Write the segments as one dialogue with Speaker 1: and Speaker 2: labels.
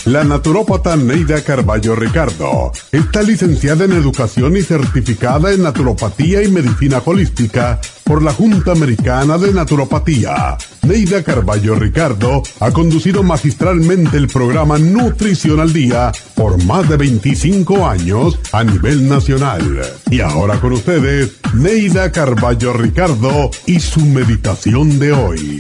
Speaker 1: La naturópata Neida Carballo Ricardo está licenciada en Educación y certificada en Naturopatía y Medicina Holística por la Junta Americana de Naturopatía. Neida Carballo Ricardo ha conducido magistralmente el programa Nutrición al Día por más de 25 años a nivel nacional. Y ahora con ustedes, Neida Carballo Ricardo y su meditación de hoy.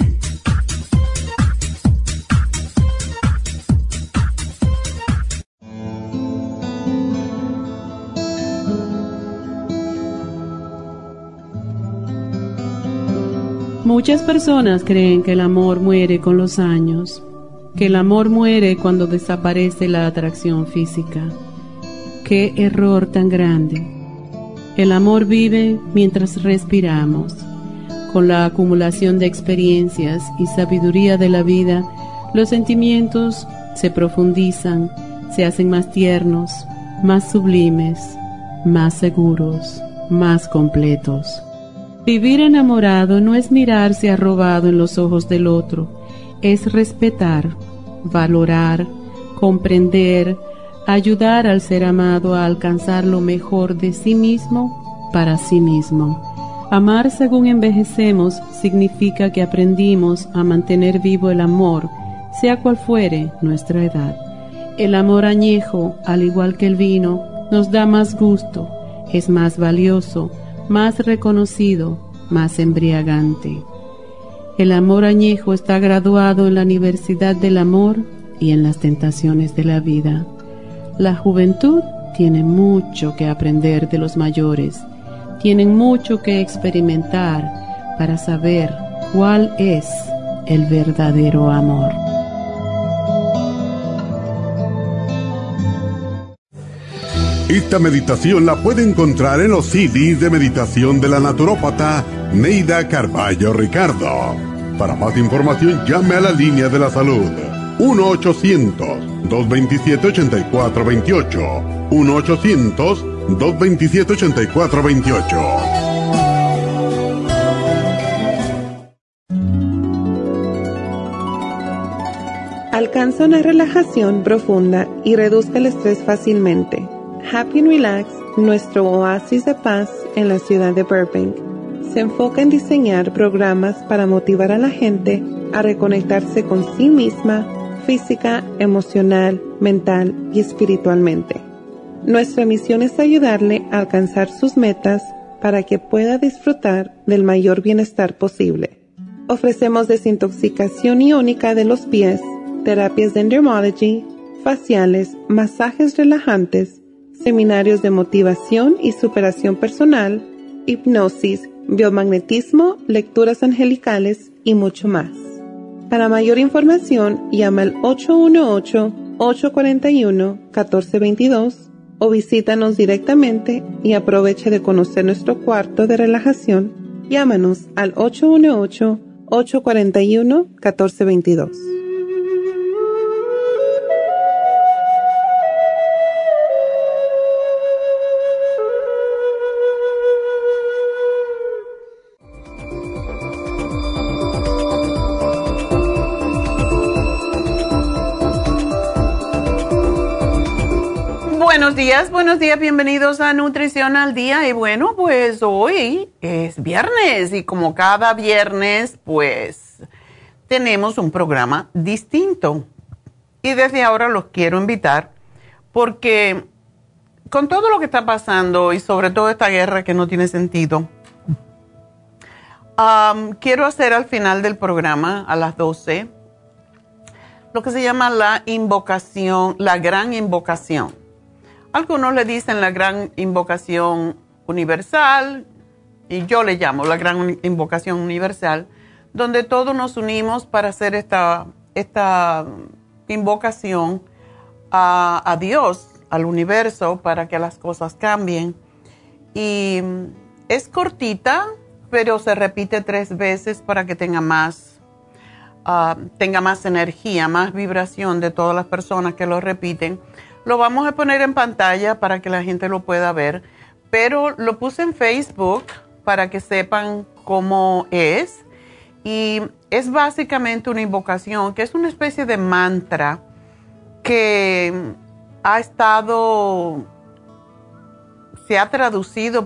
Speaker 2: Muchas personas creen que el amor muere con los años, que el amor muere cuando desaparece la atracción física. ¡Qué error tan grande! El amor vive mientras respiramos. Con la acumulación de experiencias y sabiduría de la vida, los sentimientos se profundizan, se hacen más tiernos, más sublimes, más seguros, más completos. Vivir enamorado no es mirarse arrobado en los ojos del otro, es respetar, valorar, comprender, ayudar al ser amado a alcanzar lo mejor de sí mismo para sí mismo. Amar según envejecemos significa que aprendimos a mantener vivo el amor, sea cual fuere nuestra edad. El amor añejo, al igual que el vino, nos da más gusto, es más valioso, más reconocido, más embriagante. El amor añejo está graduado en la Universidad del Amor y en las tentaciones de la vida. La juventud tiene mucho que aprender de los mayores, tienen mucho que experimentar para saber cuál es el verdadero amor.
Speaker 1: Esta meditación la puede encontrar en los CDs de meditación de la naturópata Neida Carballo Ricardo. Para más información, llame a la línea de la salud 1-800-227-8428. 1-800-227-8428.
Speaker 3: Alcanza una relajación profunda y reduzca el estrés fácilmente. Happy and Relax, nuestro oasis de paz en la ciudad de Burbank, se enfoca en diseñar programas para motivar a la gente a reconectarse con sí misma, física, emocional, mental y espiritualmente. Nuestra misión es ayudarle a alcanzar sus metas para que pueda disfrutar del mayor bienestar posible. Ofrecemos desintoxicación iónica de los pies, terapias de Endermology, faciales, masajes relajantes, seminarios de motivación y superación personal, hipnosis, biomagnetismo, lecturas angelicales y mucho más. Para mayor información, llama al 818-841-1422 o visítanos directamente y aproveche de conocer nuestro cuarto de relajación. Llámanos al 818-841-1422.
Speaker 4: Buenos días, bienvenidos a Nutrición al Día. Y bueno, pues hoy es viernes y como cada viernes, pues tenemos un programa distinto. Y desde ahora los quiero invitar porque con todo lo que está pasando y sobre todo esta guerra que no tiene sentido, quiero hacer al final del programa, a las 12, lo que se llama la invocación, la gran invocación. Algunos le dicen la gran invocación universal y yo le llamo la gran invocación universal, donde todos nos unimos para hacer esta invocación a Dios, al universo, para que las cosas cambien. Y es cortita, pero se repite 3 veces para que tenga más energía, más vibración de todas las personas que lo repiten. Lo vamos a poner en pantalla para que la gente lo pueda ver, pero lo puse en Facebook para que sepan cómo es. Y es básicamente una invocación que es una especie de mantra que se ha traducido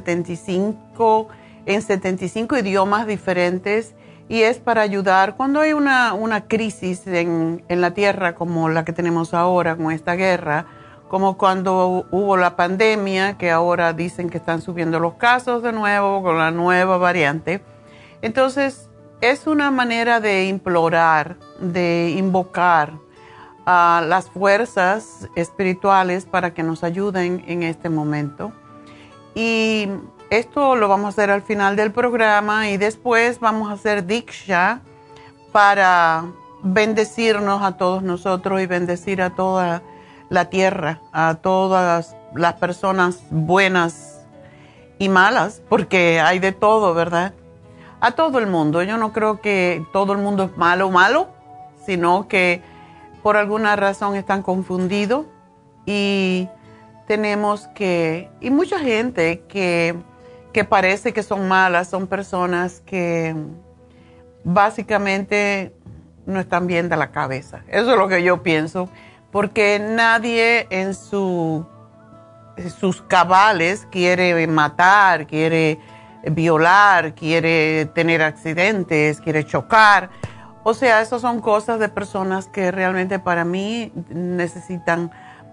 Speaker 4: en 75 idiomas diferentes, y es para ayudar cuando hay una crisis en la tierra como la que tenemos ahora con esta guerra, como cuando hubo la pandemia, que ahora dicen que están subiendo los casos de nuevo con la nueva variante. Entonces, es una manera de implorar, de invocar a las fuerzas espirituales para que nos ayuden en este momento. Y esto lo vamos a hacer al final del programa, y después vamos a hacer Diksha para bendecirnos a todos nosotros y bendecir a toda la tierra, a todas las personas buenas y malas, porque hay de todo, ¿verdad? A todo el mundo. Yo no creo que todo el mundo es malo, sino que por alguna razón están confundidos, y tenemos y mucha gente que parece que son malas, son personas que básicamente no están bien de la cabeza. Eso es lo que yo pienso, porque nadie en sus cabales quiere matar, quiere violar, quiere tener accidentes, quiere chocar. O sea, esas son cosas de personas que realmente para mí necesitan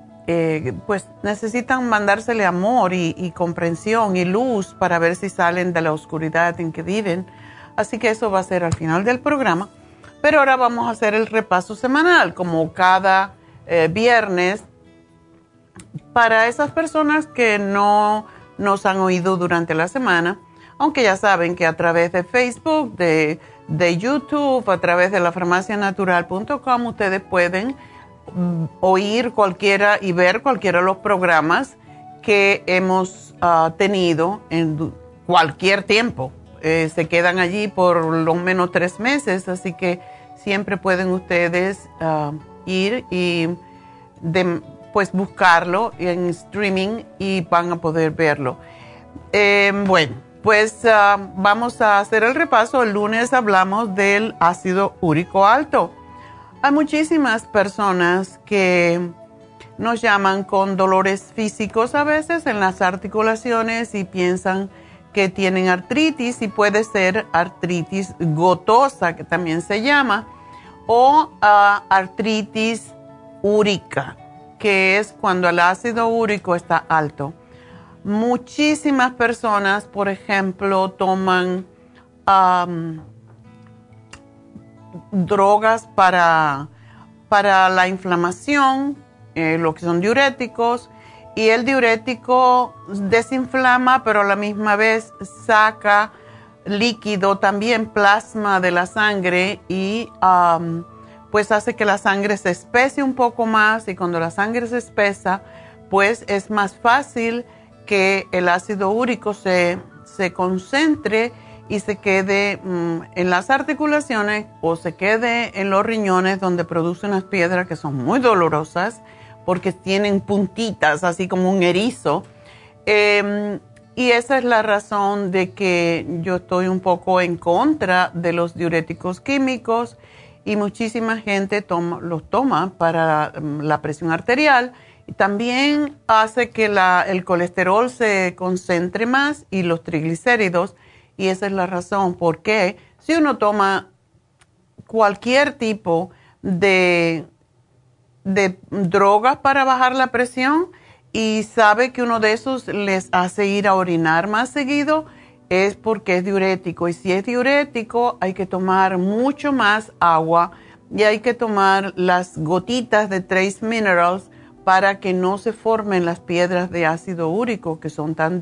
Speaker 4: mandársele amor y comprensión y luz para ver si salen de la oscuridad en que viven. Así que eso va a ser al final del programa. Pero ahora vamos a hacer el repaso semanal, como cada viernes, para esas personas que no nos han oído durante la semana, aunque ya saben que a través de Facebook, de YouTube, a través de lafarmacianatural.com, ustedes pueden oír cualquiera y ver cualquiera de los programas que hemos tenido en cualquier tiempo. Se quedan allí por lo menos 3 meses, así que siempre pueden ustedes ir y buscarlo en streaming y van a poder verlo. Bueno, pues vamos a hacer el repaso. El lunes hablamos del ácido úrico alto. Hay muchísimas personas que nos llaman con dolores físicos a veces en las articulaciones y piensan que tienen artritis, y puede ser artritis gotosa, que también se llama, o artritis úrica, que es cuando el ácido úrico está alto. Muchísimas personas, por ejemplo, toman drogas para la inflamación, lo que son diuréticos, y el diurético desinflama, pero a la misma vez saca líquido, también plasma de la sangre, y pues hace que la sangre se espese un poco más, y cuando la sangre se espesa, pues es más fácil que el ácido úrico se concentre y se quede en las articulaciones o se quede en los riñones, donde produce unas piedras que son muy dolorosas porque tienen puntitas, así como un erizo. Y esa es la razón de que yo estoy un poco en contra de los diuréticos químicos, y muchísima gente los toma para la presión arterial, y también hace que el colesterol se concentre más y los triglicéridos. Y esa es la razón por qué si uno toma cualquier tipo de drogas para bajar la presión y sabe que uno de esos les hace ir a orinar más seguido, es porque es diurético. Y si es diurético, hay que tomar mucho más agua, y hay que tomar las gotitas de Trace Minerals para que no se formen las piedras de ácido úrico, que son tan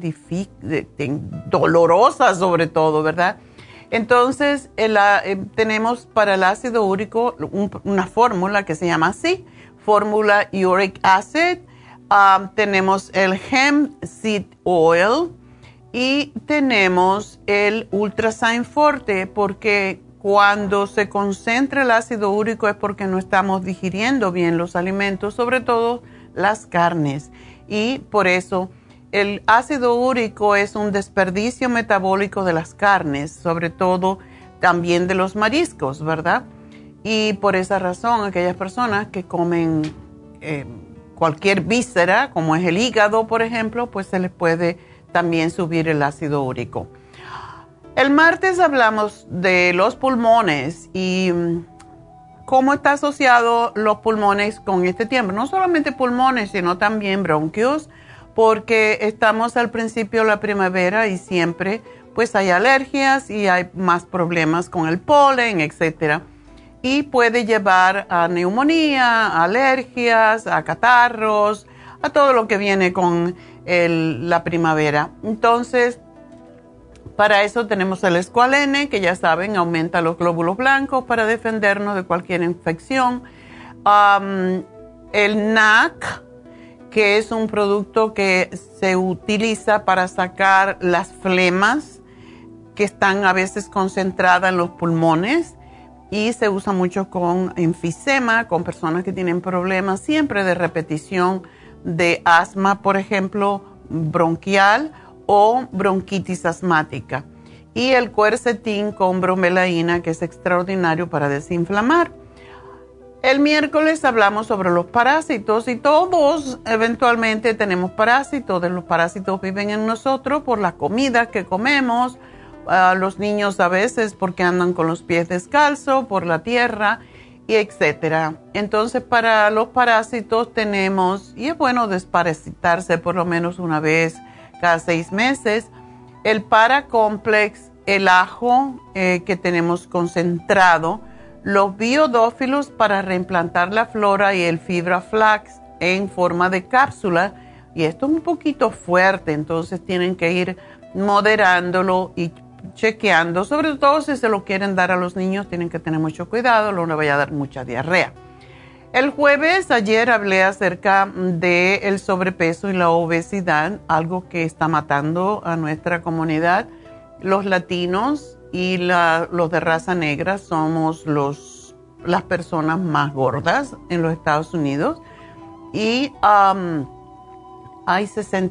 Speaker 4: dolorosas sobre todo, ¿verdad? Entonces, tenemos para el ácido úrico una fórmula que se llama así, fórmula Uric Acid. Tenemos el Hemp Seed Oil y tenemos el Ultrasign Forte, porque cuando se concentra el ácido úrico es porque no estamos digiriendo bien los alimentos, sobre todo las carnes. Y por eso el ácido úrico es un desperdicio metabólico de las carnes, sobre todo también de los mariscos, ¿verdad? Y por esa razón, aquellas personas que comen cualquier víscera, como es el hígado, por ejemplo, pues se les puede también subir el ácido úrico. El martes hablamos de los pulmones y cómo está asociado los pulmones con este tiempo. No solamente pulmones, sino también bronquios, porque estamos al principio de la primavera y siempre pues hay alergias y hay más problemas con el polen, etcétera. Y puede llevar a neumonía, alergias, a catarros, a todo lo que viene con la primavera. Entonces, para eso tenemos el escualene, que ya saben, aumenta los glóbulos blancos para defendernos de cualquier infección. El NAC, que es un producto que se utiliza para sacar las flemas que están a veces concentradas en los pulmones. Y se usa mucho con enfisema, con personas que tienen problemas siempre de repetición de asma, por ejemplo, bronquial o bronquitis asmática. Y el quercetín con bromelaína, que es extraordinario para desinflamar. El miércoles hablamos sobre los parásitos y todos eventualmente tenemos parásitos. Los parásitos viven en nosotros por la comida que comemos. Los niños a veces porque andan con los pies descalzos por la tierra y etcétera. Entonces para los parásitos tenemos, y es bueno desparasitarse por lo menos una vez cada 6 meses, el Paracomplex, el ajo que tenemos concentrado, los biodófilos para reimplantar la flora y el fibra flax en forma de cápsula. Y esto es un poquito fuerte, entonces tienen que ir moderándolo y chequeando, sobre todo si se lo quieren dar a los niños, tienen que tener mucho cuidado, no le vaya a dar mucha diarrea. El jueves, ayer hablé acerca del sobrepeso y la obesidad, algo que está matando a nuestra comunidad. Los latinos y los de raza negra somos las personas más gordas en los Estados Unidos y hay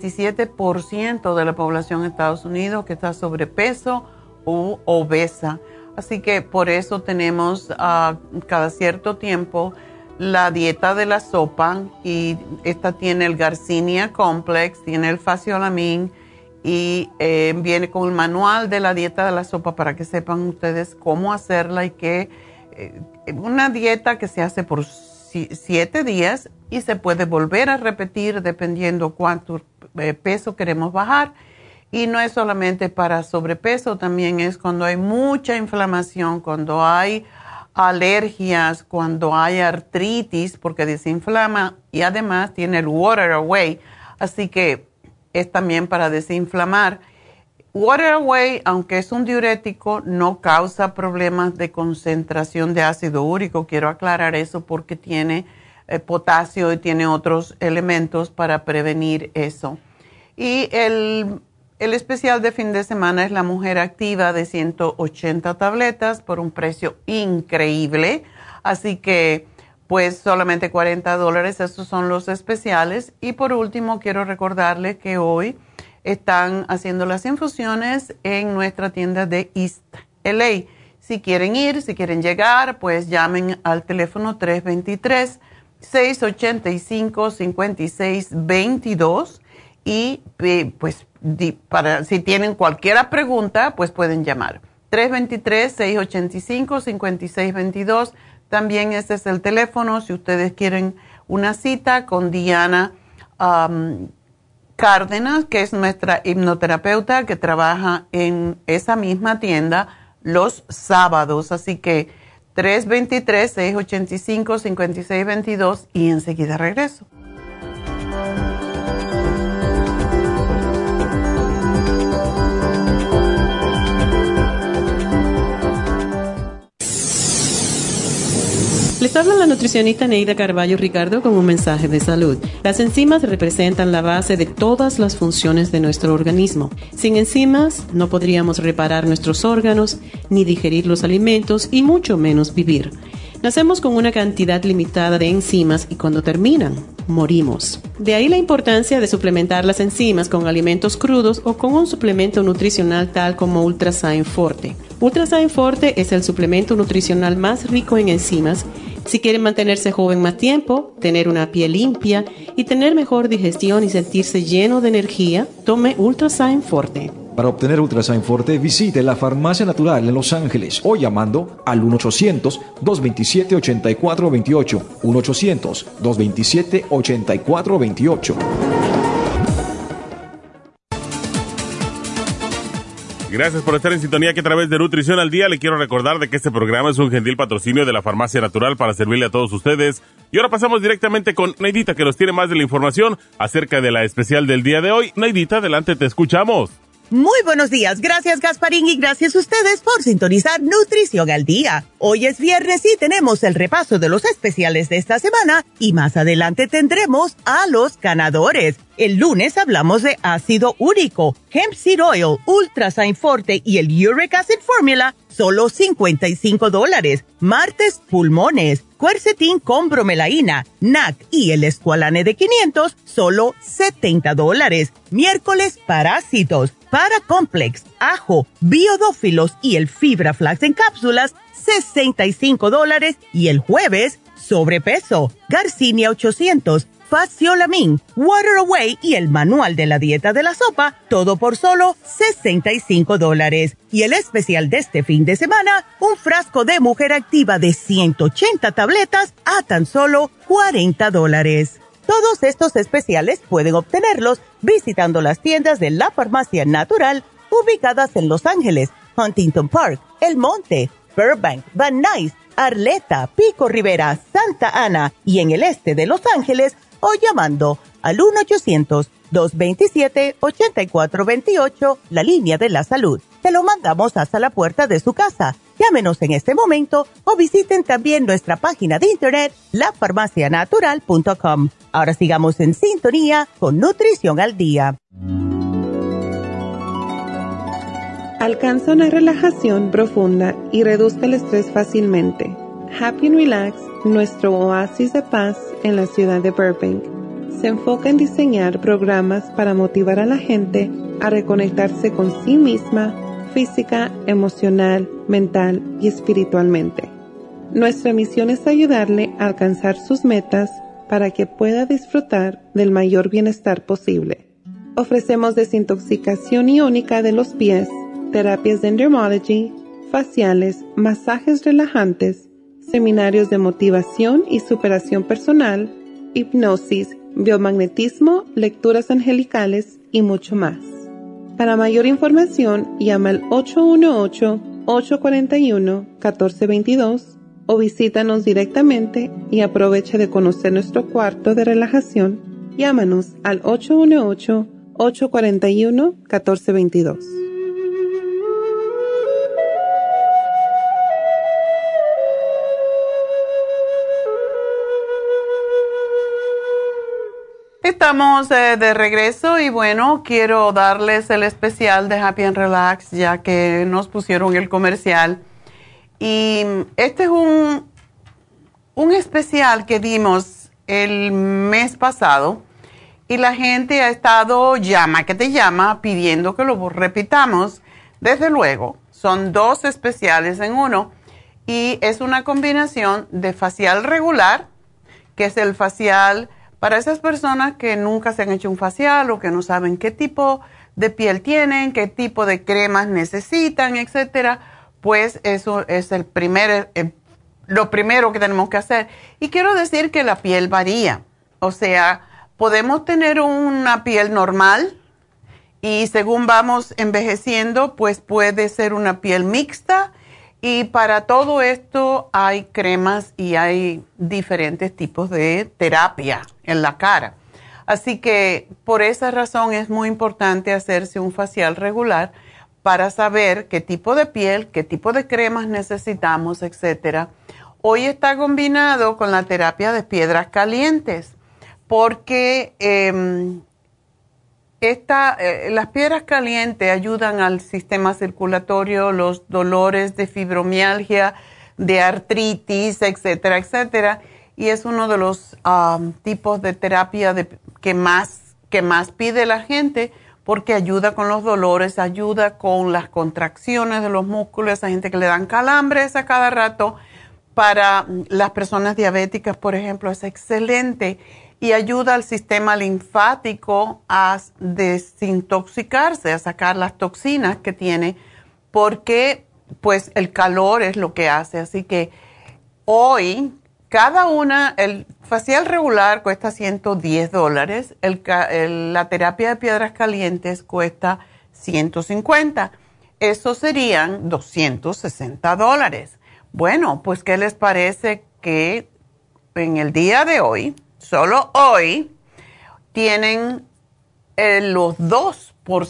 Speaker 4: 67% de la población de Estados Unidos que está sobrepeso u obesa. Así que por eso tenemos cada cierto tiempo la dieta de la sopa y esta tiene el Garcinia Complex, tiene el Faciolamin y viene con el manual de la dieta de la sopa para que sepan ustedes cómo hacerla y que una dieta que se hace por 7 días y se puede volver a repetir dependiendo cuánto peso queremos bajar. Y no es solamente para sobrepeso, también es cuando hay mucha inflamación, cuando hay alergias, cuando hay artritis, porque desinflama y además tiene el Water Away, así que es también para desinflamar. Water Away, aunque es un diurético, no causa problemas de concentración de ácido úrico. Quiero aclarar eso porque tiene potasio y tiene otros elementos para prevenir eso. Y el especial de fin de semana es la Mujer Activa de 180 tabletas por un precio increíble. Así que, pues, solamente $40. Esos son los especiales. Y por último, quiero recordarles que hoy están haciendo las infusiones en nuestra tienda de East LA. Si quieren ir, si quieren llegar, pues llamen al teléfono 323-685-5622 y pues si tienen cualquier pregunta, pues pueden llamar. 323-685-5622. También ese es el teléfono si ustedes quieren una cita con Diana Cárdenas, que es nuestra hipnoterapeuta que trabaja en esa misma tienda los sábados. Así que 323-685-5622 y enseguida regreso.
Speaker 2: Les habla la nutricionista Neida Carballo Ricardo con un mensaje de salud. Las enzimas representan la base de todas las funciones de nuestro organismo. Sin enzimas no podríamos reparar nuestros órganos, ni digerir los alimentos y mucho menos vivir. Nacemos con una cantidad limitada de enzimas y cuando terminan, morimos. De ahí la importancia de suplementar las enzimas con alimentos crudos o con un suplemento nutricional tal como Ultrasign Forte. Ultrasign Forte es el suplemento nutricional más rico en enzimas. Si quieren mantenerse joven más tiempo, tener una piel limpia y tener mejor digestión y sentirse lleno de energía, tome Ultrasign Forte.
Speaker 5: Para obtener Ultrasign Forte, visite la Farmacia Natural en Los Ángeles o llamando al 1-800-227-8428. 1-800-227-8428.
Speaker 6: Gracias por estar en sintonía que a través de Nutrición al Día le quiero recordar de que este programa es un gentil patrocinio de la Farmacia Natural para servirle a todos ustedes. Y ahora pasamos directamente con Neidita, que nos tiene más de la información acerca de la especial del día de hoy. Neidita, adelante, te escuchamos.
Speaker 7: Muy buenos días, gracias Gasparín y gracias a ustedes por sintonizar Nutrición al Día. Hoy es viernes y tenemos el repaso de los especiales de esta semana y más adelante tendremos a los ganadores. El lunes hablamos de ácido úrico, hemp seed oil, Ultrasign Forte y el Uric Acid Formula, solo $55. Martes, pulmones, Quercetin con bromelaína, NAC y el Esqualane de 500, solo $70. Miércoles, parásitos, Paracomplex, ajo, biodófilos y el Fibra Flax en cápsulas, $65. Y el jueves, sobrepeso, Garcinia 800, Faciolamin, Water Away y el manual de la dieta de la sopa, todo por solo $65. Y el especial de este fin de semana, un frasco de Mujer Activa de 180 tabletas a tan solo $40. Todos estos especiales pueden obtenerlos visitando las tiendas de la Farmacia Natural ubicadas en Los Ángeles, Huntington Park, El Monte, Burbank, Van Nuys, Arleta, Pico Rivera, Santa Ana y en el este de Los Ángeles, o llamando al 1-800-227-8428, la línea de la salud. Te lo mandamos hasta la puerta de su casa. Llámenos en este momento o visiten también nuestra página de internet, lafarmacianatural.com. Ahora sigamos en sintonía con Nutrición al Día.
Speaker 3: Alcanza una relajación profunda y reduzca el estrés fácilmente. Happy and Relax, nuestro oasis de paz en la ciudad de Burbank, se enfoca en diseñar programas para motivar a la gente a reconectarse con sí misma, física, emocional, mental y espiritualmente. Nuestra misión es ayudarle a alcanzar sus metas para que pueda disfrutar del mayor bienestar posible. Ofrecemos desintoxicación iónica de los pies, terapias de Dermology, faciales, masajes relajantes, seminarios de motivación y superación personal, hipnosis, biomagnetismo, lecturas angelicales y mucho más. Para mayor información, llama al 818-841-1422 o visítanos directamente y aprovecha de conocer nuestro cuarto de relajación. Llámanos al 818-841-1422.
Speaker 4: Estamos de regreso y bueno, quiero darles el especial de Happy and Relax ya que nos pusieron el comercial. Y este es un especial que dimos el mes pasado y la gente ha estado llama que te llama pidiendo que lo repitamos. Desde luego, son dos especiales en uno y es una combinación de facial regular, que es el facial para esas personas que nunca se han hecho un facial o que no saben qué tipo de piel tienen, qué tipo de cremas necesitan, etcétera. Pues eso es lo primero que tenemos que hacer. Y quiero decir que la piel varía. O sea, podemos tener una piel normal y según vamos envejeciendo, pues puede ser una piel mixta. Y para todo esto hay cremas y hay diferentes tipos de terapia en la cara. Así que por esa razón es muy importante hacerse un facial regular para saber qué tipo de piel, qué tipo de cremas necesitamos, etcétera. Hoy está combinado con la terapia de piedras calientes porque las piedras calientes ayudan al sistema circulatorio, los dolores de fibromialgia, de artritis, etcétera, etcétera. Y es uno de los tipos de terapia que más pide la gente porque ayuda con los dolores, ayuda con las contracciones de los músculos, esa gente que le dan calambres a cada rato. Para las personas diabéticas, por ejemplo, es excelente y ayuda al sistema linfático a desintoxicarse, a sacar las toxinas que tiene, porque pues el calor es lo que hace. Así que hoy, cada una, el facial regular cuesta $110, la terapia de piedras calientes cuesta $150. Eso serían $260. Bueno, pues ¿qué les parece que en el día de hoy, solo hoy, tienen los dos por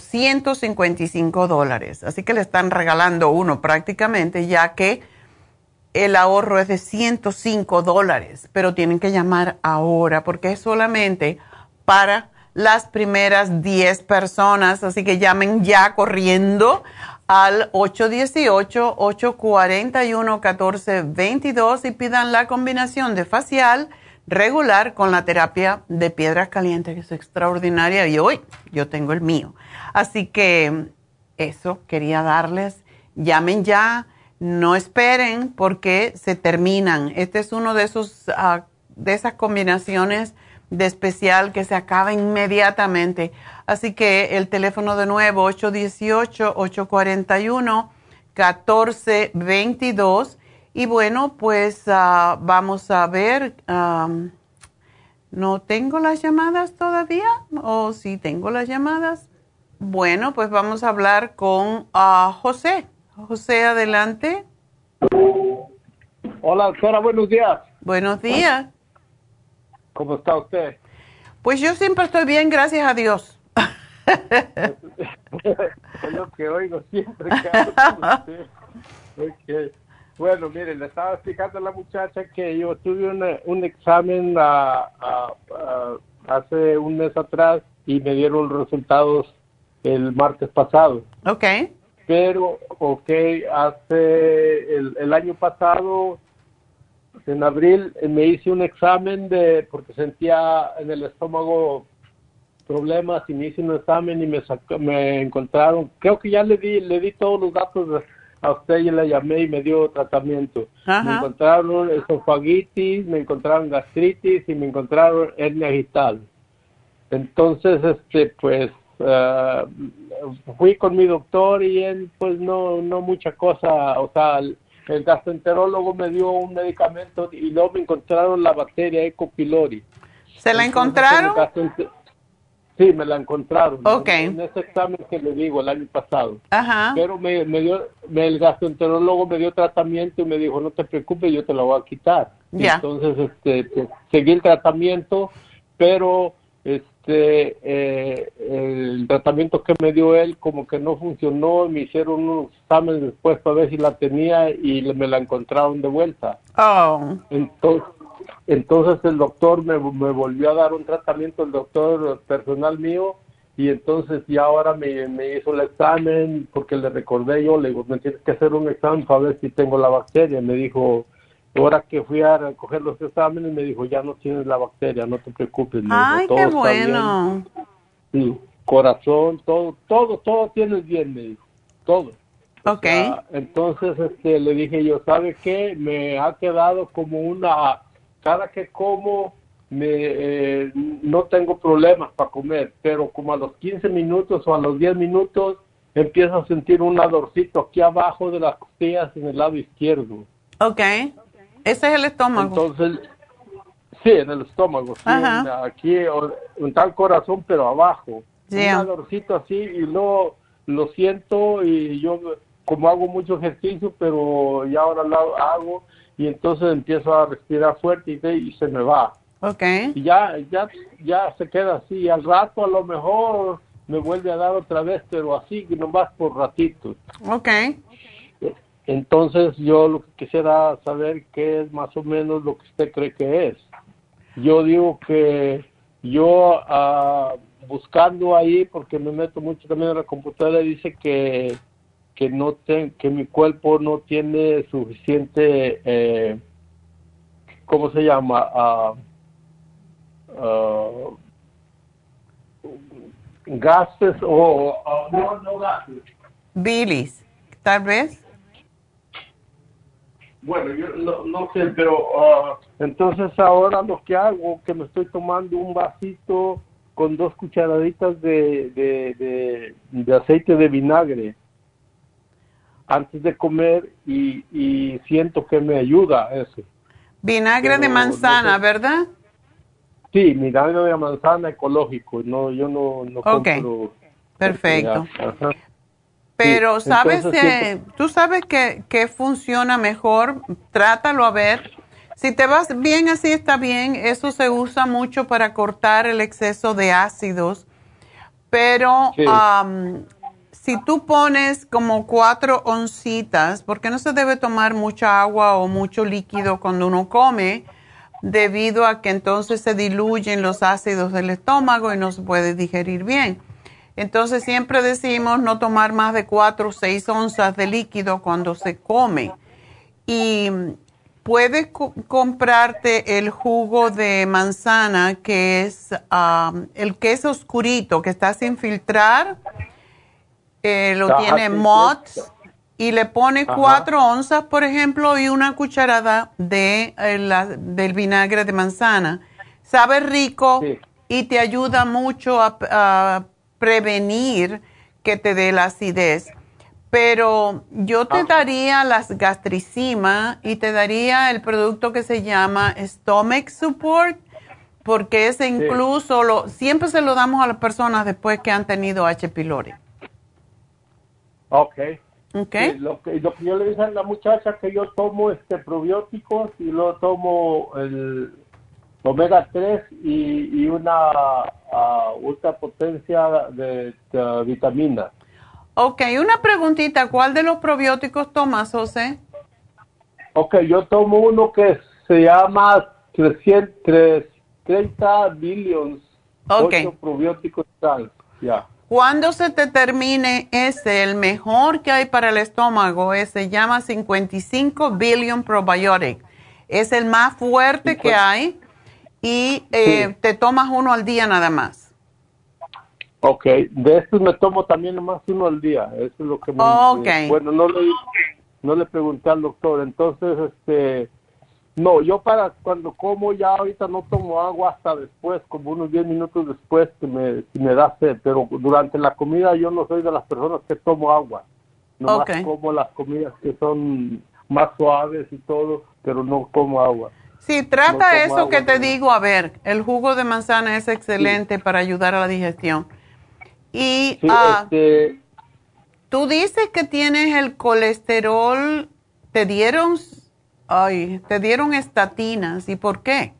Speaker 4: $155? Así que le están regalando uno prácticamente, ya que el ahorro es de $105, pero tienen que llamar ahora porque es solamente para las primeras 10 personas, así que llamen ya corriendo al 818-841-1422 y pidan la combinación de facial regular con la terapia de piedras calientes, que es extraordinaria, y hoy yo tengo el mío. Así que eso quería darles. Llamen ya, no esperen porque se terminan. Este es uno de esos de esas combinaciones de especial que se acaba inmediatamente. Así que el teléfono de nuevo, 818-841-1422. Y bueno, pues vamos a ver. ¿No tengo las llamadas todavía? ¿O sí tengo las llamadas? Bueno, pues vamos a hablar con José. José, adelante.
Speaker 8: Hola, doctora, buenos días.
Speaker 4: Buenos días.
Speaker 8: ¿Cómo está usted?
Speaker 4: Pues yo siempre estoy bien, gracias a Dios.
Speaker 8: Es lo que oigo siempre que hablo con usted. Okay. Bueno, mire, le estaba explicando a la muchacha que yo tuve un examen hace un mes atrás y me dieron los resultados el martes pasado.
Speaker 4: Ok.
Speaker 8: Pero, hace el año pasado, en abril, me hice un examen porque sentía en el estómago problemas y me hice un examen y me encontraron, creo que ya le di todos los datos a usted y le llamé y me dio tratamiento.
Speaker 4: Ajá.
Speaker 8: Me encontraron esofagitis, me encontraron gastritis y me encontraron hernia hiatal. Entonces, pues, fui con mi doctor y él, pues, no mucha cosa, o sea, el gastroenterólogo me dio un medicamento y luego me encontraron la bacteria E. pylori.
Speaker 4: ¿Se la encontraron?
Speaker 8: Sí, me la encontraron.
Speaker 4: Ok.
Speaker 8: En ese examen que le digo el año pasado.
Speaker 4: Ajá.
Speaker 8: Pero el gastroenterólogo me dio tratamiento y me dijo, no te preocupes, yo te la voy a quitar.
Speaker 4: Ya.
Speaker 8: Entonces, seguí el tratamiento, pero el tratamiento que me dio él como que no funcionó. Me hicieron unos exámenes después para ver si la tenía y me la encontraron de vuelta.
Speaker 4: Oh.
Speaker 8: Entonces el doctor me volvió a dar un tratamiento, el doctor personal mío, y entonces ya ahora me hizo el examen porque le recordé yo, le digo, me tienes que hacer un examen para ver si tengo la bacteria. Me dijo, ahora que fui a recoger los exámenes, me dijo, ya no tienes la bacteria, no te preocupes.
Speaker 4: Ay,
Speaker 8: dijo,
Speaker 4: qué
Speaker 8: todo está
Speaker 4: bueno.
Speaker 8: bien. Sí, corazón, todo tienes bien, me dijo, todo.
Speaker 4: Ok.
Speaker 8: Entonces le dije yo, ¿sabe qué? Me ha quedado como cada que como no tengo problemas para comer, pero como a los 15 minutos o a los 10 minutos empiezo a sentir un ardorcito aquí abajo de las costillas en el lado izquierdo.
Speaker 4: Ok. Ese es el estómago.
Speaker 8: Entonces, sí, en el estómago, sí, aquí en tal corazón, pero abajo.
Speaker 4: Yeah.
Speaker 8: Un ardorcito así y luego lo siento y yo como hago mucho ejercicio, pero ya ahora lo hago y entonces empiezo a respirar fuerte y se me va.
Speaker 4: Okay.
Speaker 8: Y ya se queda así. Al rato a lo mejor me vuelve a dar otra vez, pero así nomás por ratitos.
Speaker 4: Okay.
Speaker 8: Entonces yo lo que quisiera saber qué es más o menos lo que usted cree que es. Yo digo que yo buscando ahí, porque me meto mucho también en la computadora, dice que mi cuerpo no tiene suficiente, ¿cómo se llama? gases o no gases.
Speaker 4: Bilis, tal vez.
Speaker 8: Bueno, yo no sé, pero entonces ahora lo que hago, que me estoy tomando un vasito con 2 cucharaditas de aceite de vinagre antes de comer y siento que me ayuda eso.
Speaker 4: Vinagre de manzana, ¿verdad?
Speaker 8: Sí, vinagre de manzana ecológico. No, yo no compro.
Speaker 4: Perfecto.
Speaker 8: Ajá.
Speaker 4: Pero,
Speaker 8: Sí,
Speaker 4: ¿sabes?
Speaker 8: entonces,
Speaker 4: Tú sabes que funciona mejor. Trátalo a ver. Si te vas bien así, está bien. Eso se usa mucho para cortar el exceso de ácidos. Pero
Speaker 8: sí.
Speaker 4: si tú pones como 4 oncitas, porque no se debe tomar mucha agua o mucho líquido cuando uno come, debido a que entonces se diluyen los ácidos del estómago y no se puede digerir bien. Entonces siempre decimos no tomar más de 4 o 6 onzas de líquido cuando se come. Y puedes comprarte el jugo de manzana, que es el que es oscurito, que está sin filtrar. Lo tiene Mott's, y le pone 4 onzas, por ejemplo, y una cucharada del vinagre de manzana. Sabe rico y te ayuda mucho a prevenir que te dé la acidez. Pero yo te daría las gastricima y te daría el producto que se llama Stomach Support, porque ese incluso siempre se lo damos a las personas después que han tenido H. pylori.
Speaker 8: Okay.
Speaker 4: Okay.
Speaker 8: Sí, lo que yo le dije a la muchacha que yo tomo probióticos y luego tomo el omega 3 y una ultra potencia de vitaminas.
Speaker 4: Ok, una preguntita, ¿cuál de los probióticos tomas, José?
Speaker 8: Ok, yo tomo uno que se llama 30 billions, 8 probióticos trans, ya.
Speaker 4: Cuando se te termine el mejor que hay para el estómago, se llama 55 billion probiotic. Es el más fuerte que hay y te tomas uno al día nada más.
Speaker 8: Ok, de estos me tomo también nomás uno al día. Eso es lo que me... bueno, no le pregunté al doctor. Entonces, no, yo para cuando como ya ahorita no tomo agua hasta después, como unos 10 minutos después que me da sed, pero durante la comida yo no soy de las personas que tomo agua. Nomás como las comidas que son más suaves y todo, pero no como agua.
Speaker 4: Sí, trata eso que te digo, a ver, el jugo de manzana es excelente para ayudar a la digestión. Y tú dices que tienes el colesterol, te dieron estatinas, ¿y por qué?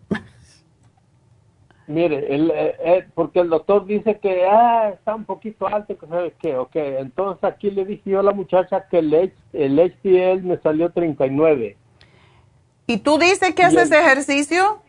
Speaker 8: Mire, porque el doctor dice que está un poquito alto, que sabe qué, entonces aquí le dije yo a la muchacha que el HDL me salió 39.
Speaker 4: ¿Y tú dices que haces ejercicio?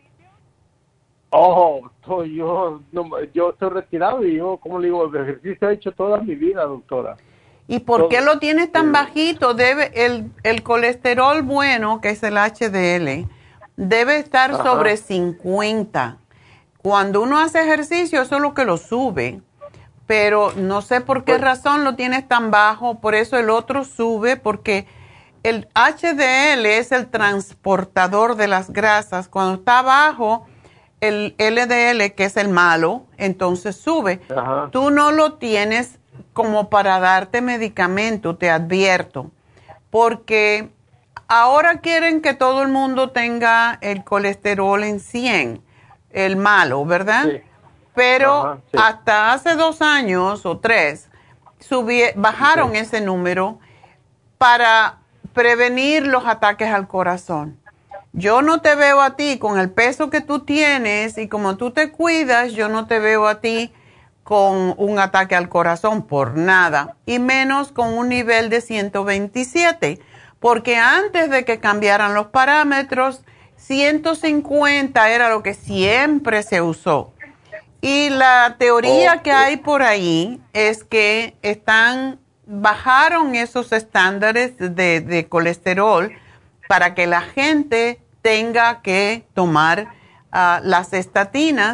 Speaker 8: Yo estoy retirado y yo, como le digo, el ejercicio he hecho toda mi vida, doctora.
Speaker 4: ¿Y por qué lo tienes tan bajito? El colesterol bueno, que es el HDL, debe estar sobre 50. Cuando uno hace ejercicio, eso es lo que lo sube. Pero no sé por qué razón lo tienes tan bajo, por eso el otro sube, porque el HDL es el transportador de las grasas. Cuando está bajo, el LDL, que es el malo, entonces sube. Tú no lo tienes como para darte medicamento, te advierto, porque ahora quieren que todo el mundo tenga el colesterol en 100, el malo, ¿verdad? Sí. Pero hasta hace 2 años o 3 bajaron ese número para prevenir los ataques al corazón. Yo no te veo a ti con el peso que tú tienes y como tú te cuidas, yo no te veo a ti con un ataque al corazón por nada, y menos con un nivel de 127, porque antes de que cambiaran los parámetros, 150 era lo que siempre se usó. Y la teoría que hay por ahí es que bajaron esos estándares de colesterol para que la gente tenga que tomar las estatinas,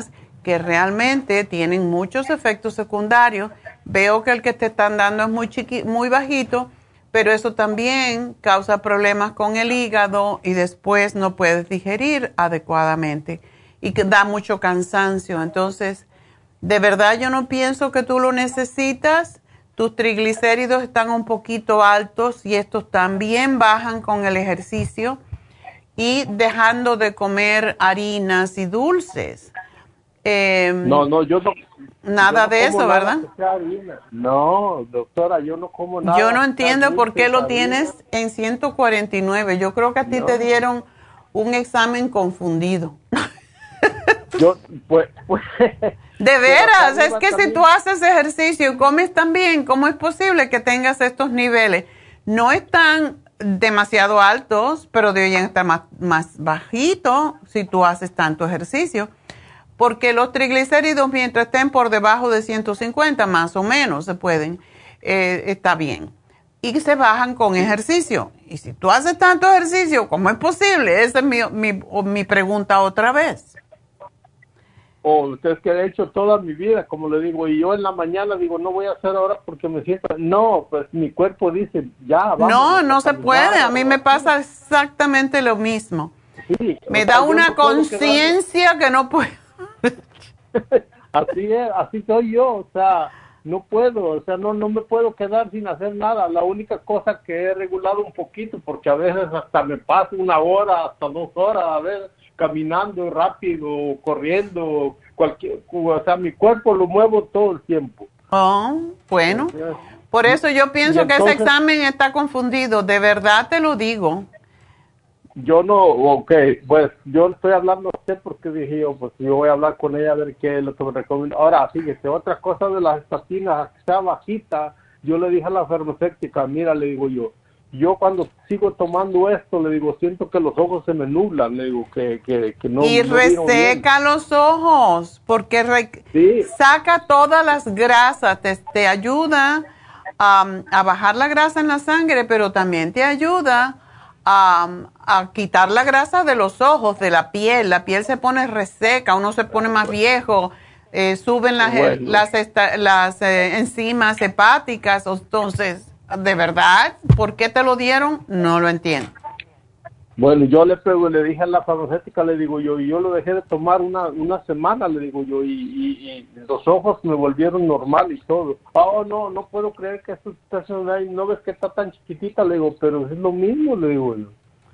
Speaker 4: que realmente tienen muchos efectos secundarios. Veo que el que te están dando es muy bajito, pero eso también causa problemas con el hígado y después no puedes digerir adecuadamente y que da mucho cansancio. Entonces, de verdad yo no pienso que tú lo necesitas. Tus triglicéridos están un poquito altos y estos también bajan con el ejercicio y dejando de comer harinas y dulces.
Speaker 8: No, yo no.
Speaker 4: Nada
Speaker 8: yo no
Speaker 4: de eso,
Speaker 8: nada
Speaker 4: ¿verdad?
Speaker 8: que sea harina. No, doctora, yo no como nada.
Speaker 4: Yo no entiendo por qué lo
Speaker 8: harina.
Speaker 4: tienes en 149. Yo creo que a ti te dieron un examen confundido.
Speaker 8: Yo, pues
Speaker 4: De veras, es que si
Speaker 8: también.
Speaker 4: tú haces ejercicio y comes tan bien, ¿cómo es posible que tengas estos niveles? No están demasiado altos, pero deberían estar más bajitos si tú haces tanto ejercicio. Porque los triglicéridos, mientras estén por debajo de 150, más o menos, se pueden, está bien. Y se bajan con ejercicio. Y si tú haces tanto ejercicio, ¿cómo es posible? Esa es mi pregunta otra vez.
Speaker 8: O usted que he hecho toda mi vida, como le digo, y yo en la mañana digo, no voy a hacer ahora porque me siento, no, pues mi cuerpo dice, ya, vamos.
Speaker 4: No se puede, a mí me pasa exactamente lo mismo.
Speaker 8: Sí,
Speaker 4: Me da una conciencia que no puedo.
Speaker 8: Así es, así soy yo, o sea, no puedo, o sea, no me puedo quedar sin hacer nada. La única cosa que he regulado un poquito, porque a veces hasta me paso 1 hora, hasta 2 horas, a veces caminando rápido, corriendo, o sea, mi cuerpo lo muevo todo el tiempo.
Speaker 4: Oh, bueno, por eso yo pienso
Speaker 8: entonces,
Speaker 4: que ese examen está confundido, de verdad te lo digo.
Speaker 8: Yo no, ok, pues yo estoy hablando a usted porque dije yo, pues yo voy a hablar con ella a ver qué es lo que me recomienda. Ahora, fíjese, otra cosa de las estatinas, que sea bajita, yo le dije a la farmacéutica, mira, le digo yo cuando sigo tomando esto, le digo, siento que los ojos se me nublan, le digo que no.
Speaker 4: Y
Speaker 8: no miro
Speaker 4: reseca
Speaker 8: bien.
Speaker 4: los ojos, porque
Speaker 8: Sí.
Speaker 4: saca todas las grasas, te ayuda a bajar la grasa en la sangre, pero también te ayuda a quitar la grasa de los ojos, de la piel se pone reseca, uno se pone más viejo, suben las enzimas hepáticas, entonces, de verdad, ¿por qué te lo dieron? No lo entiendo.
Speaker 8: Bueno, yo le dije a la farmacéutica, le digo yo, y yo lo dejé de tomar una semana, le digo yo, y los ojos me volvieron normal y todo. Oh, no puedo creer que esto está haciendo ahí, no ves que está tan chiquitita, le digo, pero es lo mismo, le digo yo.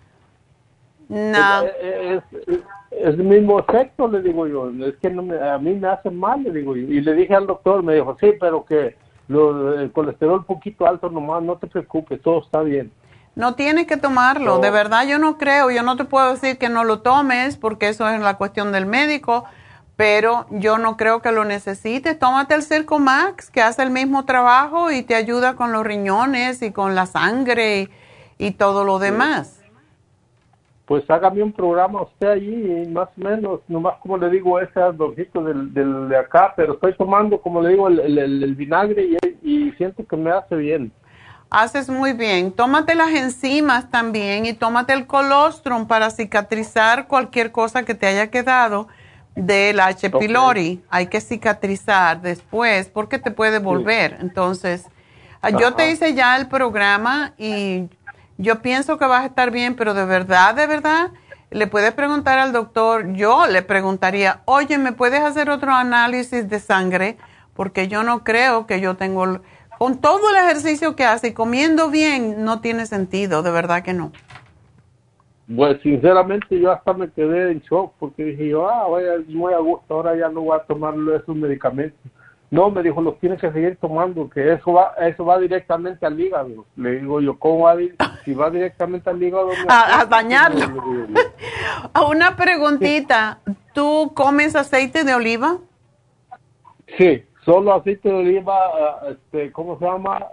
Speaker 4: No.
Speaker 8: Es el mismo efecto, le digo yo, es que a mí me hace mal, le digo yo. Y le dije al doctor, me dijo, sí, pero que el colesterol un poquito alto nomás, no te preocupes, todo está bien.
Speaker 4: No tienes que tomarlo, de verdad yo no creo, yo no te puedo decir que no lo tomes porque eso es la cuestión del médico, pero yo no creo que lo necesites. Tómate el Circomax, que hace el mismo trabajo y te ayuda con los riñones y con la sangre y todo lo demás.
Speaker 8: Pues hágame un programa usted allí, más o menos, nomás como le digo, ese ardorcito de acá, pero estoy tomando, como le digo, el vinagre y siento que me hace bien.
Speaker 4: Haces muy bien. Tómate las enzimas también y tómate el colostrum para cicatrizar cualquier cosa que te haya quedado del H. pylori. Hay que cicatrizar después porque te puede volver. Entonces, yo te hice ya el programa y yo pienso que vas a estar bien, pero de verdad, le puedes preguntar al doctor. Yo le preguntaría, oye, ¿me puedes hacer otro análisis de sangre? Porque yo no creo que yo tengo... Con todo el ejercicio que hace y comiendo bien, no tiene sentido, de verdad que no.
Speaker 8: Pues sinceramente yo hasta me quedé en shock porque dije yo, vaya, muy a gusto, ahora ya no voy a tomar esos medicamentos. No, me dijo, los tienes que seguir tomando, que eso va directamente al hígado. Le digo yo, ¿cómo va? Si va directamente al hígado...
Speaker 4: A dañarlo. Una preguntita, ¿tú comes aceite de oliva?
Speaker 8: Sí. Solo aceite de oliva, ¿cómo se llama?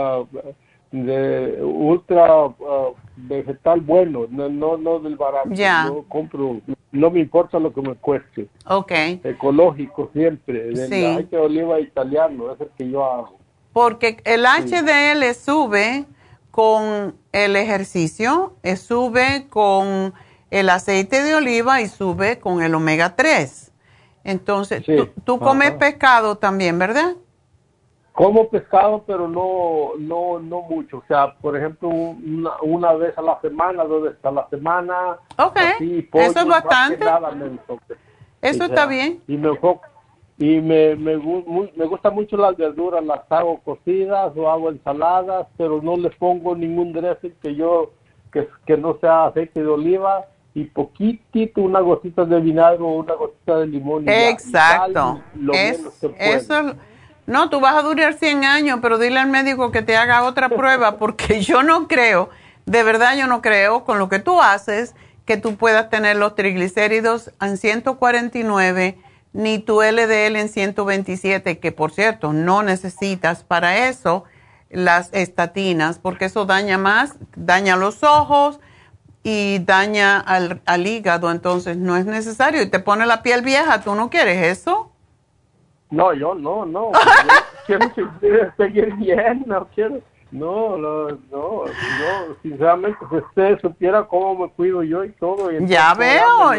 Speaker 8: De ultra vegetal bueno, no del barato.
Speaker 4: Ya.
Speaker 8: Yo compro, no me importa lo que me cueste.
Speaker 4: Okay.
Speaker 8: Ecológico siempre,
Speaker 4: Sí.
Speaker 8: del aceite de oliva italiano, es el que yo hago.
Speaker 4: Porque el HDL sube con el ejercicio, sube con el aceite de oliva y sube con el omega 3. Entonces,
Speaker 8: Sí.
Speaker 4: tú comes
Speaker 8: Ajá.
Speaker 4: pescado también, ¿verdad?
Speaker 8: Como pescado, pero no mucho. O sea, por ejemplo, una vez a la semana, 2 veces a la semana.
Speaker 4: Ok,
Speaker 8: Así, pollo,
Speaker 4: eso es
Speaker 8: más que
Speaker 4: bastante.
Speaker 8: nada me enfoque.
Speaker 4: Eso
Speaker 8: O
Speaker 4: está
Speaker 8: sea,
Speaker 4: bien.
Speaker 8: Y me enfoco. Y me gustan mucho las verduras, las hago cocidas o hago ensaladas, pero no le pongo ningún dressing que no sea aceite de oliva y poquitito, una gotita de vinagre o una gotita de limón y ya.
Speaker 4: Exacto.
Speaker 8: Y sal lo menos que pueda.
Speaker 4: No, tú vas a durar 100 años, pero dile al médico que te haga otra prueba porque yo no creo, de verdad yo no creo, con lo que tú haces, que tú puedas tener los triglicéridos en 149 ni tu LDL en 127, que por cierto, no necesitas para eso las estatinas, porque eso daña más, daña los ojos y daña al hígado, entonces no es necesario y te pone la piel vieja, ¿tú no quieres eso?
Speaker 8: No, yo no. Yo quiero seguir bien, no quiero. No, sinceramente, si usted supiera cómo me cuido yo y todo. Y
Speaker 4: Ya veo.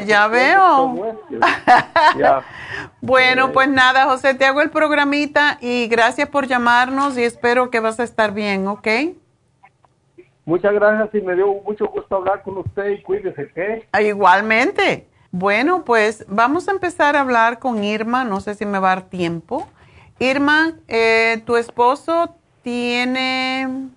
Speaker 8: Ya.
Speaker 4: Bueno, pues nada, José, te hago el programita y gracias por llamarnos y espero que vas a estar bien, ¿ok?
Speaker 8: Muchas gracias y me dio mucho gusto hablar con usted y cuídese, ¿qué?
Speaker 4: Igualmente. Bueno, pues vamos a empezar a hablar con Irma, no sé si me va a dar tiempo. Irma, tu esposo tiene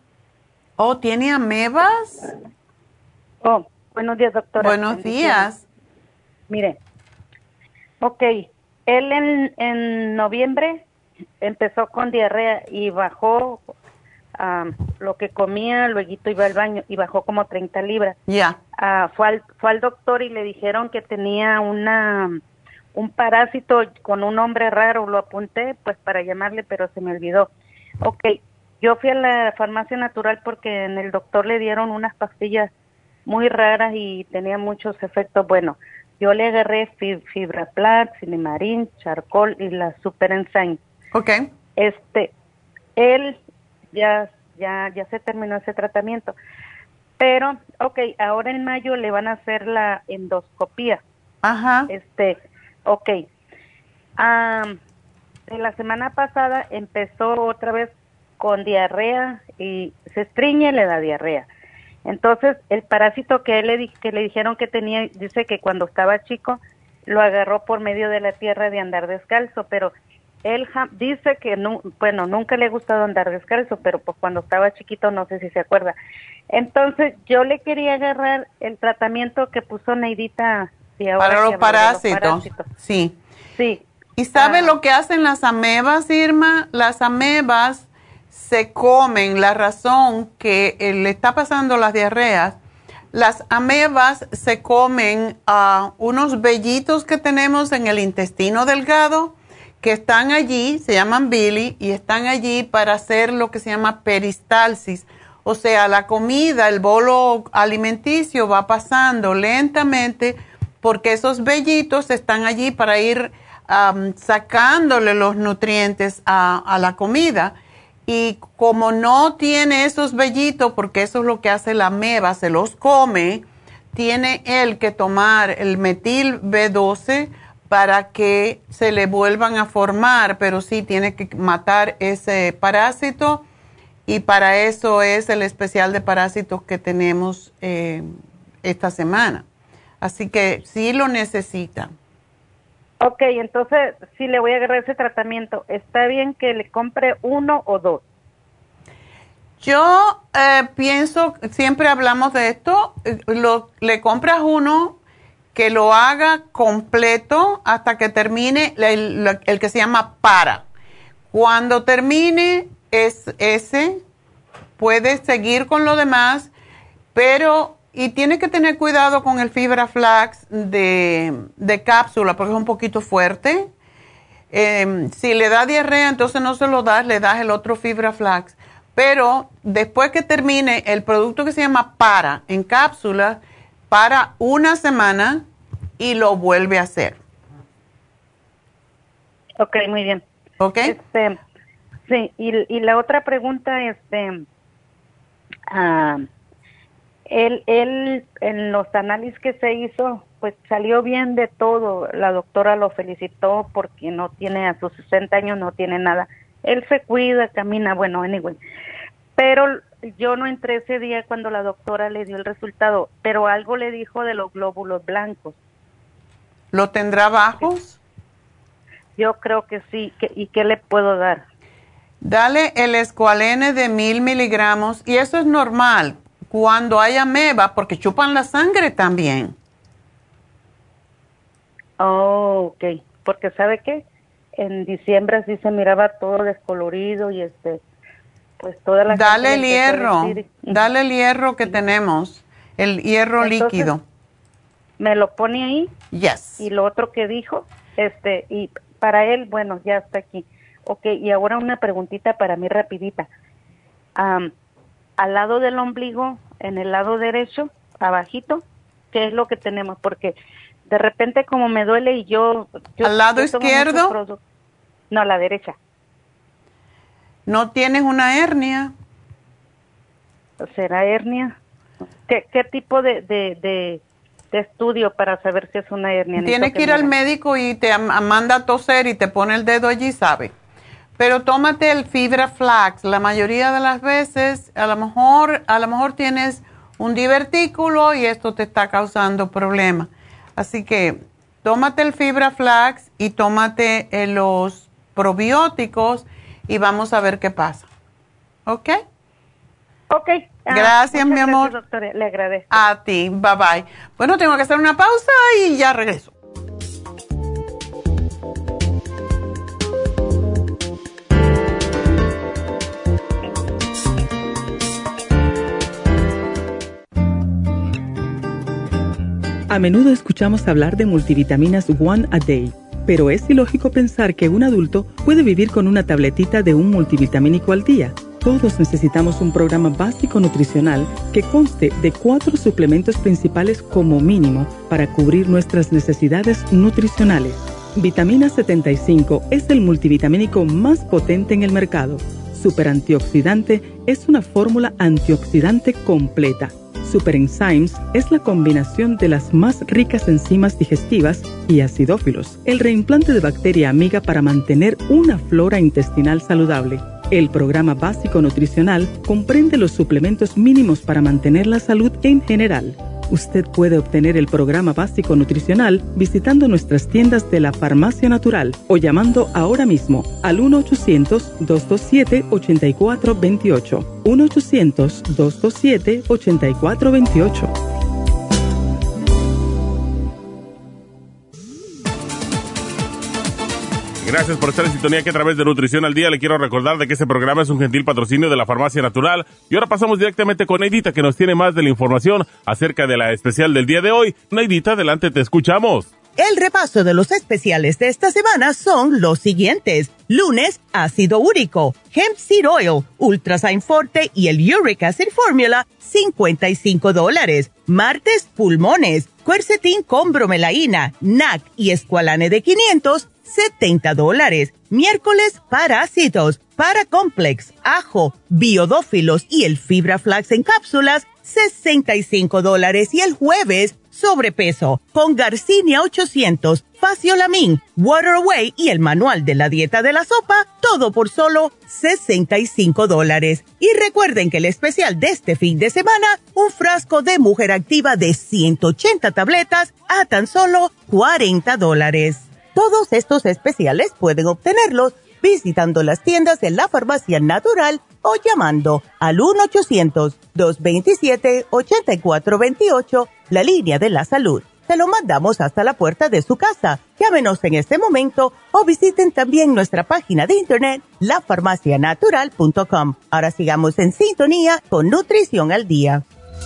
Speaker 4: amebas.
Speaker 9: Oh, buenos días, doctora.
Speaker 4: Buenos días.
Speaker 9: Mire, ok, él en noviembre empezó con diarrea y bajó lo que comía, luego iba al baño y bajó como 30 libras.
Speaker 4: Ya.
Speaker 9: Fue al doctor y le dijeron que tenía un parásito con un nombre raro, lo apunté pues para llamarle, pero se me olvidó. Ok, yo fui a la farmacia natural porque en el doctor le dieron unas pastillas muy raras y tenía muchos efectos. Bueno, yo le agarré Fibraplat, Cinemarin, Charcol y la Super Enzyme.
Speaker 4: Ok.
Speaker 9: Él ya se terminó ese tratamiento. Pero, ok, ahora en mayo le van a hacer la endoscopía.
Speaker 4: Ajá.
Speaker 9: Ok. De la semana pasada empezó otra vez con diarrea y se estriñe y le da diarrea. Entonces, el parásito que le dijeron que tenía, dice que cuando estaba chico lo agarró por medio de la tierra de andar descalzo, pero él dice que nunca le ha gustado andar descalzo, pero pues cuando estaba chiquito no sé si se acuerda. Entonces, yo le quería agarrar el tratamiento que puso Neidita
Speaker 4: para los parásitos. Sí.
Speaker 9: Sí.
Speaker 4: ¿Y sabe lo que hacen las amebas, Irma? Las amebas se comen, la razón que le está pasando las diarreas, las amebas se comen unos vellitos que tenemos en el intestino delgado, que están allí, se llaman villi, y están allí para hacer lo que se llama peristalsis. O sea, la comida, el bolo alimenticio va pasando lentamente porque esos vellitos están allí para ir sacándole los nutrientes a la comida. Y como no tiene esos vellitos, porque eso es lo que hace la ameba, se los come, tiene él que tomar el metil B12 para que se le vuelvan a formar, pero sí tiene que matar ese parásito y para eso es el especial de parásitos que tenemos esta semana. Así que sí lo necesita.
Speaker 9: Ok, entonces si le voy a agarrar ese tratamiento, ¿está bien que le compre 1 o 2?
Speaker 4: Yo pienso, siempre hablamos de esto, le compras uno que lo haga completo hasta que termine el que se llama para. Cuando termine ese, puedes seguir con lo demás, pero y tiene que tener cuidado con el Fibra Flax de cápsula porque es un poquito fuerte. Si le da diarrea, entonces no se lo das, le das el otro Fibra Flax. Pero después que termine el producto que se llama para en cápsula, para una semana y lo vuelve a hacer.
Speaker 9: Ok, muy bien.
Speaker 4: ¿Ok?
Speaker 9: Sí, y la otra pregunta, él en los análisis que se hizo, pues salió bien de todo. La doctora lo felicitó porque no tiene, a sus 60 años no tiene nada. Él se cuida, camina, bueno, anyway. Pero yo no entré ese día cuando la doctora le dio el resultado, pero algo le dijo de los glóbulos blancos.
Speaker 4: ¿Lo tendrá bajos?
Speaker 9: Yo creo que sí. ¿Y qué le puedo dar?
Speaker 4: Dale el escualene de 1000 miligramos, y eso es normal cuando hay ameba, porque chupan la sangre también.
Speaker 9: Oh, ok. Porque ¿sabe qué? En diciembre así se miraba todo descolorido y pues toda la
Speaker 4: Dale el
Speaker 9: gente
Speaker 4: hierro, dale el hierro que tenemos, el hierro líquido.
Speaker 9: ¿Me lo pone ahí?
Speaker 4: Yes.
Speaker 9: Y lo otro que dijo, y para él, bueno, ya está aquí. Ok, y ahora una preguntita para mí rapidita. Al lado del ombligo, en el lado derecho, abajito, ¿qué es lo que tenemos? Porque de repente como me duele y yo
Speaker 4: ¿al lado
Speaker 9: tomo
Speaker 4: izquierdo?
Speaker 9: No, la derecha.
Speaker 4: ¿No tienes una hernia?
Speaker 9: ¿Será hernia? ¿Qué tipo de estudio para saber si es una hernia?
Speaker 4: Tienes que ir al médico y te manda a toser y te pone el dedo allí, ¿sabe? Pero tómate el Fibra Flax. La mayoría de las veces, a lo mejor tienes un divertículo y esto te está causando problemas. Así que tómate el Fibra Flax y tómate los probióticos y vamos a ver qué pasa. ¿Ok?
Speaker 9: Ok.
Speaker 4: Gracias, mi amor.
Speaker 9: Gracias, doctora. Le agradezco.
Speaker 4: A ti. Bye bye. Bueno, tengo que hacer una pausa y ya regreso.
Speaker 10: A menudo escuchamos hablar de multivitaminas One a Day, pero es ilógico pensar que un adulto puede vivir con una tabletita de un multivitamínico al día. Todos necesitamos un programa básico nutricional que conste de 4 suplementos principales como mínimo para cubrir nuestras necesidades nutricionales. Vitamina 75 es el multivitamínico más potente en el mercado. Super Antioxidante es una fórmula antioxidante completa. Super Enzymes es la combinación de las más ricas enzimas digestivas y acidófilos, el reimplante de bacteria amiga para mantener una flora intestinal saludable. El programa básico nutricional comprende los suplementos mínimos para mantener la salud en general. Usted puede obtener el programa básico nutricional visitando nuestras tiendas de la Farmacia Natural o llamando ahora mismo al 1-800-227-8428. 1-800-227-8428.
Speaker 6: Gracias por estar en sintonía que a través de Nutrición al Día le quiero recordar de que este programa es un gentil patrocinio de la Farmacia Natural. Y ahora pasamos directamente con Neidita, que nos tiene más de la información acerca de la especial del día de hoy. Neidita, adelante, te escuchamos.
Speaker 7: El repaso de los especiales de esta semana son los siguientes. Lunes, ácido úrico, hemp seed oil, Ultrasign Forte y el Uric Acid Formula, $55. Martes, pulmones, Quercetin con bromelaína, NAC y Esqualane de 500, $70. Miércoles, parásitos, Paracomplex, ajo, biodófilos y el Fibra Flax en cápsulas, $65. Y el jueves, sobrepeso, con Garcinia 800, Faciolamin, Water Away y el manual de la dieta de la sopa, todo por solo $65. Y recuerden que el especial de este fin de semana, un frasco de Mujer Activa de 180 tabletas a tan solo $40. Todos estos especiales pueden obtenerlos visitando las tiendas de la Farmacia Natural o llamando al 1-800-227-8428, la línea de la salud. Se lo mandamos hasta la puerta de su casa. Llámenos en este momento o visiten también nuestra página de internet, lafarmacianatural.com. Ahora sigamos en sintonía con Nutrición al Día.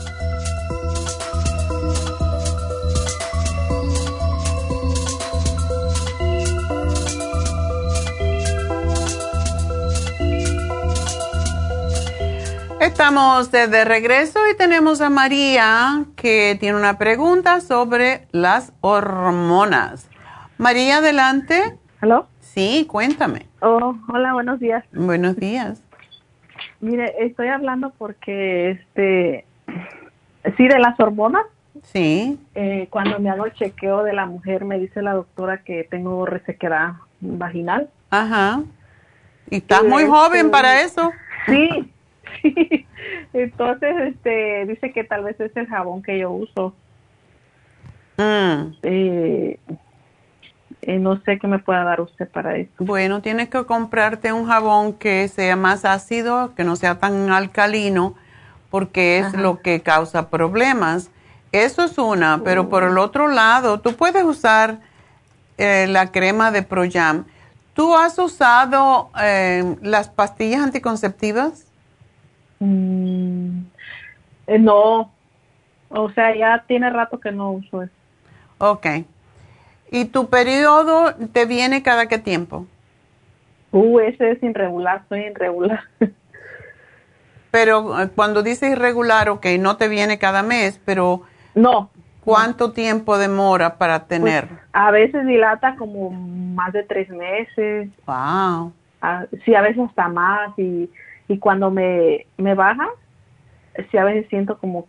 Speaker 4: Estamos de regreso y tenemos a María que tiene una pregunta sobre las hormonas. María, adelante.
Speaker 11: ¿Aló?
Speaker 4: Sí, cuéntame.
Speaker 11: Oh, hola, buenos días.
Speaker 4: Buenos días.
Speaker 11: Mire, estoy hablando porque, sí, de las hormonas,
Speaker 4: Sí.
Speaker 11: Cuando me hago el chequeo de la mujer, me dice la doctora que tengo resequedad vaginal.
Speaker 4: Ajá. Y estás muy joven para eso.
Speaker 11: Sí. Entonces, dice que tal vez es el jabón que yo uso. No sé qué me pueda dar usted para eso.
Speaker 4: Bueno, tienes que comprarte un jabón que sea más ácido, que no sea tan alcalino, porque es lo que causa problemas. Eso es una, pero por el otro lado, tú puedes usar la crema de ProYam. ¿Tú has usado las pastillas anticonceptivas?
Speaker 11: No. O sea, ya tiene rato que no uso eso.
Speaker 4: Ok. ¿Y tu periodo te viene cada qué tiempo?
Speaker 11: Ese es irregular, soy irregular.
Speaker 4: Pero cuando dices irregular, ok, no te viene cada mes, pero...
Speaker 11: No.
Speaker 4: ¿Cuánto tiempo demora para tener?
Speaker 11: Pues, a veces dilata como más de 3 meses.
Speaker 4: Wow.
Speaker 11: Sí, a veces hasta más. Y cuando me baja, sí, a veces siento como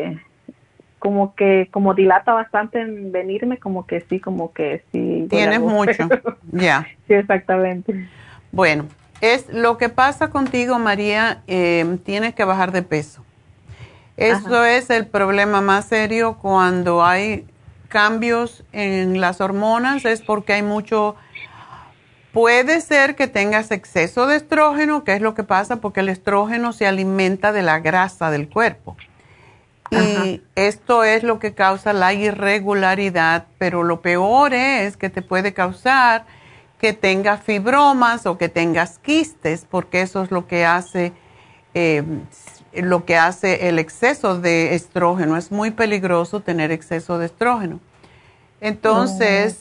Speaker 11: dilata bastante en venirme, como que sí.
Speaker 4: Tienes mucho, ya.
Speaker 11: Sí, exactamente.
Speaker 4: Bueno, es lo que pasa contigo, María, tienes que bajar de peso. Eso es el problema más serio cuando hay cambios en las hormonas, es porque hay mucho... Puede ser que tengas exceso de estrógeno, que es lo que pasa porque el estrógeno se alimenta de la grasa del cuerpo. Y esto es lo que causa la irregularidad, pero lo peor es que te puede causar que tengas fibromas o que tengas quistes, porque eso es lo que hace el exceso de estrógeno. Es muy peligroso tener exceso de estrógeno. Entonces,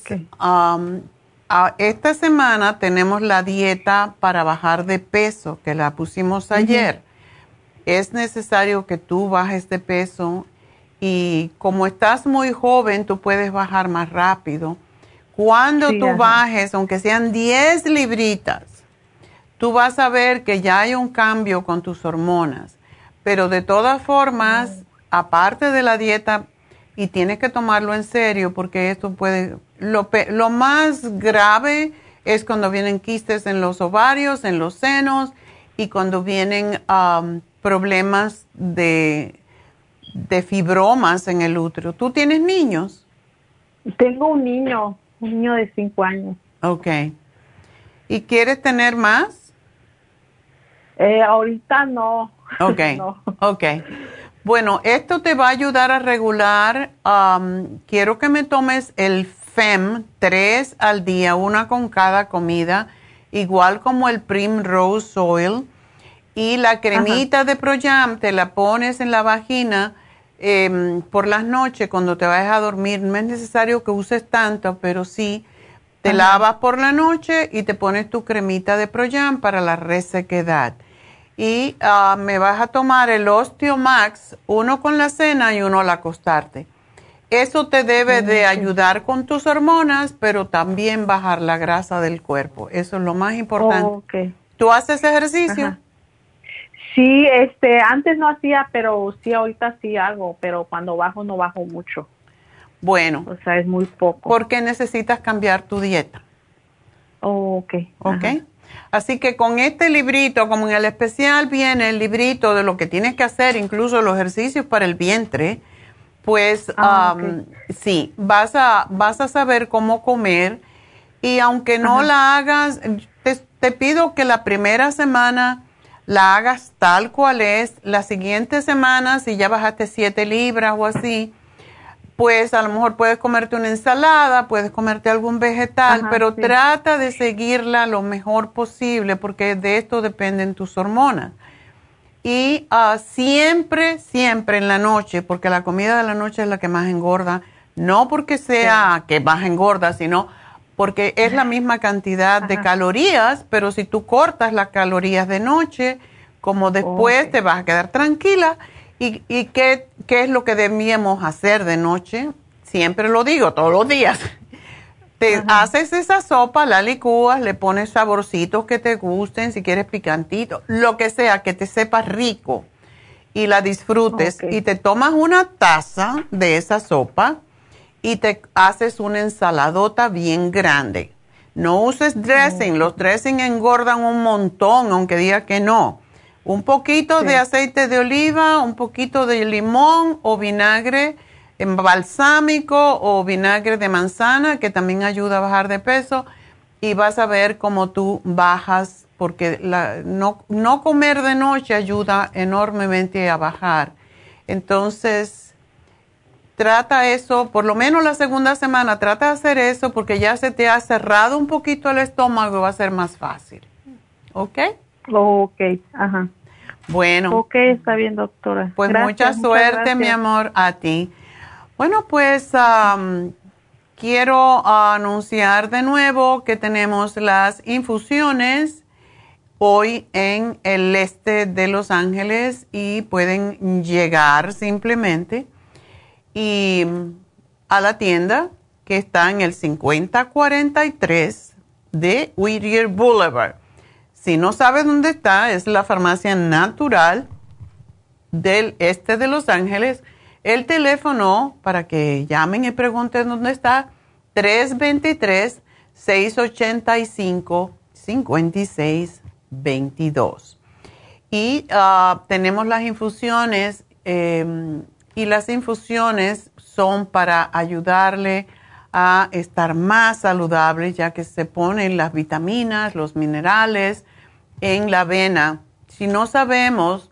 Speaker 4: esta semana tenemos la dieta para bajar de peso, que la pusimos ayer. Es necesario que tú bajes de peso y como estás muy joven, tú puedes bajar más rápido. Cuando tú bajes, aunque sean 10 libritas, tú vas a ver que ya hay un cambio con tus hormonas. Pero de todas formas, aparte de la dieta, y tienes que tomarlo en serio porque esto puede... Lo más grave es cuando vienen quistes en los ovarios, en los senos y cuando vienen problemas de fibromas en el útero. ¿Tú tienes niños?
Speaker 11: Tengo un niño de 5 años.
Speaker 4: Ok. ¿Y quieres tener más?
Speaker 11: Ahorita no.
Speaker 4: Ok,
Speaker 11: no.
Speaker 4: Ok. Bueno, esto te va a ayudar a regular. Quiero que me tomes el FEM 3 al día, una con cada comida, igual como el Primrose Oil. Y la cremita de ProYam te la pones en la vagina por las noches cuando te vayas a dormir. No es necesario que uses tanto, pero sí te lavas por la noche y te pones tu cremita de ProYam para la resequedad. Y me vas a tomar el Osteomax, uno con la cena y uno al acostarte. Eso te debe de ayudar con tus hormonas, pero también bajar la grasa del cuerpo. Eso es lo más importante. ¿Tú haces ejercicio?
Speaker 11: Sí, antes no hacía, pero sí, ahorita sí hago, pero cuando bajo no bajo mucho.
Speaker 4: Bueno.
Speaker 11: O sea, es muy poco.
Speaker 4: Porque necesitas cambiar tu dieta.
Speaker 11: Ok.
Speaker 4: Así que con este librito, como en el especial viene el librito de lo que tienes que hacer, incluso los ejercicios para el vientre, pues sí, vas a saber cómo comer. Y aunque no la hagas, te pido que la primera semana la hagas tal cual es. La siguiente semana, si ya bajaste 7 libras o así, pues a lo mejor puedes comerte una ensalada, puedes comerte algún vegetal, pero trata de seguirla lo mejor posible porque de esto dependen tus hormonas. Y siempre en la noche, porque la comida de la noche es la que más engorda, no porque sea que más engorda, sino porque es la misma cantidad de calorías, pero si tú cortas las calorías de noche, como después te vas a quedar tranquila. ¿Y qué es lo que debíamos hacer de noche? Siempre lo digo, todos los días. Te haces esa sopa, la licúas, le pones saborcitos que te gusten, si quieres picantito, lo que sea, que te sepa rico. y la disfrutes. Y te tomas una taza de esa sopa y te haces una ensaladota bien grande. No uses dressing, los dressing engordan un montón, aunque diga que no. Un poquito de aceite de oliva, un poquito de limón o vinagre balsámico o vinagre de manzana, que también ayuda a bajar de peso, y vas a ver cómo tú bajas, porque no comer de noche ayuda enormemente a bajar. Entonces, trata eso, por lo menos la segunda semana, trata de hacer eso, porque ya se te ha cerrado un poquito el estómago, va a ser más fácil. ¿Ok?
Speaker 11: Ok, ajá.
Speaker 4: Bueno.
Speaker 11: Ok, está bien, doctora.
Speaker 4: Pues
Speaker 11: gracias,
Speaker 4: mucha suerte,
Speaker 11: gracias.
Speaker 4: mi amor, a ti. Bueno, pues quiero anunciar de nuevo que tenemos las infusiones hoy en el este de Los Ángeles y pueden llegar simplemente y a la tienda que está en el 5043 de Whittier Boulevard. Si no sabes dónde está, es la Farmacia Natural del este de Los Ángeles. El teléfono para que llamen y pregunten dónde está, 323-685-5622. Y tenemos las infusiones y las infusiones son para ayudarle a estar más saludable, ya que se ponen las vitaminas, los minerales en la avena. Si no sabemos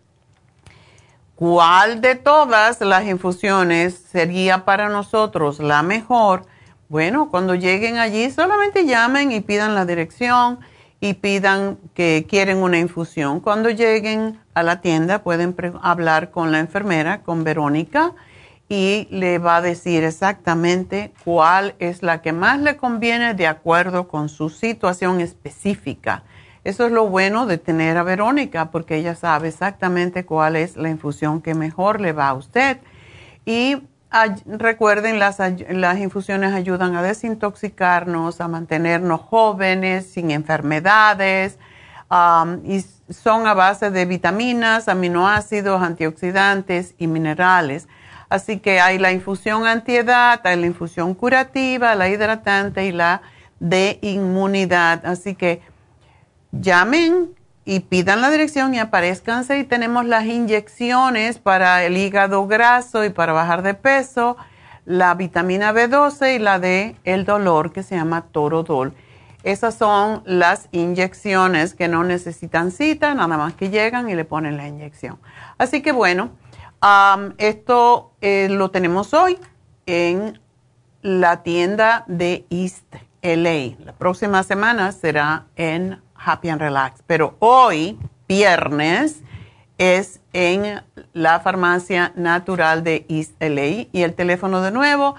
Speaker 4: cuál de todas las infusiones sería para nosotros la mejor, bueno, cuando lleguen allí solamente llamen y pidan la dirección y pidan que quieren una infusión. Cuando lleguen a la tienda pueden hablar con la enfermera, con Verónica, y le va a decir exactamente cuál es la que más le conviene de acuerdo con su situación específica. Eso es lo bueno de tener a Verónica, porque ella sabe exactamente cuál es la infusión que mejor le va a usted. Y recuerden, las infusiones ayudan a desintoxicarnos, a mantenernos jóvenes, sin enfermedades, y son a base de vitaminas, aminoácidos, antioxidantes y minerales. Así que hay la infusión antiedad, hay la infusión curativa, la hidratante y la de inmunidad. Así que llamen y pidan la dirección y aparézcanse. Y tenemos las inyecciones para el hígado graso y para bajar de peso, la vitamina B12 y la de el dolor, que se llama Torodol. Esas son las inyecciones que no necesitan cita, nada más que llegan y le ponen la inyección. Así que bueno, esto lo tenemos hoy en la tienda de East LA. La próxima semana será en Happy and Relax, pero hoy, viernes, es en la Farmacia Natural de East LA, y el teléfono de nuevo,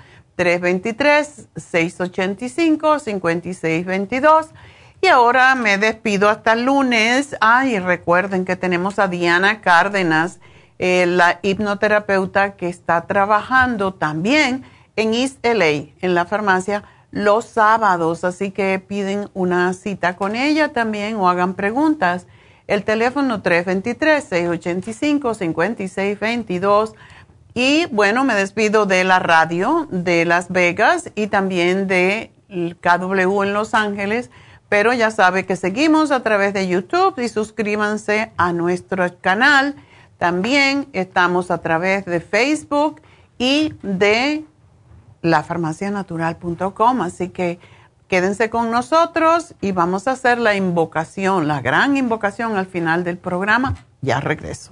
Speaker 4: 323-685-5622. Y ahora me despido hasta el lunes. Y recuerden que tenemos a Diana Cárdenas, la hipnoterapeuta que está trabajando también en East LA, en la farmacia, los sábados, así que piden una cita con ella también o hagan preguntas. El teléfono 323-685-5622. Y bueno, me despido de la radio de Las Vegas y también de KW en Los Ángeles, pero ya sabe que seguimos a través de YouTube y suscríbanse a nuestro canal. También estamos a través de Facebook y de lafarmacianatural.com, así que quédense con nosotros y vamos a hacer la invocación, la gran invocación al final del programa. Ya regreso.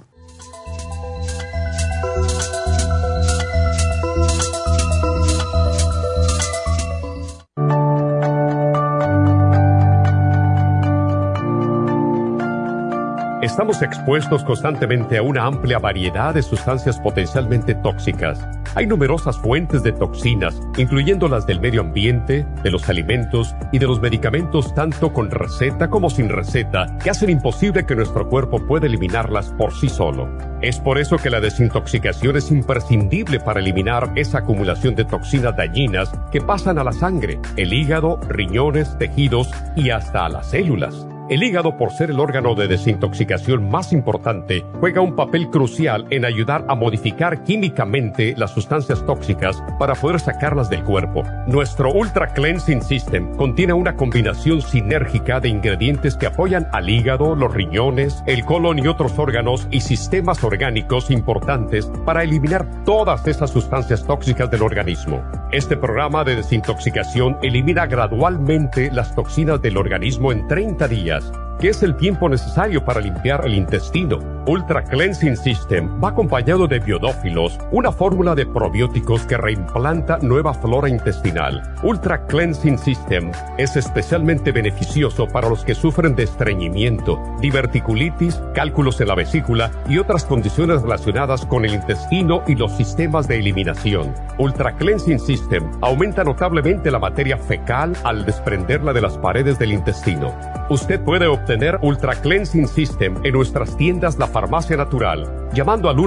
Speaker 12: Estamos expuestos constantemente a una amplia variedad de sustancias potencialmente tóxicas. Hay numerosas fuentes de toxinas, incluyendo las del medio ambiente, de los alimentos y de los medicamentos, tanto con receta como sin receta, que hacen imposible que nuestro cuerpo pueda eliminarlas por sí solo. Es por eso que la desintoxicación es imprescindible para eliminar esa acumulación de toxinas dañinas que pasan a la sangre, el hígado, riñones, tejidos y hasta a las células. El hígado, por ser el órgano de desintoxicación más importante, juega un papel crucial en ayudar a modificar químicamente las sustancias tóxicas para poder sacarlas del cuerpo. Nuestro Ultra Cleansing System contiene una combinación sinérgica de ingredientes que apoyan al hígado, los riñones, el colon y otros órganos y sistemas orgánicos importantes para eliminar todas esas sustancias tóxicas del organismo. Este programa de desintoxicación elimina gradualmente las toxinas del organismo en 30 días, que es el tiempo necesario para limpiar el intestino. Ultra Cleansing System va acompañado de biodófilos, una fórmula de probióticos que reimplanta nueva flora intestinal. Ultra Cleansing System es especialmente beneficioso para los que sufren de estreñimiento, diverticulitis, cálculos en la vesícula y otras condiciones relacionadas con el intestino y los sistemas de eliminación. Ultra Cleansing System aumenta notablemente la materia fecal al desprenderla de las paredes del intestino. Usted puede obtener Ultra Cleansing System en nuestras tiendas La Farmacia Natural, llamando al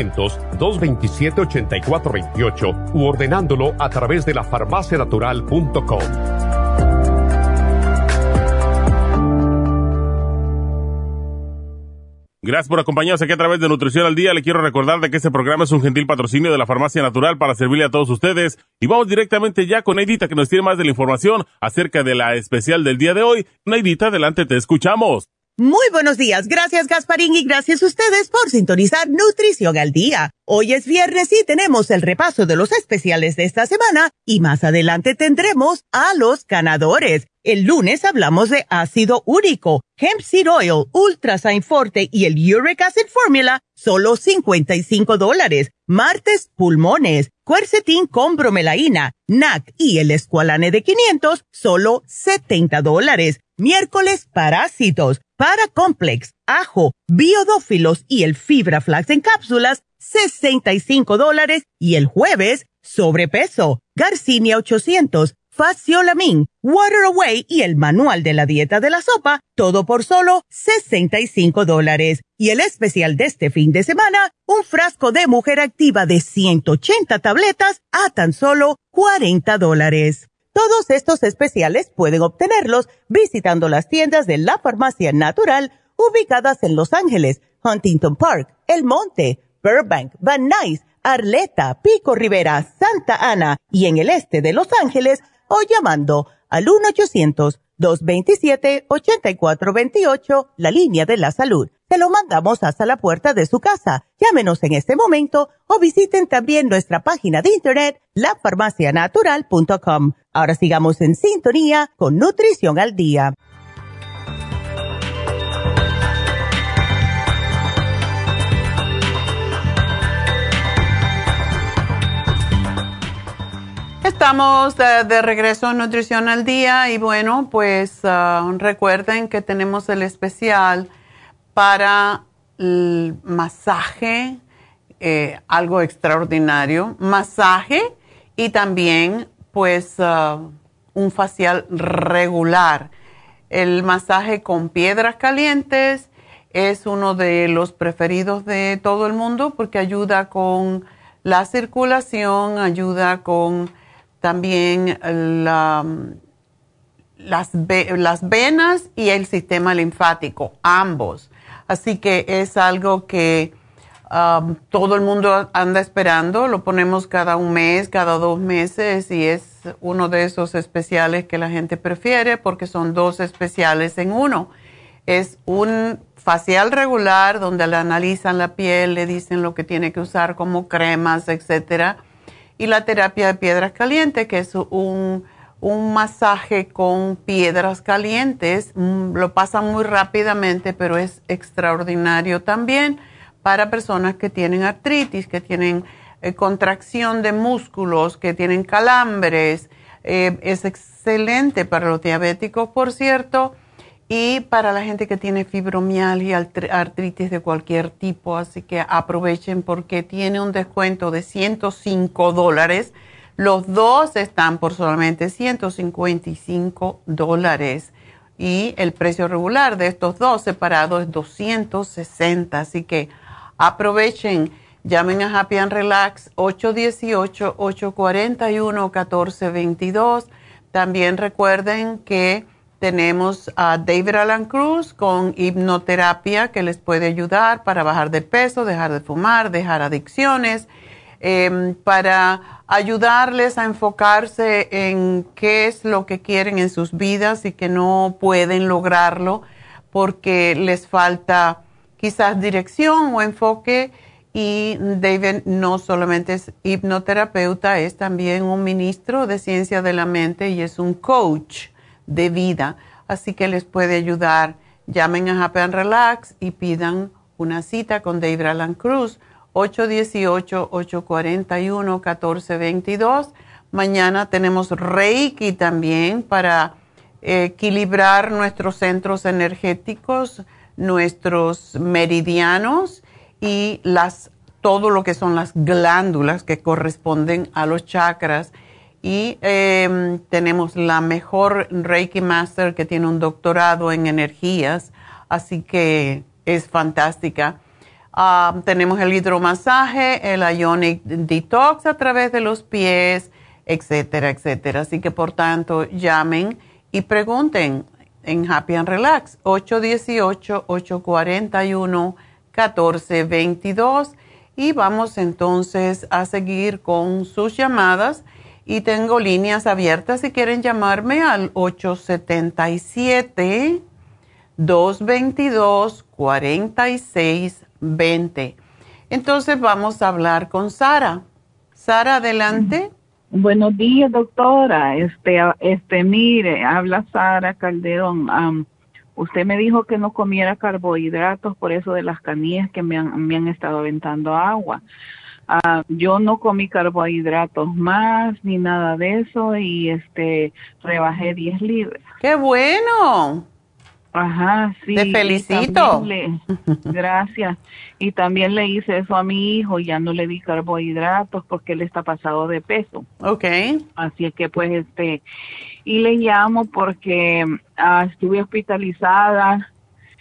Speaker 12: 1-800-227-8428 u ordenándolo a través de lafarmacianatural.com.
Speaker 6: Gracias por acompañarnos aquí a través de Nutrición al Día. Le quiero recordar de que este programa es un gentil patrocinio de la Farmacia Natural para servirle a todos ustedes. Y vamos directamente ya con Neidita, que nos tiene más de la información acerca de la especial del día de hoy. Neidita, adelante, te escuchamos.
Speaker 7: Muy buenos días. Gracias, Gasparín, y gracias a ustedes por sintonizar Nutrición al Día. Hoy es viernes y tenemos el repaso de los especiales de esta semana y más adelante tendremos a los ganadores. El lunes hablamos de ácido úrico, Hemp Seed Oil, Ultrasign Forte y el Uric Acid Formula, solo $55. Martes, pulmones, Quercetin con bromelaína, NAC y el Esqualane de 500, solo $70. Miércoles, parásitos, Paracomplex, ajo, biodófilos y el Fibra Flax en cápsulas, $65. Y el jueves, sobrepeso, Garcinia 800, Faciolamin, Water Away y el manual de la dieta de la sopa, todo por solo $65. Y el especial de este fin de semana, un frasco de Mujer Activa de 180 tabletas a tan solo $40. Todos estos especiales pueden obtenerlos visitando las tiendas de la Farmacia Natural ubicadas en Los Ángeles, Huntington Park, El Monte, Burbank, Van Nuys, Arleta, Pico Rivera, Santa Ana y en el este de Los Ángeles o llamando al 1-800-227-8428, la línea de la salud. Se lo mandamos hasta la puerta de su casa. Llámenos en este momento o visiten también nuestra página de internet, lafarmacianatural.com. Ahora sigamos en sintonía con Nutrición al Día.
Speaker 4: Estamos de regreso en Nutrición al Día y bueno, pues recuerden que tenemos el especial para el masaje, algo extraordinario, masaje y también pues un facial regular. El masaje con piedras calientes es uno de los preferidos de todo el mundo porque ayuda con la circulación, ayuda con también las venas y el sistema linfático, ambos. Así que es algo que todo el mundo anda esperando. Lo ponemos cada un mes, cada 2 meses y es uno de esos especiales que la gente prefiere porque son 2 especiales en uno. Es un facial regular donde le analizan la piel, le dicen lo que tiene que usar como cremas, etcétera. Y la terapia de piedras calientes, que es un masaje con piedras calientes. Lo pasan muy rápidamente, pero es extraordinario también para personas que tienen artritis, que tienen contracción de músculos, que tienen calambres. Es excelente para los diabéticos, por cierto, y para la gente que tiene fibromialgia, artritis de cualquier tipo. Así que aprovechen porque tiene un descuento de $105. Los 2 están por solamente $155. Y el precio regular de estos 2 separados es $260. Así que aprovechen. Llamen a Happy and Relax 818-841-1422. También recuerden que Tenemos a David Alan Cruz con hipnoterapia que les puede ayudar para bajar de peso, dejar de fumar, dejar adicciones, para ayudarles a enfocarse en qué es lo que quieren en sus vidas y que no pueden lograrlo porque les falta quizás dirección o enfoque. Y David no solamente es hipnoterapeuta, es también un ministro de ciencia de la mente y es un coach de vida. Así que les puede ayudar. Llamen a Happy and Relax y pidan una cita con David Alan Cruz, 818-841-1422. Mañana tenemos Reiki también para equilibrar nuestros centros energéticos, nuestros meridianos y todo lo que son las glándulas que corresponden a los chakras. Y tenemos la mejor Reiki Master que tiene un doctorado en energías, así que es fantástica. Tenemos el hidromasaje, el Ionic Detox a través de los pies, etcétera, etcétera. Así que, por tanto, llamen y pregunten en Happy and Relax, 818-841-1422. Y vamos entonces a seguir con sus llamadas. Y tengo líneas abiertas si quieren llamarme al 877-222-4620. Entonces vamos a hablar con Sara. Sara, adelante.
Speaker 13: Buenos días, doctora. Mire, habla Sara Calderón. Usted me dijo que no comiera carbohidratos por eso de las canillas que me han estado aventando agua. Yo no comí carbohidratos más ni nada de eso y rebajé 10 libras.
Speaker 4: ¡Qué bueno!
Speaker 13: Ajá, sí.
Speaker 4: Te felicito.
Speaker 13: Gracias. Y también le hice eso a mi hijo, ya no le di carbohidratos porque él está pasado de peso.
Speaker 4: Okay.
Speaker 13: Así es que pues y le llamo porque estuve hospitalizada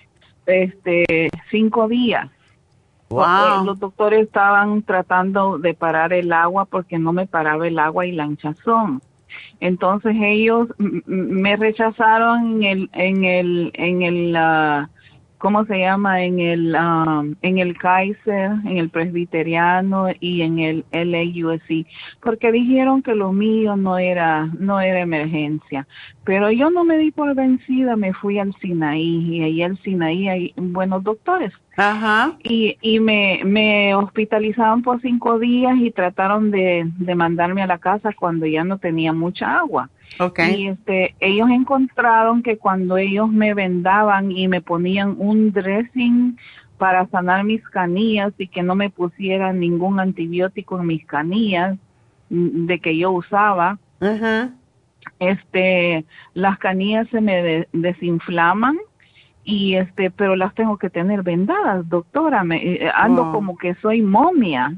Speaker 13: 5 días.
Speaker 4: Wow.
Speaker 13: Los doctores estaban tratando de parar el agua porque no me paraba el agua y la hinchazón. Entonces ellos me rechazaron en el ¿cómo se llama? En el Kaiser, en el Presbiteriano y en el LAUSC, porque dijeron que lo mío no era emergencia. Pero yo no me di por vencida, me fui al Sinaí y ahí al Sinaí hay buenos doctores.
Speaker 4: Ajá.
Speaker 13: Y me hospitalizaron por 5 días y trataron de mandarme a la casa cuando ya no tenía mucha agua.
Speaker 4: Okay.
Speaker 13: Y ellos encontraron que cuando ellos me vendaban y me ponían un dressing para sanar mis canillas y que no me pusieran ningún antibiótico en mis canillas de que yo usaba,
Speaker 4: uh-huh,
Speaker 13: las canillas se me desinflaman y pero las tengo que tener vendadas, doctora. Ando como que soy momia.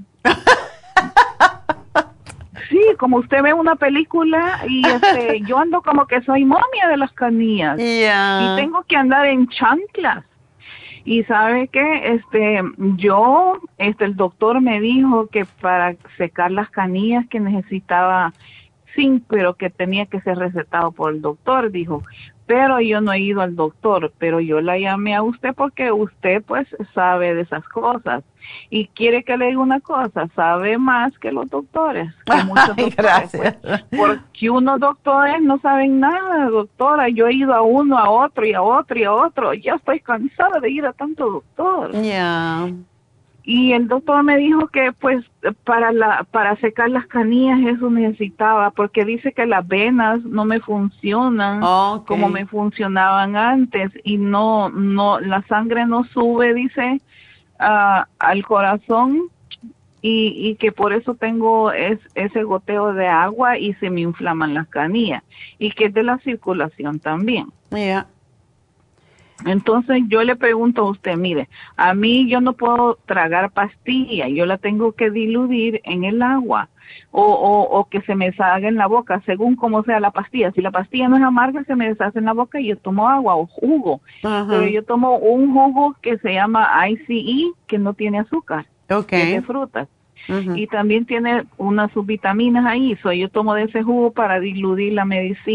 Speaker 13: Sí, como usted ve una película y yo ando como que soy momia de las canillas.
Speaker 4: Yeah.
Speaker 13: Y tengo que andar en chanclas. Y sabe que el doctor me dijo que para secar las canillas que necesitaba zinc, pero que tenía que ser recetado por el doctor, dijo. Pero yo no he ido al doctor, pero yo la llamé a usted porque usted pues sabe de esas cosas. Y quiere que le diga una cosa, sabe más que los doctores. Que muchos doctores,
Speaker 4: gracias.
Speaker 13: Pues, porque unos doctores no saben nada, doctora. Yo he ido a uno, a otro y a otro y a otro. Ya estoy cansada de ir a tanto doctor.
Speaker 4: Ya. Yeah.
Speaker 13: Y el doctor me dijo que pues para secar las canillas eso necesitaba, porque dice que las venas no me funcionan como me funcionaban antes y no la sangre no sube, dice, al corazón y que por eso tengo ese goteo de agua y se me inflaman las canillas y que es de la circulación también.
Speaker 4: Yeah.
Speaker 13: Entonces yo le pregunto a usted, mire, a mí yo no puedo tragar pastilla, yo la tengo que diluir en el agua o que se me salga en la boca, según como sea la pastilla. Si la pastilla no es amarga, se me deshace en la boca y yo tomo agua o jugo.
Speaker 4: Uh-huh.
Speaker 13: Pero yo tomo un jugo que se llama ICE, que no tiene azúcar,
Speaker 4: okay,
Speaker 13: que es de frutas.
Speaker 4: Uh-huh.
Speaker 13: Y también tiene unas subvitaminas ahí, yo tomo de ese jugo para diluir la medicina.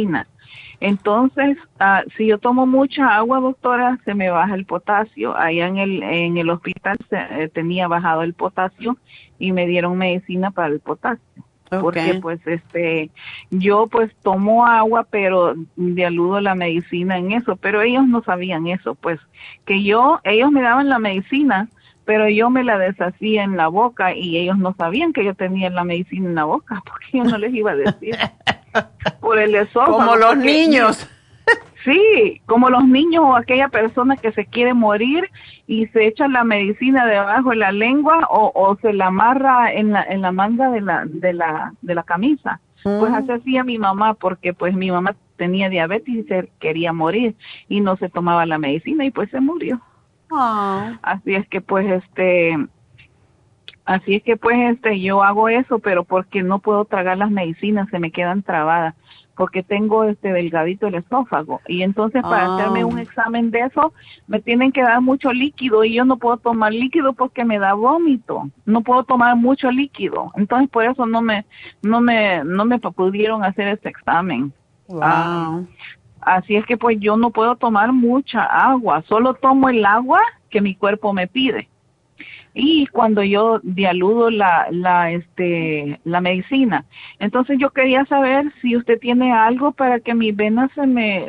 Speaker 13: Entonces, si yo tomo mucha agua, doctora, se me baja el potasio. Allá en el hospital tenía bajado el potasio y me dieron medicina para el potasio. Porque pues yo pues tomo agua, pero diluyo la medicina en eso, pero ellos no sabían eso, pues que ellos me daban la medicina, pero yo me la deshacía en la boca y ellos no sabían que yo tenía la medicina en la boca, porque yo no les iba a decir. Por el esófago.
Speaker 4: Como los niños.
Speaker 13: Sí, como los niños o aquella persona que se quiere morir y se echa la medicina debajo de la lengua o se la amarra en la manga de la camisa. Pues así hacía mi mamá, porque pues mi mamá tenía diabetes y se quería morir y no se tomaba la medicina y pues se murió. Así es que pues yo hago eso, pero porque no puedo tragar las medicinas, se me quedan trabadas, porque tengo delgadito el esófago, y entonces para hacerme un examen de eso me tienen que dar mucho líquido y yo no puedo tomar líquido porque me da vómito, no puedo tomar mucho líquido, entonces por eso no me pudieron hacer este examen. Así es que pues yo no puedo tomar mucha agua, solo tomo el agua que mi cuerpo me pide. Y cuando yo diluyo la medicina. Entonces yo quería saber si usted tiene algo para que mi vena se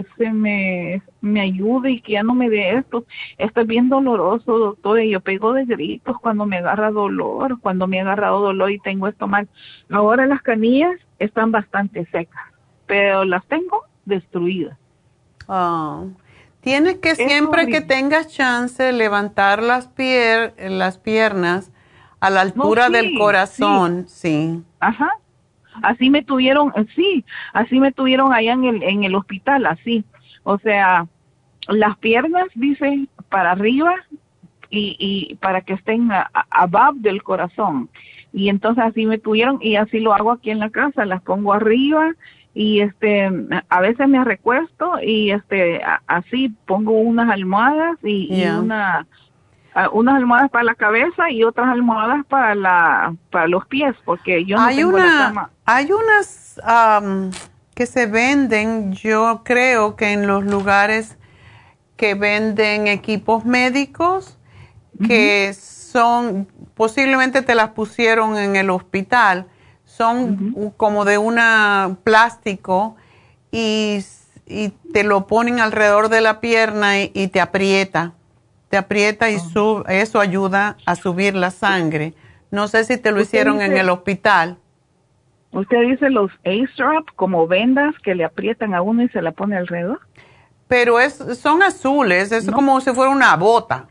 Speaker 13: me ayude y que ya no me dé esto. Esto es bien doloroso, doctor, y yo pego de gritos cuando me agarra dolor, cuando me ha agarrado dolor y tengo esto mal. Ahora las canillas están bastante secas, pero las tengo destruidas.
Speaker 4: Tienes que siempre que tengas chance levantar las piernas a la altura del corazón, sí.
Speaker 13: Ajá. Así me tuvieron allá en el hospital, así. O sea, las piernas, dice, para arriba y para que estén above del corazón. Y entonces así me tuvieron y así lo hago aquí en la casa, las pongo arriba. Y a veces me recuesto y así pongo unas almohadas y unas almohadas para la cabeza y otras almohadas para los pies, porque yo no tengo la cama.
Speaker 4: Hay unas que se venden, yo creo que en los lugares que venden equipos médicos, que son, posiblemente te las pusieron en el hospital. Son como de plástico y te lo ponen alrededor de la pierna y te aprieta y eso ayuda a subir la sangre. No sé si te lo hicieron en el hospital.
Speaker 13: ¿Usted dice los A-strap como vendas que le aprietan a uno y se la pone alrededor?
Speaker 4: Pero son azules, es como si fuera una bota.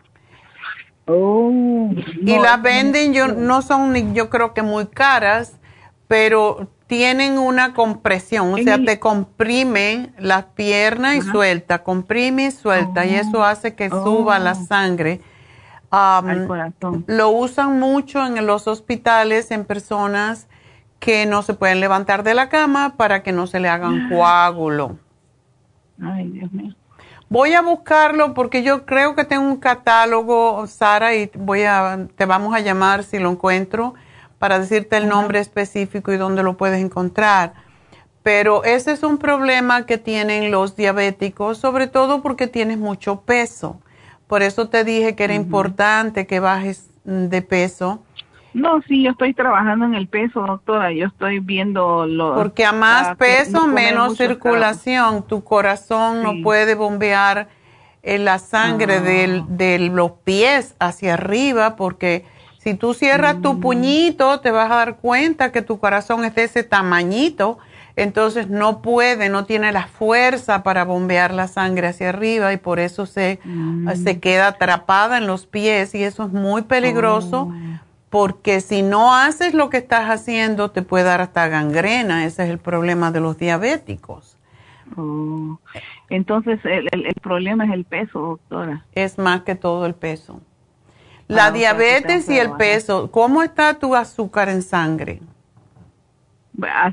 Speaker 4: Y las venden, no son yo creo que muy caras, pero tienen una compresión, o sea, te comprime las piernas y suelta, comprime y suelta, y eso hace que suba la sangre.
Speaker 13: Al corazón.
Speaker 4: Lo usan mucho en los hospitales en personas que no se pueden levantar de la cama para que no se le hagan coágulo.
Speaker 13: Ay, Dios mío.
Speaker 4: Voy a buscarlo porque yo creo que tengo un catálogo, Sara, y te vamos a llamar si lo encuentro, para decirte el nombre específico y dónde lo puedes encontrar. Pero ese es un problema que tienen los diabéticos, sobre todo porque tienes mucho peso. Por eso te dije que era importante que bajes de peso.
Speaker 13: No, sí, yo estoy trabajando en el peso, doctora. Yo estoy viendo
Speaker 4: porque a más peso, menos circulación. Tu corazón no puede bombear la sangre de los pies hacia arriba, porque si tú cierras tu puñito, te vas a dar cuenta que tu corazón es de ese tamañito, entonces no tiene la fuerza para bombear la sangre hacia arriba y por eso se queda atrapada en los pies y eso es muy peligroso porque si no haces lo que estás haciendo te puede dar hasta gangrena, ese es el problema de los diabéticos.
Speaker 13: Entonces el problema es el peso, doctora.
Speaker 4: Es más que todo el peso. La diabetes y el peso. ¿Cómo está tu azúcar en sangre?
Speaker 13: A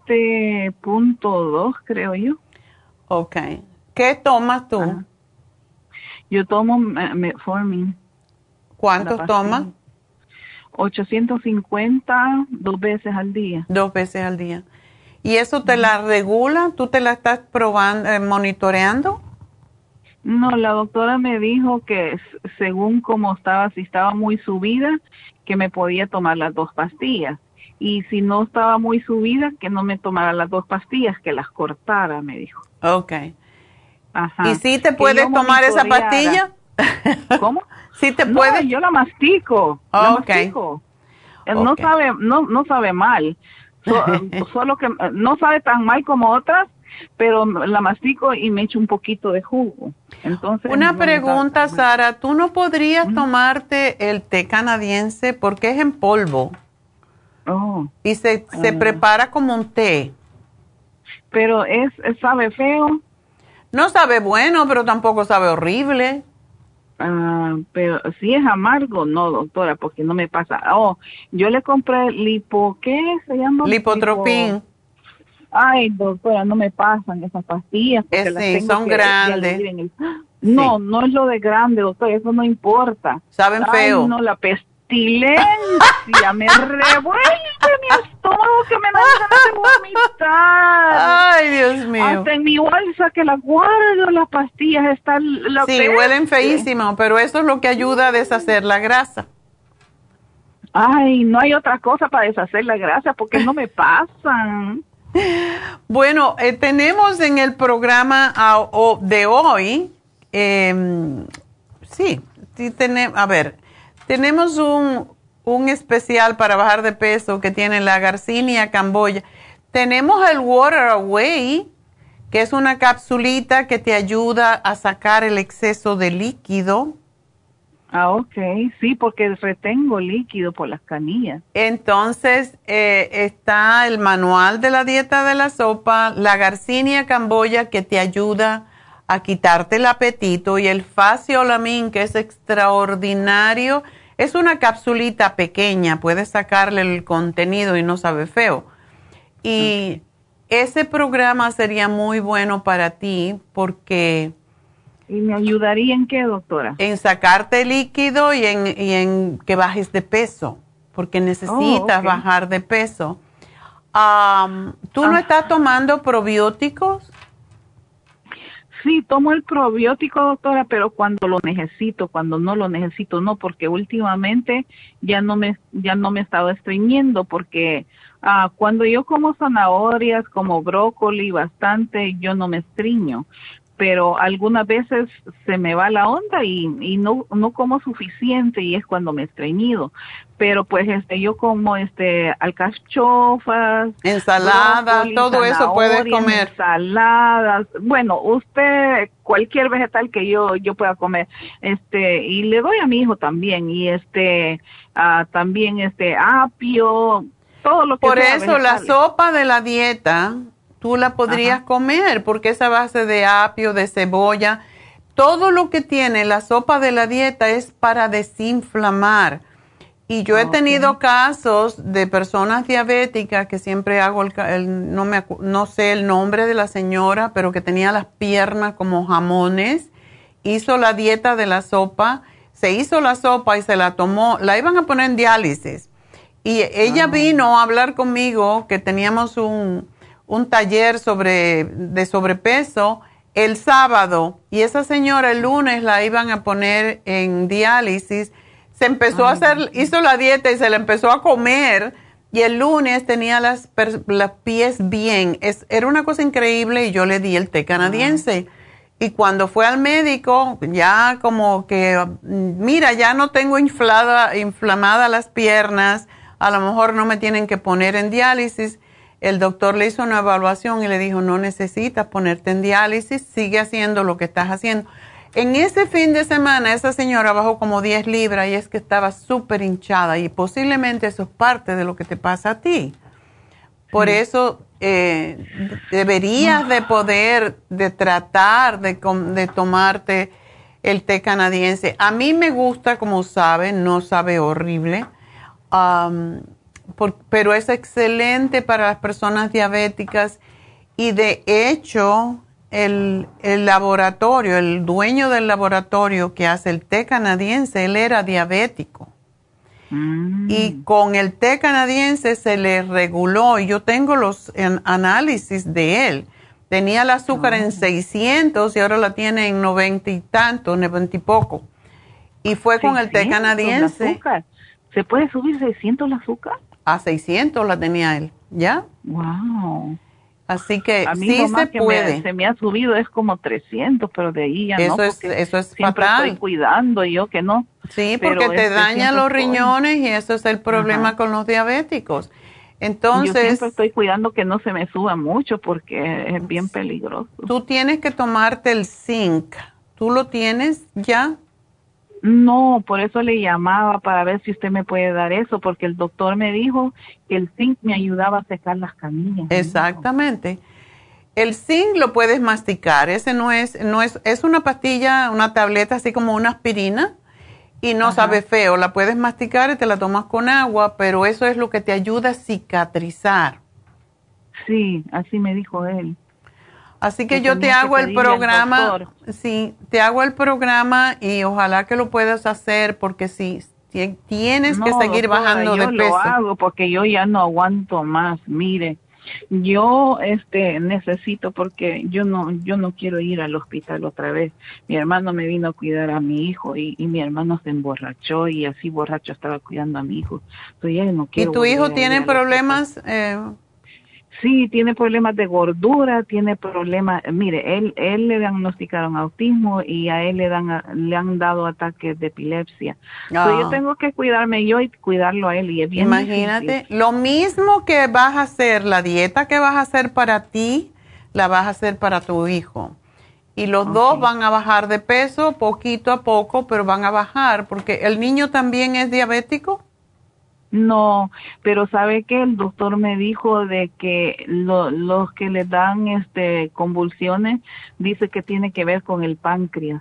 Speaker 13: 7.2, creo yo.
Speaker 4: Ok. ¿Qué tomas tú?
Speaker 13: Yo tomo metformin.
Speaker 4: ¿Cuántos tomas?
Speaker 13: 850 2 veces al día.
Speaker 4: 2 veces al día. ¿Y eso te la regula? ¿Tú te la estás probando, monitoreando?
Speaker 13: No, la doctora me dijo que según cómo estaba, si estaba muy subida, que me podía tomar las 2 pastillas. Y si no estaba muy subida, que no me tomara las 2 pastillas, que las cortara, me dijo.
Speaker 4: Okay.
Speaker 13: Ajá.
Speaker 4: ¿Y si te puedes tomar esa pastilla?
Speaker 13: ¿Cómo?
Speaker 4: ¿Sí te puedes?
Speaker 13: No, yo la mastico. La mastico. No sabe, no sabe mal. Solo que no sabe tan mal como otras, pero la mastico y me echo un poquito de jugo. Entonces,
Speaker 4: una pregunta, Sara, ¿tú no podrías tomarte el té canadiense porque es en polvo? Y se prepara como un té.
Speaker 13: Pero sabe feo.
Speaker 4: No sabe bueno, pero tampoco sabe horrible.
Speaker 13: Pero si es amargo, no, doctora, porque no me pasa. Yo le compré ¿qué se llama?
Speaker 4: Lipotropin.
Speaker 13: Ay, doctora, no me pasan esas pastillas. Porque las tengo
Speaker 4: son grandes.
Speaker 13: No, no es lo de grande, doctora, eso no importa.
Speaker 4: Saben feo.
Speaker 13: No, la pestilencia me revuelve mi estómago, que me da ganas de vomitar.
Speaker 4: Ay, Dios mío.
Speaker 13: Hasta en mi bolsa que la guardo, las pastillas están...
Speaker 4: Sí, huelen feísimo, pero eso es lo que ayuda a deshacer la grasa.
Speaker 13: Ay, no hay otra cosa para deshacer la grasa porque no me pasan.
Speaker 4: Bueno, tenemos en el programa de hoy, tenemos un especial para bajar de peso que tiene la Garcinia Camboya. Tenemos el Water Away, que es una capsulita que te ayuda a sacar el exceso de líquido.
Speaker 13: Ok, sí, porque retengo líquido por las canillas.
Speaker 4: Entonces, está el manual de la dieta de la sopa, la Garcinia Camboya, que te ayuda a quitarte el apetito, y el Faciolamin, que es extraordinario. Es una capsulita pequeña, puedes sacarle el contenido y no sabe feo. Y ese programa sería muy bueno para ti porque...
Speaker 13: ¿Y me ayudaría en qué, doctora?
Speaker 4: En sacarte líquido y en que bajes de peso, porque necesitas bajar de peso. ¿Tú no estás tomando probióticos?
Speaker 13: Sí, tomo el probiótico, doctora, pero cuando lo necesito, cuando no lo necesito, no, porque últimamente ya no me he estado estreñiendo, porque cuando yo como zanahorias, como brócoli bastante, yo no me estreño. Pero algunas veces se me va la onda y no como suficiente, y es cuando me he estreñido. Pero pues yo como alcachofas,
Speaker 4: ensaladas, brócoli, todo eso puedes comer.
Speaker 13: Ensaladas, bueno, usted cualquier vegetal que yo pueda comer, y le doy a mi hijo también, y también apio, todo lo que
Speaker 4: por
Speaker 13: sea
Speaker 4: eso
Speaker 13: vegetales.
Speaker 4: La sopa de la dieta tú la podrías comer, porque es a base de apio, de cebolla. Todo lo que tiene la sopa de la dieta es para desinflamar. Y yo he tenido casos de personas diabéticas que siempre hago no sé el nombre de la señora, pero que tenía las piernas como jamones. Hizo la dieta de la sopa, se hizo la sopa y se la tomó. La iban a poner en diálisis. Y ella vino a hablar conmigo, que teníamos un taller de sobrepeso el sábado, y esa señora el lunes la iban a poner en diálisis. Se empezó a hacer, hizo la dieta y se la empezó a comer, y el lunes tenía las pies bien. Era una cosa increíble, y yo le di el té canadiense. Y cuando fue al médico, ya como que, mira, ya no tengo inflamadas las piernas, a lo mejor no me tienen que poner en diálisis. El doctor le hizo una evaluación y le dijo, no necesitas ponerte en diálisis, sigue haciendo lo que estás haciendo. En ese fin de semana, esa señora bajó como 10 libras y es que estaba súper hinchada, y posiblemente eso es parte de lo que te pasa a ti. Por eso deberías de poder, de tratar de tomarte el té canadiense. A mí me gusta, como saben, no sabe horrible. Pero es excelente para las personas diabéticas, y de hecho el laboratorio, el dueño del laboratorio que hace el té canadiense, él era diabético Y con el té canadiense se le reguló. Yo tengo los análisis de él. Tenía el azúcar en 600 y ahora la tiene en 90 y tanto, 90 y poco. Y fue con el té canadiense.
Speaker 13: Azúcar. ¿Se puede subir 600 el azúcar?
Speaker 4: A 600 la tenía él, ¿ya?
Speaker 13: Wow.
Speaker 4: Así que
Speaker 13: a mí
Speaker 4: sí se puede.
Speaker 13: Se me ha subido es como 300, pero de ahí ya no.
Speaker 4: Eso es
Speaker 13: siempre
Speaker 4: fatal.
Speaker 13: Estoy cuidando yo que no.
Speaker 4: Sí, porque te daña los riñones y eso es el problema con los diabéticos. Entonces,
Speaker 13: yo siempre estoy cuidando que no se me suba mucho porque es bien peligroso.
Speaker 4: Tú tienes que tomarte el zinc. ¿Tú lo tienes ya?
Speaker 13: No, por eso le llamaba para ver si usted me puede dar eso, porque el doctor me dijo que el zinc me ayudaba a secar las canillas.
Speaker 4: Exactamente. El zinc lo puedes masticar. Ese no es una pastilla, una tableta así como una aspirina y no sabe feo. La puedes masticar y te la tomas con agua, pero eso es lo que te ayuda a cicatrizar.
Speaker 13: Sí, así me dijo él.
Speaker 4: Así que yo te hago el programa, sí, te hago el programa y ojalá que lo puedas hacer porque sí, tienes que seguir bajando de peso.
Speaker 13: Yo lo hago porque yo ya no aguanto más, mire. Yo necesito porque yo no quiero ir al hospital otra vez. Mi hermano me vino a cuidar a mi hijo y mi hermano se emborrachó y así borracho estaba cuidando a mi hijo. Entonces ya no quiero.
Speaker 4: ¿Y tu hijo tiene problemas?
Speaker 13: Sí, tiene problemas de gordura, tiene problemas, mire, él le diagnosticaron autismo y a él le han dado ataques de epilepsia. Entonces yo tengo que cuidarme yo y cuidarlo a él y es bien
Speaker 4: Imagínate,
Speaker 13: difícil.
Speaker 4: Lo mismo que vas a hacer, la dieta que vas a hacer para ti, la vas a hacer para tu hijo. Y los dos van a bajar de peso poquito a poco, pero van a bajar porque el niño también es diabético.
Speaker 13: No, pero sabe que el doctor me dijo de que los que le dan convulsiones dice que tiene que ver con el páncreas.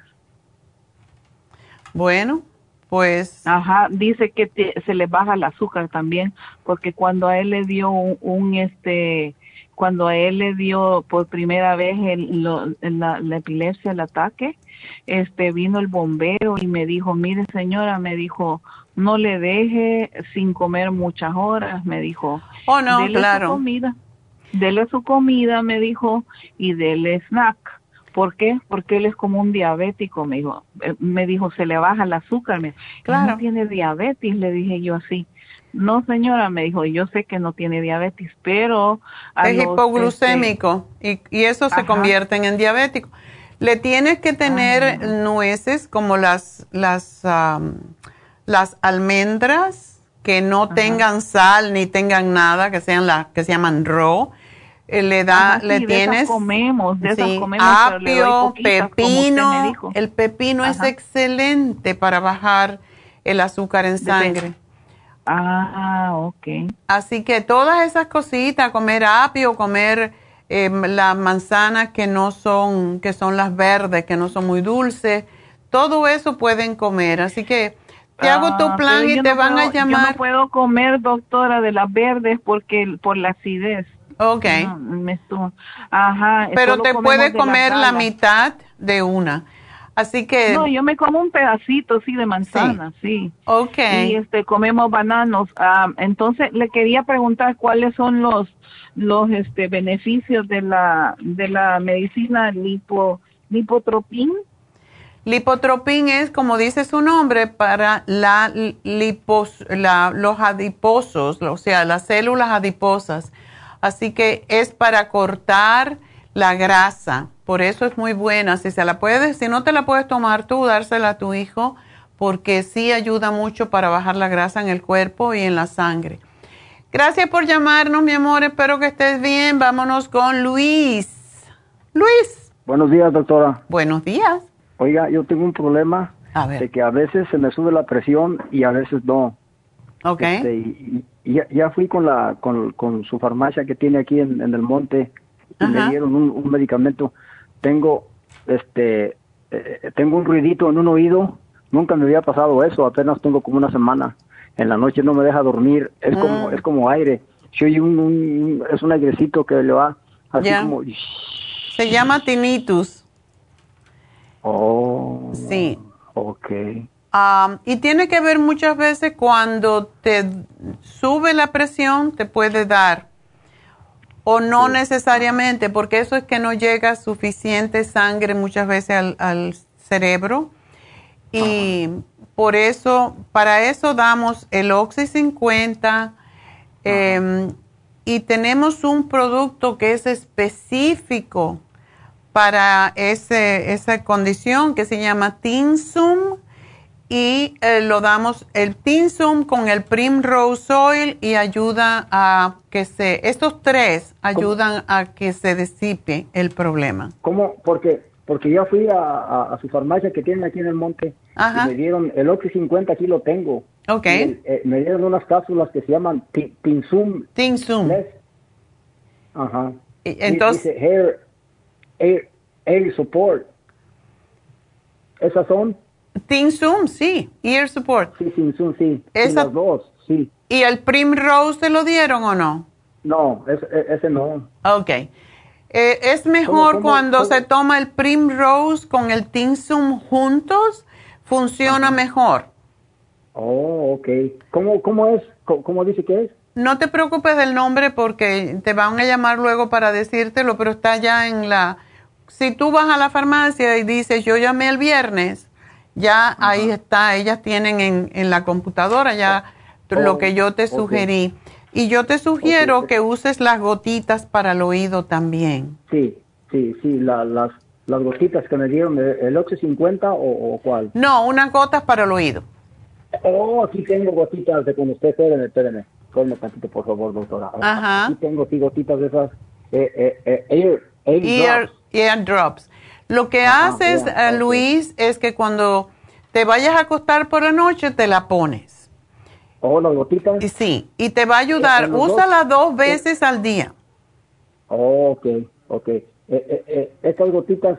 Speaker 4: Bueno, pues.
Speaker 13: Dice que se le baja el azúcar también, porque cuando a él le dio cuando a él le dio por primera vez la epilepsia, el ataque, vino el bombero y me dijo, mire señora, me dijo, no le deje sin comer muchas horas, me dijo.
Speaker 4: Oh, no,
Speaker 13: dele
Speaker 4: claro.
Speaker 13: Dele su comida, me dijo, y dele snack. ¿Por qué? Porque él es como un diabético, me dijo, se le baja el azúcar. Claro. No tiene diabetes, le dije yo así. No, señora, me dijo, yo sé que no tiene diabetes, pero...
Speaker 4: Es hipoglucémico y eso se convierte en diabético. Le tienes que tener nueces como las almendras que no tengan sal ni tengan nada, que sean las que se llaman raw. Le tienes
Speaker 13: de esas comemos,
Speaker 4: apio, pepino. El pepino es excelente para bajar el azúcar en sangre.
Speaker 13: Ok.
Speaker 4: Así que todas esas cositas, comer apio, comer las manzanas que son las verdes, que no son muy dulces, todo eso pueden comer. Así que te hago tu plan y te van a llamar.
Speaker 13: Yo no puedo comer, doctora, de las verdes por la acidez.
Speaker 4: Ok. Pero te puedes comer la mitad de una. Así que...
Speaker 13: No, yo me como un pedacito, sí, de manzana, sí.
Speaker 4: Ok.
Speaker 13: Y comemos bananos. Entonces, le quería preguntar cuáles son los beneficios de la medicina lipotropín.
Speaker 4: Lipotropín es, como dice su nombre, para los adiposos, o sea, las células adiposas. Así que es para cortar la grasa. Por eso es muy buena. Si no te la puedes tomar tú, dársela a tu hijo, porque sí ayuda mucho para bajar la grasa en el cuerpo y en la sangre. Gracias por llamarnos, mi amor. Espero que estés bien. Vámonos con Luis. Luis.
Speaker 14: Buenos días, doctora.
Speaker 4: Buenos días.
Speaker 14: Oiga, yo tengo un problema de que a veces se me sube la presión y a veces no.
Speaker 4: Ok.
Speaker 14: Y ya fui con su farmacia que tiene aquí en el monte y me dieron un medicamento. Tengo un ruidito en un oído. Nunca me había pasado eso. Apenas tengo como una semana. En la noche no me deja dormir. Es como aire. Si oye es un airecito que le va así como.
Speaker 4: Se llama tinnitus.
Speaker 14: Oh.
Speaker 4: Sí.
Speaker 14: Ok.
Speaker 4: Y tiene que ver muchas veces cuando te sube la presión, te puede dar. O no necesariamente, porque eso es que no llega suficiente sangre muchas veces al cerebro. Y por eso, para eso damos el Oxy 50. Y tenemos un producto que es específico para esa condición que se llama Tinsum. Y lo damos el Tinsum con el Primrose Oil y ayuda a que estos tres ayudan a que se disipe el problema.
Speaker 14: ¿Cómo? Porque yo fui a su farmacia que tienen aquí en el monte.
Speaker 4: Ajá.
Speaker 14: Y me dieron el Oxy 50, aquí lo tengo.
Speaker 4: Ok.
Speaker 14: Me dieron unas cápsulas que se llaman Tinsum.
Speaker 4: Tinsum.
Speaker 14: Ajá.
Speaker 4: Entonces,
Speaker 14: dice Air Support. ¿Esas son?
Speaker 4: Tinsum, sí. Ear Support.
Speaker 14: Sí, Tinsum, sí. Las dos, sí.
Speaker 4: ¿Y el Primrose te lo dieron o no?
Speaker 14: No, ese no.
Speaker 4: Ok. Es mejor cuando se toma el Primrose con el Tinsum juntos, funciona mejor.
Speaker 14: Oh, ok. ¿Cómo es? ¿Cómo dice que es?
Speaker 4: No te preocupes del nombre porque te van a llamar luego para decírtelo, pero está ya en la... Si tú vas a la farmacia y dices, yo llamé el viernes, ya ahí está, ellas tienen en la computadora ya lo que yo te sugerí. Y yo te sugiero que uses las gotitas para el oído también.
Speaker 14: Sí, las gotitas que me dieron, ¿el Oxy 50 o cuál?
Speaker 4: No, unas gotas para el oído.
Speaker 14: Oh, aquí tengo gotitas de con usted, espéreme. Ponme tantito, por favor, doctora.
Speaker 4: Ajá.
Speaker 14: Aquí tengo gotitas de esas,
Speaker 4: Ear drops. Lo que haces, Luis, es que cuando te vayas a acostar por la noche, te la pones.
Speaker 14: ¿Oh, las gotitas?
Speaker 4: Sí, y te va a ayudar. Úsala 2 veces al día.
Speaker 14: Oh, ok. Estas gotitas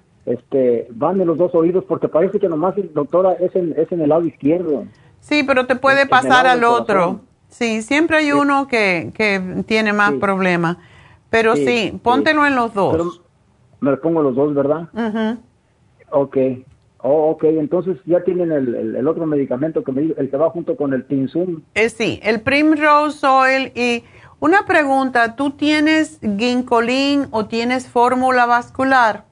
Speaker 14: van en los 2 oídos porque parece que nomás, doctora, es en el lado izquierdo.
Speaker 4: Sí, pero te puede pasar al otro. Sí, siempre hay uno que tiene más problemas. Pero sí, póntelo en los 2.
Speaker 14: Pero me lo pongo los 2, ¿verdad? Ok. Ok, entonces ya tienen el otro medicamento que me dijo, el que va junto con el Tinsum.
Speaker 4: Sí, el Primrose Oil. Y una pregunta, ¿tú tienes Ginkolin o tienes fórmula vascular?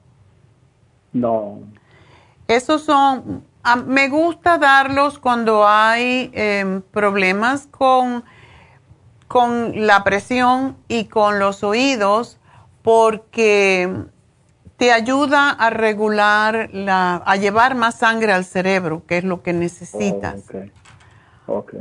Speaker 14: No.
Speaker 4: Esos son, me gusta darlos cuando hay problemas con la presión y con los oídos porque te ayuda a regular, a llevar más sangre al cerebro, que es lo que necesitas.
Speaker 14: Ok.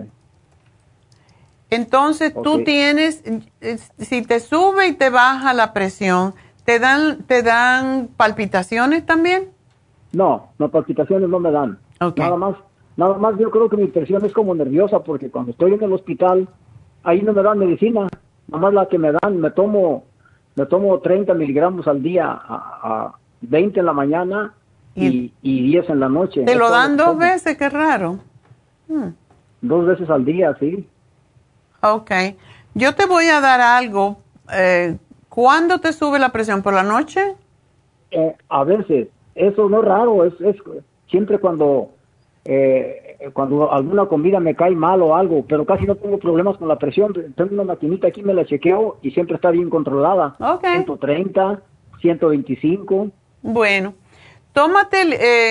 Speaker 4: Entonces tú tienes, si te sube y te baja la presión, ¿te dan palpitaciones también?
Speaker 14: No, palpitaciones no me dan.
Speaker 4: Okay.
Speaker 14: Nada más yo creo que mi presión es como nerviosa porque cuando estoy en el hospital, ahí no me dan medicina. Nada más la que me dan, me tomo 30 miligramos al día, a 20 en la mañana y 10 en la noche.
Speaker 4: ¿Te lo dan 2 veces? Qué raro.
Speaker 14: 2 veces al día, sí.
Speaker 4: Ok. Yo te voy a dar algo. ¿Cuándo te sube la presión? ¿Por la noche?
Speaker 14: A veces. Eso no es raro. Es siempre cuando alguna comida me cae mal o algo, pero casi no tengo problemas con la presión. Tengo una maquinita aquí, me la chequeo y siempre está bien controlada. 130, 125.
Speaker 4: Bueno, tómate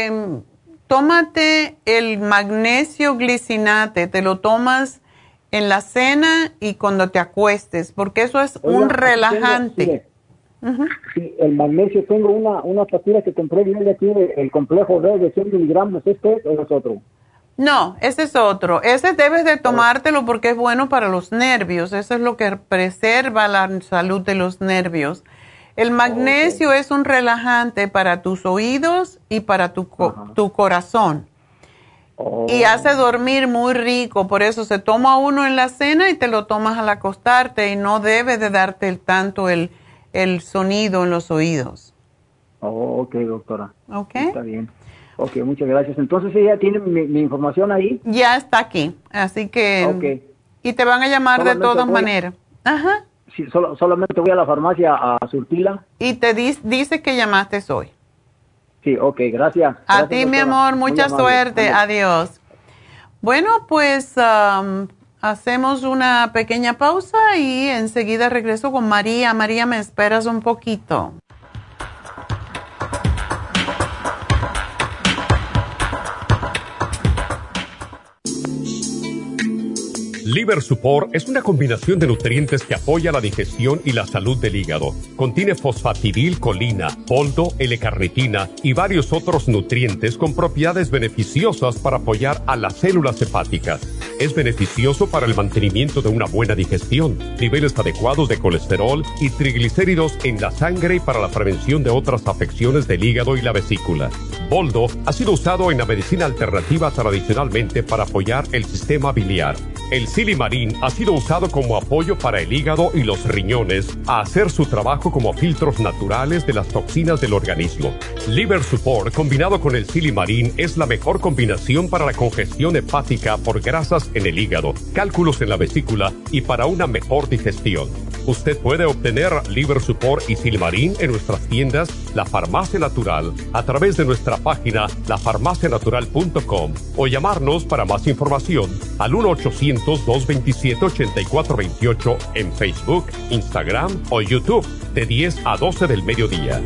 Speaker 4: el magnesio glicinate, te lo tomas en la cena y cuando te acuestes, porque eso es un relajante.
Speaker 14: Sí, el magnesio, tengo una pastilla que compré bien de aquí, el complejo B de 100 miligramos, ¿este o es otro?
Speaker 4: No, ese es otro. Ese debes de tomártelo porque es bueno para los nervios. Eso es lo que preserva la salud de los nervios. El magnesio es un relajante para tus oídos y para tu corazón. Y hace dormir muy rico. Por eso se toma uno en la cena y te lo tomas al acostarte y no debe de darte tanto el sonido en los oídos.
Speaker 14: Ok, doctora.
Speaker 4: Ok.
Speaker 14: Está bien. Ok, muchas gracias. Entonces ella tiene mi información ahí.
Speaker 4: Ya está aquí, así que... Y te van a llamar de todas maneras. Ajá.
Speaker 14: Sí, solamente voy a la farmacia a surtirla.
Speaker 4: Y te dice que llamaste hoy.
Speaker 14: Sí, ok, gracias.
Speaker 4: A
Speaker 14: Gracias,
Speaker 4: ti, mi
Speaker 14: doctora.
Speaker 4: amor, mucha
Speaker 14: Muy amable.
Speaker 4: suerte.
Speaker 14: Ándale.
Speaker 4: Adiós. Bueno, pues hacemos una pequeña pausa y enseguida regreso con María. María, ¿me esperas un poquito?
Speaker 12: Liver Support es una combinación de nutrientes que apoya la digestión y la salud del hígado. Contiene fosfatidilcolina, boldo, L-carnitina y varios otros nutrientes con propiedades beneficiosas para apoyar a las células hepáticas. Es beneficioso para el mantenimiento de una buena digestión, niveles adecuados de colesterol y triglicéridos en la sangre y para la prevención de otras afecciones del hígado y la vesícula. Boldo ha sido usado en la medicina alternativa tradicionalmente para apoyar el sistema biliar. El Silimarín ha sido usado como apoyo para el hígado y los riñones a hacer su trabajo como filtros naturales de las toxinas del organismo. Liver Support combinado con el Silimarín es la mejor combinación para la congestión hepática por grasas en el hígado, cálculos en la vesícula y para una mejor digestión. Usted puede obtener Liver Support y Silimarín en nuestras tiendas La Farmacia Natural a través de nuestra página lafarmacianatural.com o llamarnos para más información al 1-800-227-8428 en Facebook, Instagram o YouTube de 10 a 12 del mediodía.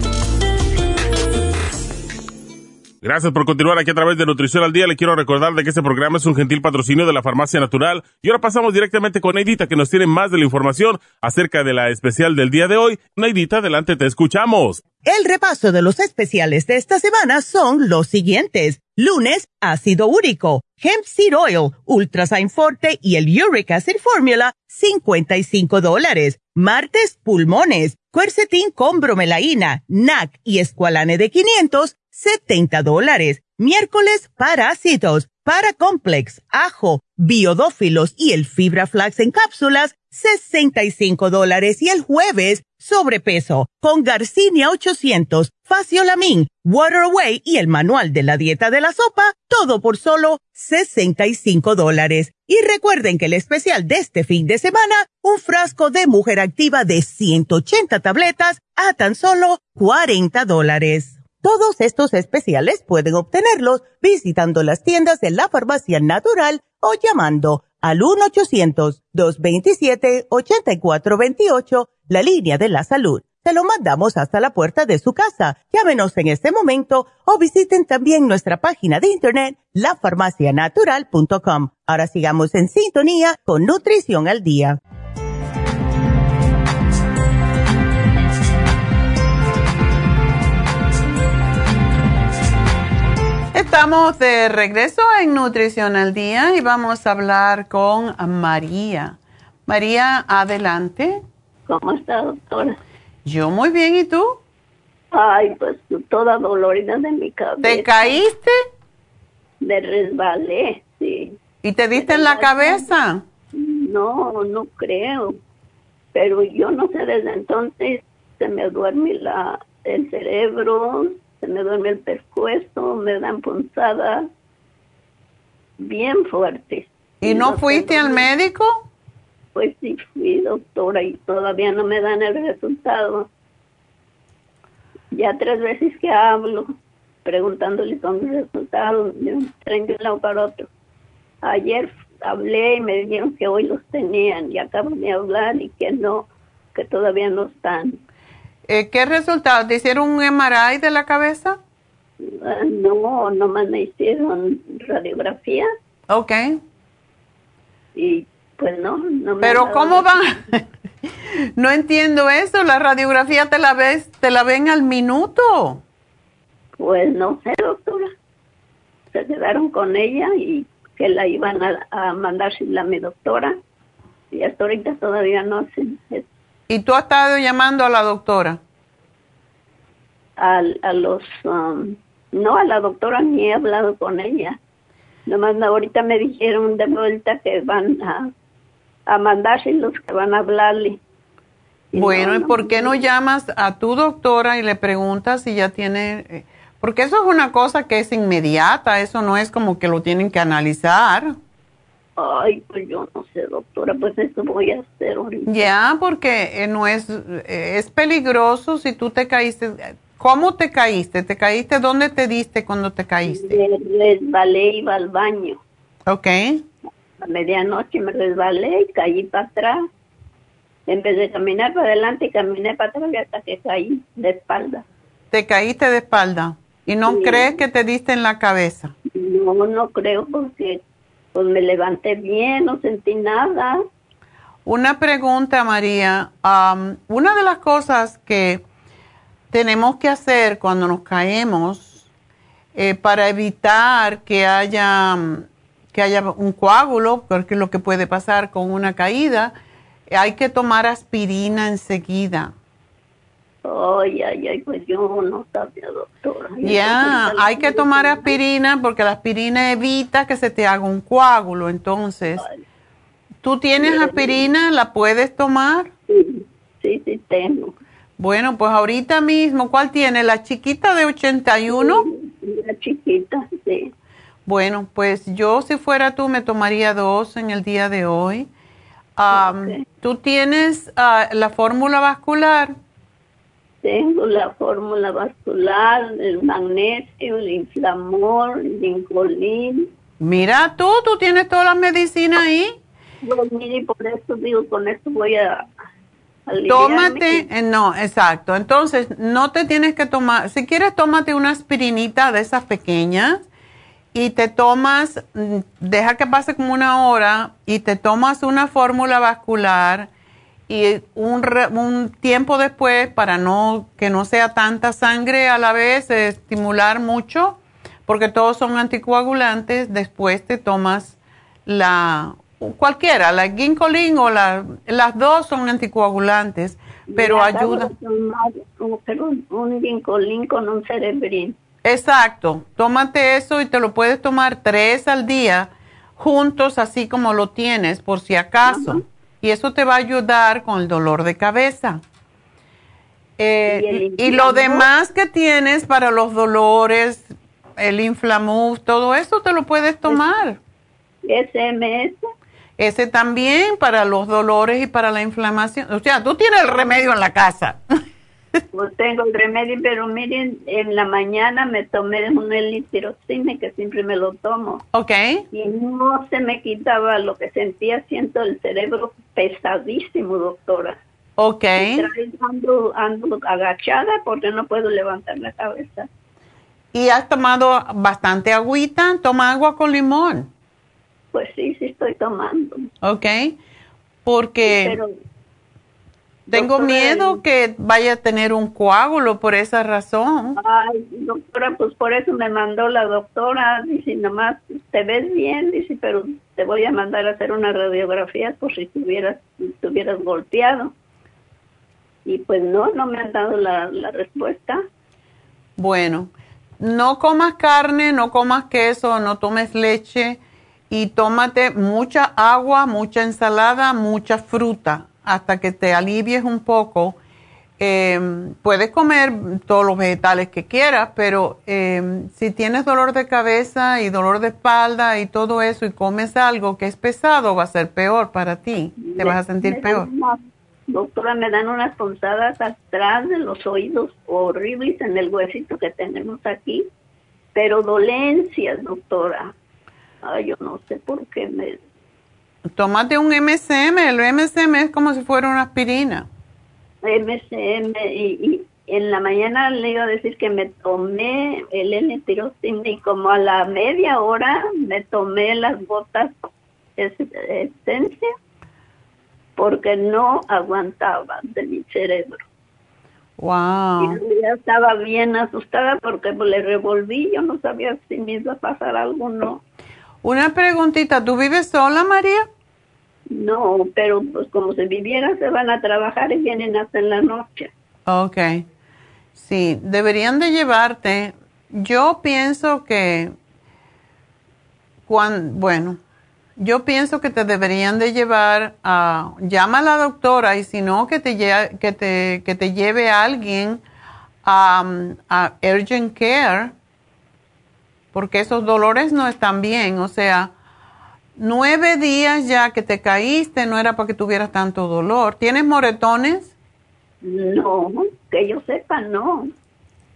Speaker 6: Gracias por continuar aquí a través de Nutrición al Día. Le quiero recordar de que este programa es un gentil patrocinio de la Farmacia Natural. Y ahora pasamos directamente con Neidita, que nos tiene más de la información acerca de la especial del día de hoy. Neidita, adelante, te escuchamos.
Speaker 7: El repaso de los especiales de esta semana son los siguientes. Lunes, ácido úrico, hemp seed oil, Ultrasign Forte y el Uric Acid Formula, $55. Martes, pulmones, Quercetin con bromelaína, NAC y Esqualane de 500, $70. Miércoles, parásitos, Paracomplex, ajo, biodófilos y el Fibra Flax en cápsulas, $65. Y el jueves, sobrepeso, con Garcinia 800, Faciolamin, Water Away y el manual de la dieta de la sopa, todo por solo $65. Y recuerden que el especial de este fin de semana, un frasco de Mujer Activa de 180 tabletas a tan solo $40. Todos estos especiales pueden obtenerlos visitando las tiendas de la Farmacia Natural o llamando al 1-800-227-8428, la línea de la salud. Se lo mandamos hasta la puerta de su casa. Llámenos en este momento o visiten también nuestra página de internet, lafarmacianatural.com. Ahora sigamos en sintonía con Nutrición al Día.
Speaker 4: Estamos de regreso en Nutrición al Día y vamos a hablar con María. María, adelante.
Speaker 15: ¿Cómo está, doctora?
Speaker 4: Yo muy bien, ¿y tú?
Speaker 15: Ay, pues toda dolorida de mi cabeza.
Speaker 4: ¿Te caíste?
Speaker 15: Me resbalé, sí.
Speaker 4: ¿Y te diste en la cabeza?
Speaker 15: No, no creo. Pero yo no sé, desde entonces se me duerme el cerebro, se me duerme el pescuezo, me dan punzadas bien fuertes.
Speaker 4: ¿Y no fuiste al médico?
Speaker 15: Pues sí fui, doctora, y todavía no me dan el resultado. Ya 3 veces que hablo, preguntándole con los resultados, me traen de un lado para otro. Ayer hablé y me dijeron que hoy los tenían, y acabo de hablar y que no, que todavía no están.
Speaker 4: ¿Qué resultados? ¿Te hicieron un MRI de la cabeza?
Speaker 15: No, nomás me hicieron radiografía.
Speaker 4: Ok.
Speaker 15: Y pues no me.
Speaker 4: Pero ¿cómo va? No entiendo eso. La radiografía te la ven al minuto.
Speaker 15: Pues no sé, doctora. Se quedaron con ella y que la iban a mandar a mi doctora. Y hasta ahorita todavía no hacen eso.
Speaker 4: ¿Y tú has estado llamando a la doctora?
Speaker 15: No, a la doctora ni he hablado con ella. Nomás ahorita me dijeron de vuelta que van a mandárselos, que van a hablarle.
Speaker 4: Bueno, ¿y por qué no llamas a tu doctora y le preguntas si ya tiene...? Porque eso es una cosa que es inmediata, eso no es como que lo tienen que analizar.
Speaker 15: Ay, pues yo no sé, doctora, pues eso voy a hacer ahorita.
Speaker 4: Ya, porque no es peligroso si tú te caíste. ¿Cómo te caíste? ¿Te caíste? ¿Dónde te diste cuando te caíste?
Speaker 15: Me resbalé, iba al baño.
Speaker 4: Ok.
Speaker 15: A medianoche me resbalé y caí para atrás. En vez de caminar para adelante, caminé para atrás y hasta que caí de espalda.
Speaker 4: ¿Te caíste de espalda? ¿Y no
Speaker 15: Sí.
Speaker 4: crees que te diste en la cabeza?
Speaker 15: No creo porque pues me levanté bien, no sentí nada.
Speaker 4: Una pregunta, María. Una de las cosas que tenemos que hacer cuando nos caemos para evitar que haya un coágulo, porque es lo que puede pasar con una caída, hay que tomar aspirina enseguida.
Speaker 15: Ay, pues yo no sabía, doctora.
Speaker 4: Ya, hay que tomar aspirina porque la aspirina evita que se te haga un coágulo. Entonces, ¿tú tienes aspirina? ¿La puedes tomar?
Speaker 15: Sí, tengo.
Speaker 4: Bueno, pues ahorita mismo, ¿cuál tiene? ¿La chiquita de 81?
Speaker 15: La chiquita, sí.
Speaker 4: Bueno, pues yo si fuera tú me tomaría 2 en el día de hoy. ¿Tú tienes la fórmula vascular?
Speaker 15: Tengo la fórmula vascular, el magnesio, el inflamor, el vincolín.
Speaker 4: Mira tú tienes todas las medicinas ahí.
Speaker 15: Yo, mire, por eso digo, con esto voy a
Speaker 4: tómate, no, exacto. Entonces, no te tienes que tomar, si quieres, tómate una aspirinita de esas pequeñas y te tomas, deja que pase como 1 hora y te tomas una fórmula vascular y un tiempo después, para que no sea tanta sangre a la vez, estimular mucho, porque todos son anticoagulantes, después te tomas cualquiera, la ginkolin o las dos son anticoagulantes, pero ayuda.
Speaker 15: Un ginkolin con un cerebrín.
Speaker 4: Exacto, tómate eso y te lo puedes tomar 3 al día juntos, así como lo tienes, por si acaso. Ajá. Y eso te va a ayudar con el dolor de cabeza. Y lo demás que tienes para los dolores, el Inflamuf, todo eso te lo puedes tomar.
Speaker 15: SMS.
Speaker 4: Ese también para los dolores y para la inflamación. O sea, tú tienes el remedio en la casa.
Speaker 15: Pues tengo el remedio, pero miren, en la mañana me tomé un L-tirocine, que siempre me lo tomo.
Speaker 4: Ok.
Speaker 15: Y no se me quitaba lo que sentía, siento el cerebro pesadísimo, doctora.
Speaker 4: Ok.
Speaker 15: Ando agachada porque no puedo levantar la cabeza.
Speaker 4: ¿Y has tomado bastante agüita? Toma agua con limón.
Speaker 15: Pues sí estoy tomando.
Speaker 4: Ok. Porque...
Speaker 15: Sí, pero,
Speaker 4: tengo miedo que vaya a tener un coágulo por esa razón.
Speaker 15: Ay, doctora, pues por eso me mandó la doctora. Dice, nomás te ves bien, dice, pero te voy a mandar a hacer una radiografía por si estuvieras golpeado. Y pues no me han dado la respuesta.
Speaker 4: Bueno, no comas carne, no comas queso, no tomes leche y tómate mucha agua, mucha ensalada, mucha fruta. Hasta que te alivies un poco. Puedes comer todos los vegetales que quieras, pero si tienes dolor de cabeza y dolor de espalda y todo eso y comes algo que es pesado, va a ser peor para ti. Te vas a sentir peor.
Speaker 15: Doctora, me dan unas punzadas atrás de los oídos horribles en el huesito que tenemos aquí, pero dolencias, doctora. Ay, yo no sé por qué me...
Speaker 4: Tómate un MSM, el MSM es como si fuera una aspirina.
Speaker 15: MSM, y en la mañana le iba a decir que me tomé el L-tirocine y como a la media hora me tomé las gotas esencia porque no aguantaba de mi cerebro.
Speaker 4: Wow.
Speaker 15: Y ya estaba bien asustada porque le revolví, yo no sabía si me iba a pasar algo o no.
Speaker 4: Una preguntita, ¿tú vives sola, María?
Speaker 15: No, pero pues como si viviera se van a trabajar y vienen hasta en la noche.
Speaker 4: Ok. Sí, deberían de llevarte. Yo pienso que yo pienso que te deberían de llevar llama a la doctora y si no que te lleve a alguien a Urgent Care porque esos dolores no están bien, o sea, 9 días ya que te caíste, no era para que tuvieras tanto dolor. ¿Tienes moretones?
Speaker 15: No, que yo sepa, no.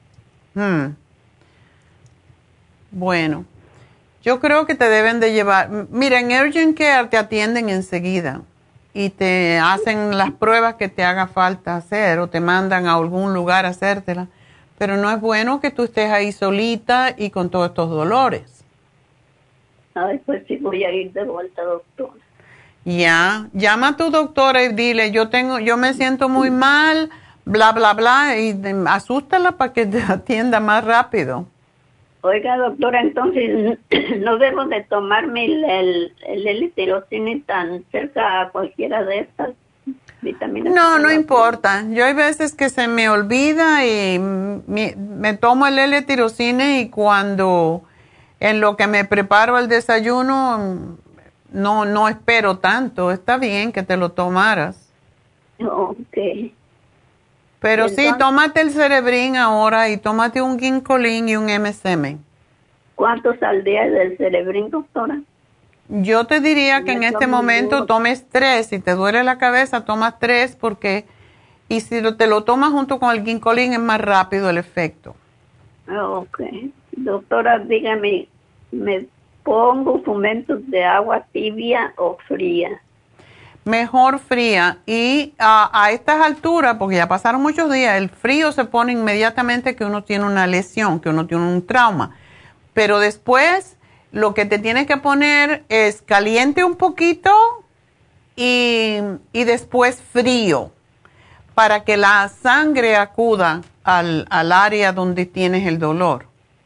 Speaker 4: Bueno, yo creo que te deben de llevar. Mira, en Urgent Care te atienden enseguida y te hacen las pruebas que te haga falta hacer o te mandan a algún lugar a hacértela. Pero no es bueno que tú estés ahí solita y con todos estos dolores.
Speaker 15: Ay, pues sí, voy a ir de vuelta, doctora.
Speaker 4: Ya, llama a tu doctora y dile, yo me siento muy mal, bla, bla, bla, y asústala para que te atienda más rápido.
Speaker 15: Oiga, doctora, entonces, ¿no debo de tomarme el L-tirocine tan cerca a cualquiera de estas vitaminas?
Speaker 4: No importa. Yo hay veces que se me olvida y me tomo el L-tirocine y cuando en lo que me preparo el desayuno, no espero tanto. Está bien que te lo tomaras.
Speaker 15: Ok.
Speaker 4: Pero entonces, sí, tómate el Cerebrin ahora y tómate un Ginkolin y un MSM.
Speaker 15: ¿Cuántos al día del Cerebrin, doctora?
Speaker 4: Yo te diría que en este momento tomes 3. Si te duele la cabeza, tomas 3 porque... Y si te lo tomas junto con el Ginkolin es más rápido el efecto.
Speaker 15: Ok. Doctora, dígame, ¿me pongo fomentos de agua tibia o fría?
Speaker 4: Mejor fría. Y a estas alturas, porque ya pasaron muchos días, el frío se pone inmediatamente que uno tiene una lesión, que uno tiene un trauma. Pero después lo que te tienes que poner es caliente un poquito y después frío para que la sangre acuda al área donde tienes el dolor.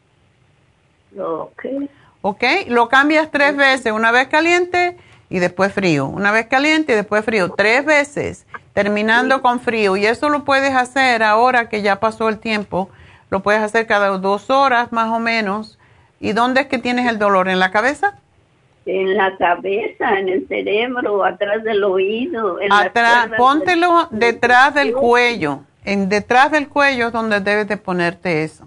Speaker 15: Ok.
Speaker 4: Ok, lo cambias 3 veces, una vez caliente y después frío, una vez caliente y después frío, 3 veces, terminando con frío. Y eso lo puedes hacer ahora que ya pasó el tiempo, lo puedes hacer cada 2 horas más o menos. ¿Y dónde es que tienes el dolor? ¿En la cabeza?
Speaker 15: En la cabeza, en el cerebro, atrás del oído.
Speaker 4: Atrás, póntelo detrás del cuello. Detrás del cuello es donde debes de ponerte eso.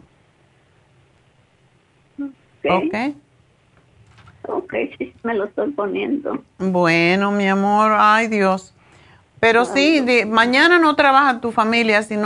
Speaker 15: Ok, sí, me lo estoy poniendo.
Speaker 4: Bueno, mi amor, ay Dios. Pero sí, mañana no trabaja tu familia, si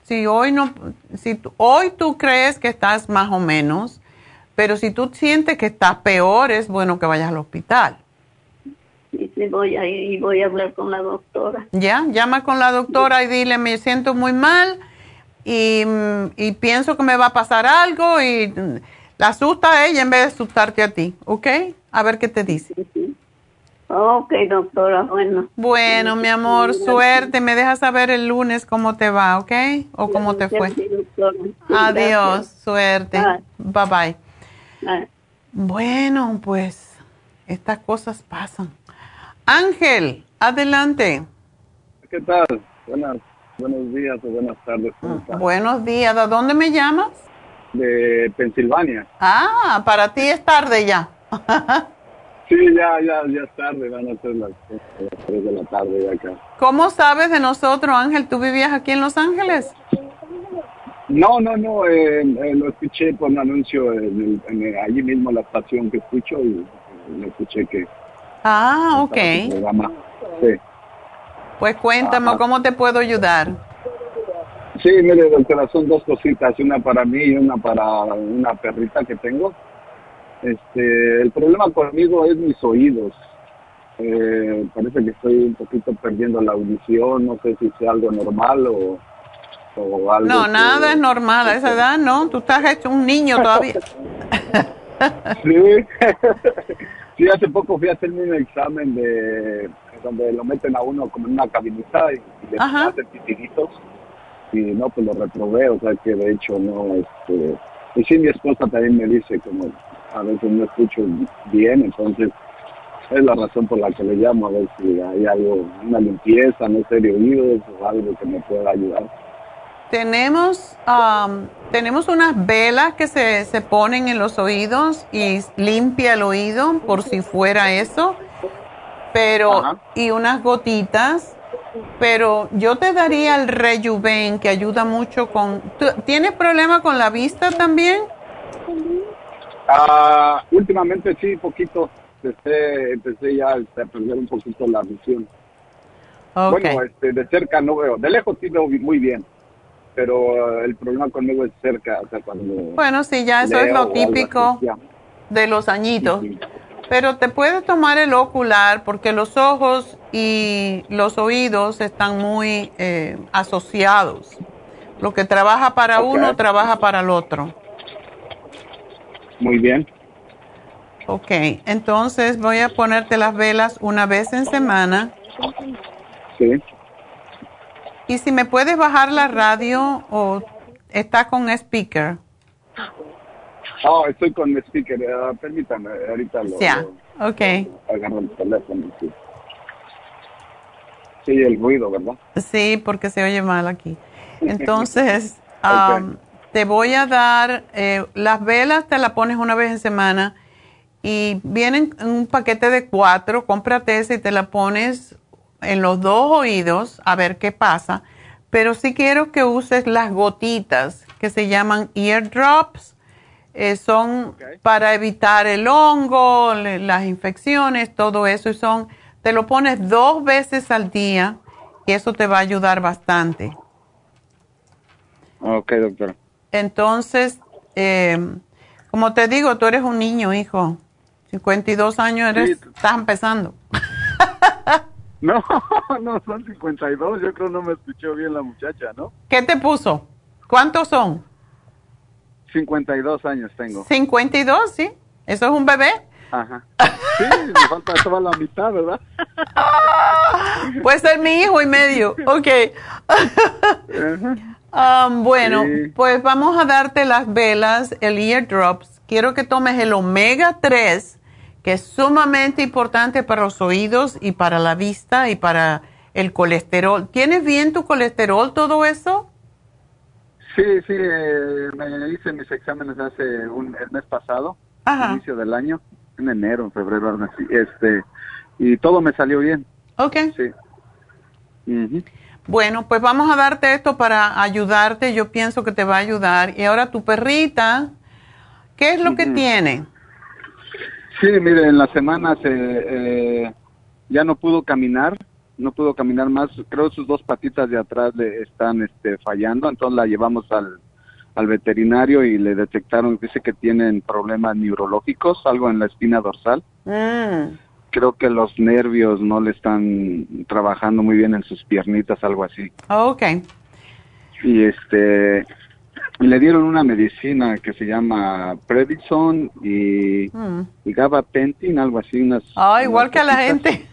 Speaker 4: hoy tú crees que estás más o menos, pero si tú sientes que estás peor, es bueno que vayas al hospital.
Speaker 15: Sí, voy a ir y voy a hablar con la doctora.
Speaker 4: Ya, llama con la doctora y dile, me siento muy mal y pienso que me va a pasar algo y la asusta a ella en vez de asustarte a ti, ¿ok? A ver qué te dice.
Speaker 15: Sí. Ok, doctora, bueno.
Speaker 4: Bueno, mi amor, suerte. Me dejas saber el lunes cómo te va, ¿ok? O cómo te fue.
Speaker 15: Sí, doctora.
Speaker 4: Adiós, suerte. Bye bye. Bueno, pues estas cosas pasan. Ángel, adelante.
Speaker 16: ¿Qué tal? Buenos días o buenas tardes.
Speaker 4: Buenos días. ¿De dónde me llamas?
Speaker 16: De Pensilvania.
Speaker 4: Ah, para ti es tarde ya.
Speaker 16: Sí, ya es tarde, van a ser las 3 de la tarde de acá.
Speaker 4: ¿Cómo sabes de nosotros, Ángel? ¿Tú vivías aquí en Los Ángeles?
Speaker 16: No, lo escuché por un anuncio allí mismo en la estación que escucho y lo escuché que...
Speaker 4: Ah, ok.
Speaker 16: Sí.
Speaker 4: Pues cuéntame, ¿cómo te puedo ayudar?
Speaker 16: Sí, mire, doctora, son 2 cositas, una para mí y una para una perrita que tengo. El problema conmigo es mis oídos. Parece que estoy un poquito perdiendo la audición, no sé si sea algo normal o algo.
Speaker 4: No, nada es normal a esa edad, ¿no? Tú estás hecho un niño todavía.
Speaker 16: Sí, hace poco fui a hacerme un examen donde lo meten a uno como en una cabinita y le hacen pitiditos y no, pues lo reprobé, o sea que de hecho no, y sí, mi esposa también me dice como a veces no escucho bien, entonces es la razón por la que le llamo, a ver si hay algo, una limpieza, no sé, de oídos o algo que me pueda ayudar.
Speaker 4: Tenemos unas velas que se ponen en los oídos y limpia el oído por si fuera eso, pero y unas gotitas, pero yo te daría el Rejuven que ayuda mucho con... ¿Tienes problema con la vista también?
Speaker 16: Últimamente sí, poquito. Empecé ya a perder un poquito la visión.
Speaker 4: Okay.
Speaker 16: Bueno, de cerca no veo, de lejos sí veo muy bien. pero el problema conmigo es cerca, o sea, cuando...
Speaker 4: Bueno, sí, ya eso es lo típico de los añitos. Pero te puedes tomar el ocular porque los ojos y los oídos están muy asociados. Lo que trabaja para uno, trabaja para el otro.
Speaker 16: Muy bien.
Speaker 4: Ok, entonces voy a ponerte las velas una vez en semana.
Speaker 16: Sí.
Speaker 4: Y si me puedes bajar la radio o está con speaker.
Speaker 16: Estoy con mi speaker. Permítame, ahorita lo...
Speaker 4: Ok.
Speaker 16: Agarro el teléfono, sí. Sí, el ruido, ¿verdad?
Speaker 4: Sí, porque se oye mal aquí. Entonces, te voy a dar... las velas te las pones una vez en semana y vienen en un paquete de 4. Cómprate ese y te la pones en los 2 oídos a ver qué pasa. Pero sí quiero que uses las gotitas que se llaman ear drops. Son para evitar el hongo, las infecciones, todo eso. Y te lo pones 2 veces al día y eso te va a ayudar bastante.
Speaker 16: Ok, doctora.
Speaker 4: Entonces, como te digo, tú eres un niño, hijo. 52 años estás empezando.
Speaker 16: No, son 52. Yo creo no me escuchó bien la muchacha, ¿no?
Speaker 4: ¿Qué te puso? ¿Cuántos son?
Speaker 16: 52 años tengo.
Speaker 4: 52, sí. ¿Eso es un bebé?
Speaker 16: Ajá. Sí, me falta toda la mitad, ¿verdad?
Speaker 4: Puede ser mi hijo y medio. Ok. Bueno, pues vamos a darte las velas, el ear drops. Quiero que tomes el omega 3, que es sumamente importante para los oídos y para la vista y para el colesterol. ¿Tienes bien tu colesterol, todo eso?
Speaker 16: Sí, me hice mis exámenes el mes pasado, inicio del año, en enero, en febrero, algo así, y todo me salió bien.
Speaker 4: Ok.
Speaker 16: Sí.
Speaker 4: Bueno, pues vamos a darte esto para ayudarte, yo pienso que te va a ayudar. Y ahora tu perrita, ¿qué es lo que tiene?
Speaker 16: Sí, mire, en la semana ya no pudo caminar más, creo sus 2 patitas de atrás le están fallando, entonces la llevamos al veterinario y le detectaron, dice que tienen problemas neurológicos, algo en la espina dorsal. Creo que los nervios no le están trabajando muy bien en sus piernitas, algo así.
Speaker 4: Okay.
Speaker 16: Y le dieron una medicina que se llama Prednison y Gabapentin, algo así.
Speaker 4: Igual que a la gente.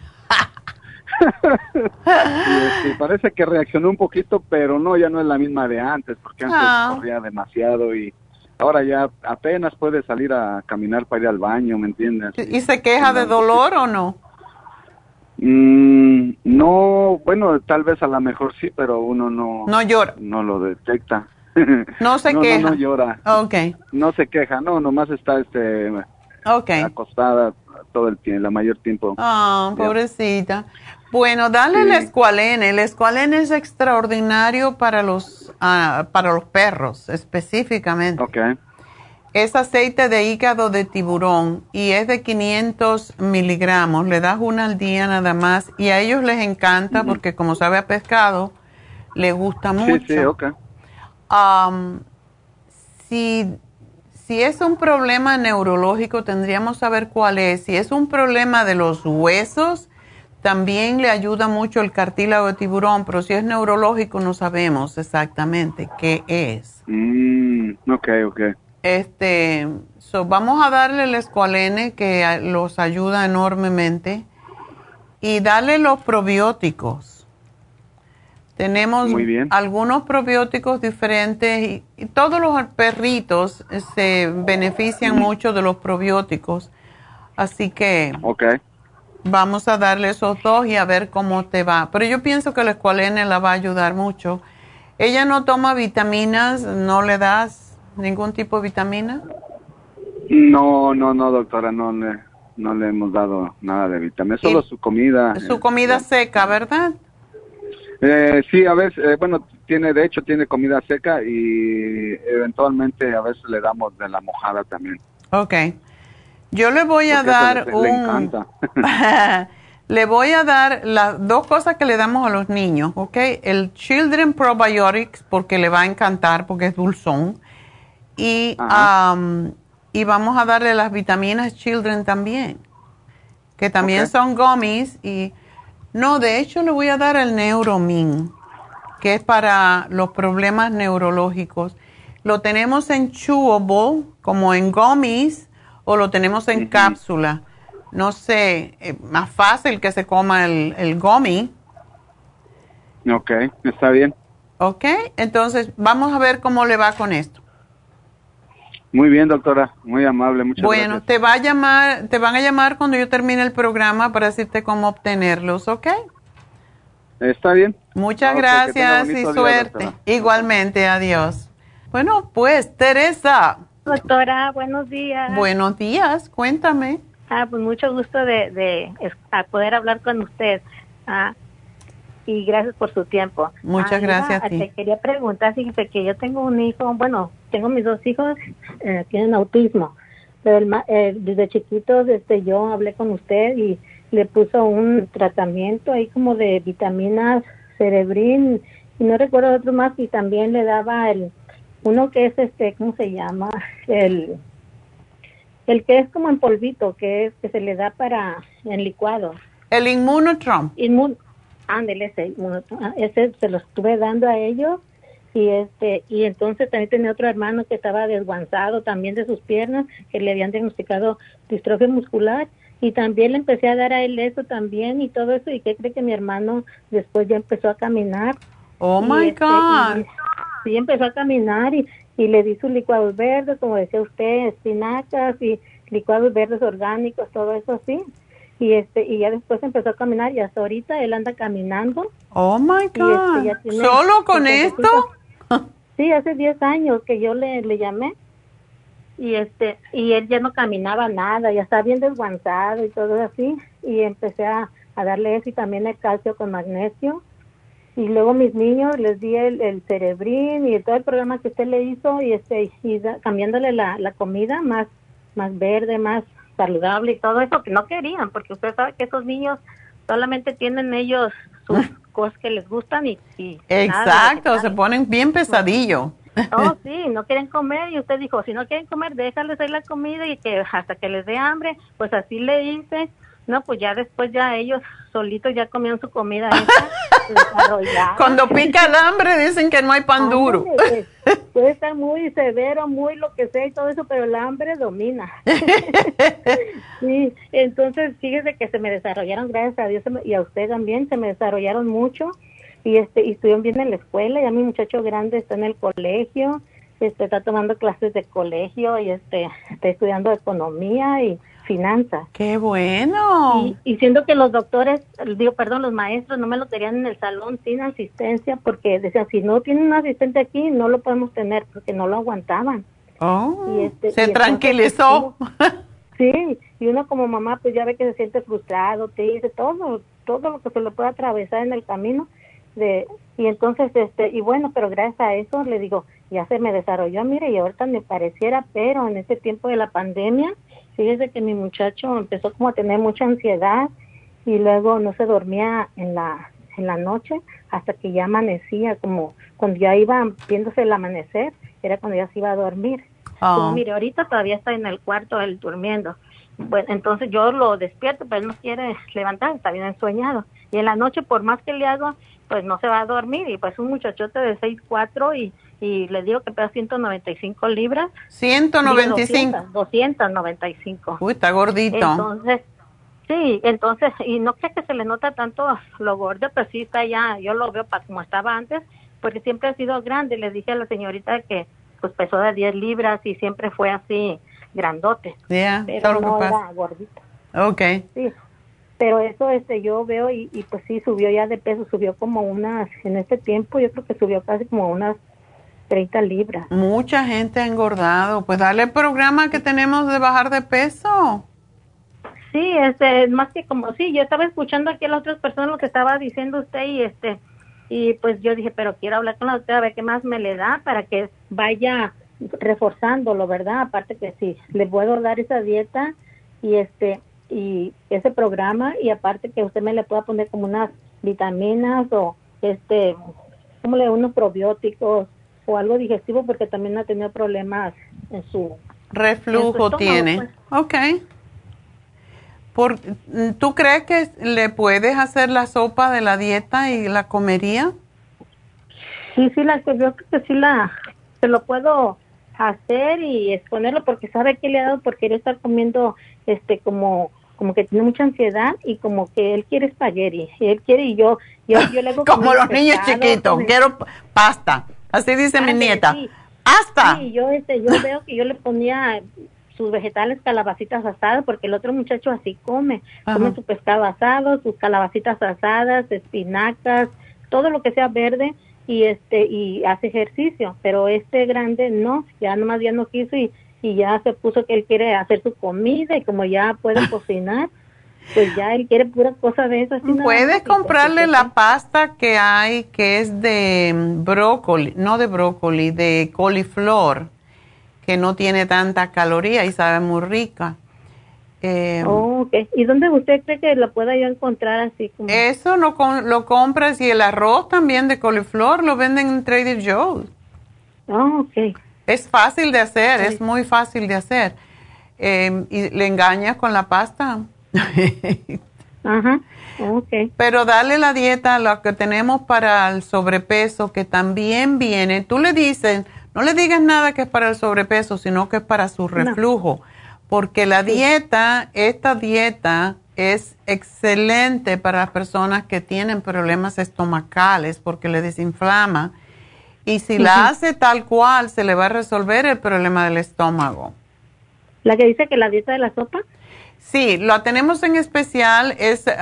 Speaker 16: Y parece que reaccionó un poquito, pero no, ya no es la misma de antes, porque antes corría demasiado y ahora ya apenas puede salir a caminar para ir al baño, ¿me entiendes?
Speaker 4: ¿Y se queja de dolor o no?
Speaker 16: No, bueno, tal vez a lo mejor sí, pero uno no
Speaker 4: llora.
Speaker 16: No lo detecta.
Speaker 4: No se queja.
Speaker 16: No llora.
Speaker 4: Okay.
Speaker 16: No se queja, nomás está acostada todo el tiempo, la mayor tiempo.
Speaker 4: Pobrecita. Bueno, dale el Escualene. El Escualene es extraordinario para los perros, específicamente.
Speaker 16: Okay.
Speaker 4: Es aceite de hígado de tiburón y es de 500 miligramos. Le das una al día nada más y a ellos les encanta porque como sabe a pescado, les gusta mucho.
Speaker 16: Sí, okay.
Speaker 4: Si es un problema neurológico, tendríamos que saber cuál es. Si es un problema de los huesos, también le ayuda mucho el cartílago de tiburón, pero si es neurológico no sabemos exactamente qué es.
Speaker 16: Okay.
Speaker 4: Vamos a darle el Escualene que los ayuda enormemente y darle los probióticos. Tenemos algunos probióticos diferentes y todos los perritos se benefician mucho de los probióticos. Así que vamos a darle esos 2 y a ver cómo te va. Pero yo pienso que el Escualene la va a ayudar mucho. ¿Ella no toma vitaminas? ¿No le das ningún tipo de vitamina?
Speaker 16: No, doctora, no le hemos dado nada de vitamina. Solo su comida.
Speaker 4: Su comida seca, ¿verdad?
Speaker 16: Sí, a veces, de hecho tiene comida seca y eventualmente a veces le damos de la mojada también.
Speaker 4: Okay. Yo le voy a dar
Speaker 16: le encanta.
Speaker 4: Le voy a dar las 2 cosas que le damos a los niños, ¿ok? El Children Probiotics, porque le va a encantar, porque es dulzón. Y vamos a darle las vitaminas Children también, que también son gummies. No, de hecho le voy a dar el Neuromin, que es para los problemas neurológicos. Lo tenemos en chewable, como en gummies, o lo tenemos en cápsula. No sé, más fácil que se coma el gummy.
Speaker 16: Ok, está bien.
Speaker 4: Ok, entonces vamos a ver cómo le va con esto.
Speaker 16: Muy bien, doctora, muy amable, muchas gracias.
Speaker 4: Bueno, te van a llamar cuando yo termine el programa para decirte cómo obtenerlos, ¿ok?
Speaker 16: Está bien.
Speaker 4: Muchas gracias y suerte. Igualmente, adiós. Bueno, pues, Teresa.
Speaker 17: Doctora, buenos días.
Speaker 4: Buenos días, cuéntame.
Speaker 17: Pues mucho gusto de poder hablar con usted. Y gracias por su tiempo.
Speaker 4: Muchas gracias a ti.
Speaker 17: Te quería preguntar, fíjate que yo tengo un hijo, bueno, tengo mis 2 hijos, tienen autismo, pero desde chiquitos yo hablé con usted y le puso un tratamiento ahí como de vitaminas Cerebrin, y no recuerdo otro más, y también le daba uno que es ¿cómo se llama? El que es como en polvito, que se le da en licuado.
Speaker 4: El Immunotrom.
Speaker 17: Ándele, ese se lo estuve dando a ellos, y entonces también tenía otro hermano que estaba desguanzado también de sus piernas, que le habían diagnosticado distrofia muscular, y también le empecé a dar a él eso también y todo eso. ¿Y qué cree? Que mi hermano después ya empezó a caminar?
Speaker 4: Oh my God.
Speaker 17: Sí, empezó a caminar y le di sus licuados verdes, como decía usted, espinacas y licuados verdes orgánicos, todo eso así. Y ya después empezó a caminar y hasta ahorita él anda caminando.
Speaker 4: Oh my God. ¿Solo con esto?
Speaker 17: Sí, hace 10 años que yo le llamé. Y él ya no caminaba nada, ya estaba bien desguanzado y todo así. Y empecé a darle eso y también el calcio con magnesio. Y luego mis niños les di el Cerebrin y todo el programa que usted le hizo y cambiándole la comida más verde, más saludable y todo eso que no querían, porque usted sabe que esos niños solamente tienen ellos sus cosas que les gustan y
Speaker 4: exacto, se ponen bien pesadillos.
Speaker 17: Oh, sí, no quieren comer y usted dijo, si no quieren comer, déjales ahí la comida y que hasta que les dé hambre. Pues así le hice. No, pues ya después ya ellos solitos ya comían su comida
Speaker 4: Cuando pica el hambre dicen que no hay pan duro.
Speaker 17: Puede estar muy severo, muy lo que sea y todo eso, pero el hambre domina. Sí, entonces fíjese que se me desarrollaron, gracias a Dios, y a usted también, se me desarrollaron mucho y estuvieron bien en la escuela. Ya mi muchacho grande está en el colegio, está tomando clases de colegio y está estudiando economía y finanzas.
Speaker 4: ¡Qué bueno!
Speaker 17: Y siendo que los doctores, los maestros no me lo querían en el salón sin asistencia, porque decían, si no tienen un asistente aquí, no lo podemos tener, porque no lo aguantaban.
Speaker 4: Oh, se tranquilizó.
Speaker 17: Sí, y uno como mamá, pues ya ve que se siente frustrado, te dice todo lo que se le puede atravesar en el camino. Y entonces, y bueno, pero gracias a eso, le digo, ya se me desarrolló, mire, y ahorita me pareciera, pero en este tiempo de la pandemia, fíjese que mi muchacho empezó como a tener mucha ansiedad y luego no se dormía en la noche hasta que ya amanecía, como cuando ya iba viéndose el amanecer, era cuando ya se iba a dormir. Pues, mire, ahorita todavía está en el cuarto él durmiendo. Bueno, entonces yo lo despierto, pero él no quiere levantar, está bien ensueñado. Y en la noche, por más que le hago, pues no se va a dormir. Y pues un muchachote de 6'4" y le digo que pesa 195 libras.
Speaker 4: 195.
Speaker 17: 295.
Speaker 4: Uy, está gordito.
Speaker 17: Entonces, sí, y no creo que se le nota tanto lo gordo, pero sí está ya, yo lo veo para como estaba antes, porque siempre ha sido grande. Le dije a la señorita que pues pesó de 10 libras y siempre fue así grandote. Pero no era gordito.
Speaker 4: Okay.
Speaker 17: Sí. Pero eso yo veo y pues sí subió ya de peso, subió como en este tiempo yo creo que subió casi como unas 30 libras.
Speaker 4: Mucha gente ha engordado. Pues dale el programa que tenemos de bajar de peso.
Speaker 17: Sí, más que como, sí, yo estaba escuchando aquí a las otras personas lo que estaba diciendo usted y pues yo dije, pero quiero hablar con la doctora a ver qué más me le da para que vaya reforzándolo, ¿verdad? Aparte que sí, le puedo dar esa dieta y y ese programa, y aparte que usted me le pueda poner como unas vitaminas o como unos probióticos o algo digestivo, porque también ha tenido problemas en su
Speaker 4: reflujo tiene.
Speaker 17: Pues.
Speaker 4: Okay. ¿Tú crees que le puedes hacer la sopa de la dieta y la comería?
Speaker 17: Sí, yo creo que sí se lo puedo hacer y exponerlo, porque sabe que le ha dado por querer estar comiendo como que tiene mucha ansiedad y como que él quiere espagueti, y él quiere y yo le hago
Speaker 4: como los niños chiquitos, quiero pasta, así dice mi nieta.
Speaker 17: Sí.
Speaker 4: ¡Pasta!
Speaker 17: Sí, yo veo que yo le ponía sus vegetales, calabacitas asadas, porque el otro muchacho así come su pescado asado, sus calabacitas asadas, espinacas, todo lo que sea verde, y hace ejercicio, pero grande no, ya nomás ya no quiso y ya se puso que él quiere hacer su comida, y como ya puede cocinar, pues ya él quiere pura cosa de eso.
Speaker 4: Puedes comprarle la pasta que hay, que es de brócoli, no de brócoli, de coliflor, que no tiene tanta caloría y sabe muy rica.
Speaker 17: Okay. ¿Y dónde usted cree que la pueda yo encontrar así como?
Speaker 4: Eso lo compras, y el arroz también de coliflor lo venden en Trader Joe's.
Speaker 17: Okay.
Speaker 4: Es fácil de hacer, es muy fácil de hacer. Y le engañas con la pasta.
Speaker 17: Ajá, okay.
Speaker 4: Pero dale la dieta, lo que tenemos para el sobrepeso, que también viene. Tú le dices, no le digas nada que es para el sobrepeso, sino que es para su reflujo. Porque la dieta, esta dieta es excelente para las personas que tienen problemas estomacales, porque le desinflama. Y si la hace tal cual, se le va a resolver el problema del estómago.
Speaker 17: ¿La que dice que la dieta de la sopa?
Speaker 4: Sí, la tenemos en especial.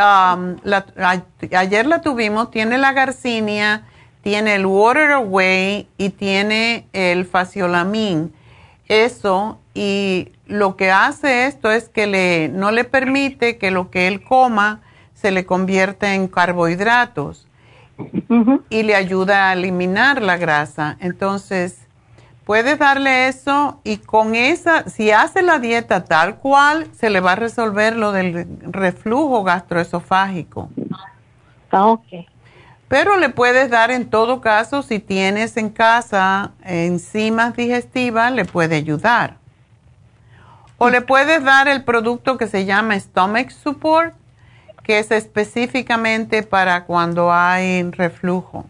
Speaker 4: Ayer la tuvimos, tiene la garcinia, tiene el Water Away y tiene el Faciolamin. Eso, y lo que hace esto es que no le permite que lo que él coma se le convierta en carbohidratos. Y le ayuda a eliminar la grasa. Entonces, puedes darle eso, y con si hace la dieta tal cual, se le va a resolver lo del reflujo gastroesofágico.
Speaker 17: Okay.
Speaker 4: Pero le puedes dar, en todo caso, si tienes en casa enzimas digestivas, le puede ayudar. O le puedes dar el producto que se llama Stomach Support, que es específicamente para cuando hay reflujo.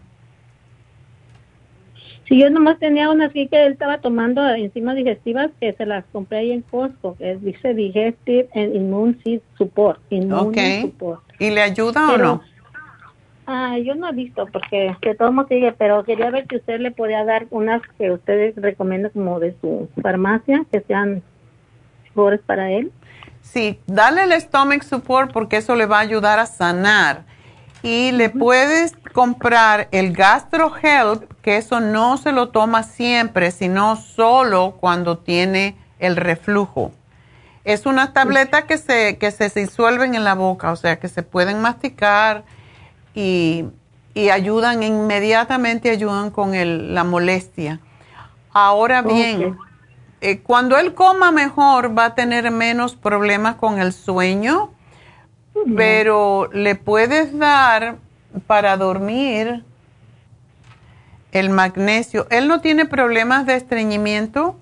Speaker 17: Sí, yo nomás tenía una así que él estaba tomando enzimas digestivas, que se las compré ahí en Costco, que dice Digestive and Immune Support. Support.
Speaker 4: ¿Y le ayuda o no?
Speaker 17: Yo no he visto, porque de todo modo sigue, pero quería ver si usted le podía dar unas que ustedes recomiendan como de su farmacia, que sean mejores para él.
Speaker 4: Sí, dale el Stomach Support, porque eso le va a ayudar a sanar. Y le puedes comprar el Gastro Help, que eso no se lo toma siempre, sino solo cuando tiene el reflujo. Es una tableta que se disuelven en la boca, o sea, que se pueden masticar y ayudan inmediatamente, con la molestia. Ahora bien, cuando él coma mejor, va a tener menos problemas con el sueño, pero le puedes dar para dormir el magnesio. ¿Él no tiene problemas de estreñimiento?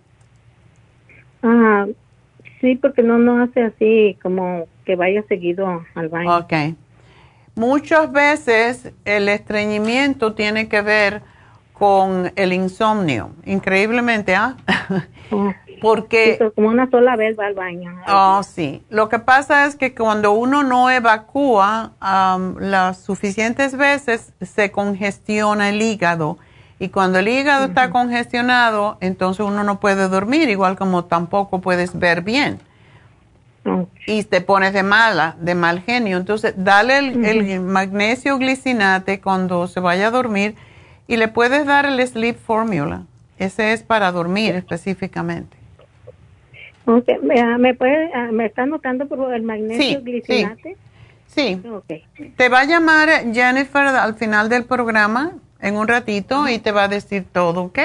Speaker 17: Sí, porque no hace así como que vaya seguido al baño.
Speaker 4: Okay. Muchas veces el estreñimiento tiene que ver con el insomnio, increíblemente, porque
Speaker 17: sí, como una sola vez va al baño.
Speaker 4: Sí. Lo que pasa es que cuando uno no evacúa las suficientes veces, se congestiona el hígado. Y cuando el hígado está congestionado, entonces uno no puede dormir, igual como tampoco puedes ver bien. Y te pones de mal genio. Entonces, dale el magnesio glicinate cuando se vaya a dormir, y le puedes dar el Sleep Formula. Ese es para dormir específicamente.
Speaker 17: Okay. ¿Me está anotando por el magnesio glicinate?
Speaker 4: Sí. Okay. Te va a llamar Jennifer al final del programa en un ratito y te va a decir todo, ¿ok?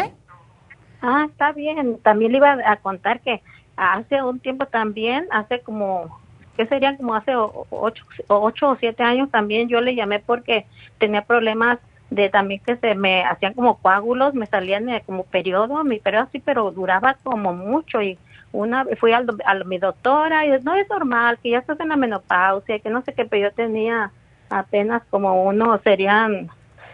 Speaker 17: Está bien. También le iba a contar que hace un tiempo también, hace como que serían como hace 8 o 7 años también, yo le llamé porque tenía problemas de también que se me hacían como coágulos, me salían como mi periodo sí, pero duraba como mucho y fui a mi doctora y no es normal, que ya estás en la menopausia, que no sé qué, pero yo tenía apenas como serían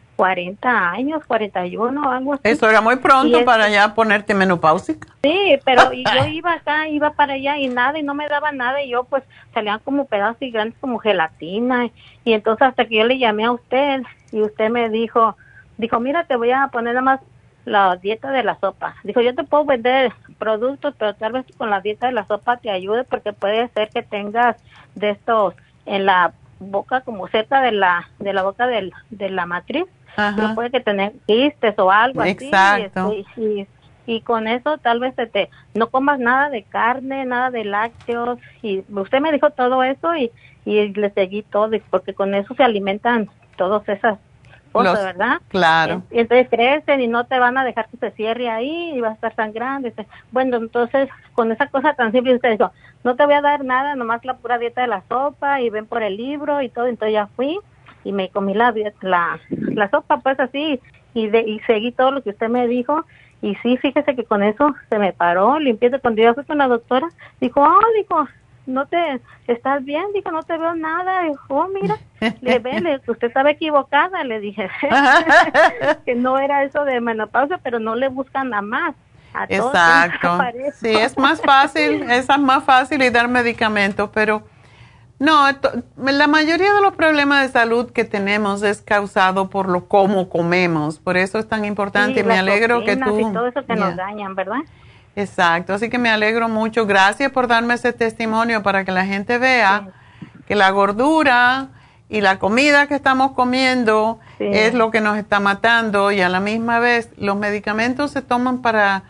Speaker 17: 40 años, 41, algo así.
Speaker 4: Eso era muy pronto para ya ponerte menopáusica.
Speaker 17: Sí, pero yo iba para allá y nada, y no me daba nada, y yo pues salían como pedazos y grandes como gelatina, y entonces hasta que yo le llamé a usted, y usted me dijo, mira, te voy a poner nada más la dieta de la sopa. Dijo, yo te puedo vender productos, pero tal vez con la dieta de la sopa te ayude, porque puede ser que tengas de estos en la boca, como cerca de la boca de la matriz. Pero puede que tener quistes o algo
Speaker 4: Exacto.
Speaker 17: así. Y con eso tal vez no comas nada de carne, nada de lácteos. Y usted me dijo todo eso y le seguí todo, porque con eso se alimentan todas esas cosas, ¿verdad?
Speaker 4: Claro.
Speaker 17: Y entonces crecen y no te van a dejar que se cierre ahí y va a estar tan grande. Bueno, entonces con esa cosa tan simple usted dijo, no te voy a dar nada, nomás la pura dieta de la sopa y ven por el libro y todo. Entonces ya fui y me comí la sopa pues así y seguí todo lo que usted me dijo y sí, fíjese que con eso se me paró, limpieza. Cuando yo fui con la doctora, dijo, no te estás bien, dijo, no te veo nada. Dijo, mira, usted estaba equivocada, le dije que no era eso de menopausia, pero no le buscan nada más.
Speaker 4: Exacto. Sí, es más fácil y dar medicamentos, pero no, la mayoría de los problemas de salud que tenemos es causado por cómo comemos. Por eso es tan importante.
Speaker 17: Sí,
Speaker 4: me alegro que tú...
Speaker 17: Y todo eso que nos dañan, ¿verdad?
Speaker 4: Exacto. Así que me alegro mucho. Gracias por darme ese testimonio para que la gente vea que la gordura y la comida que estamos comiendo es lo que nos está matando. Y a la misma vez los medicamentos se toman para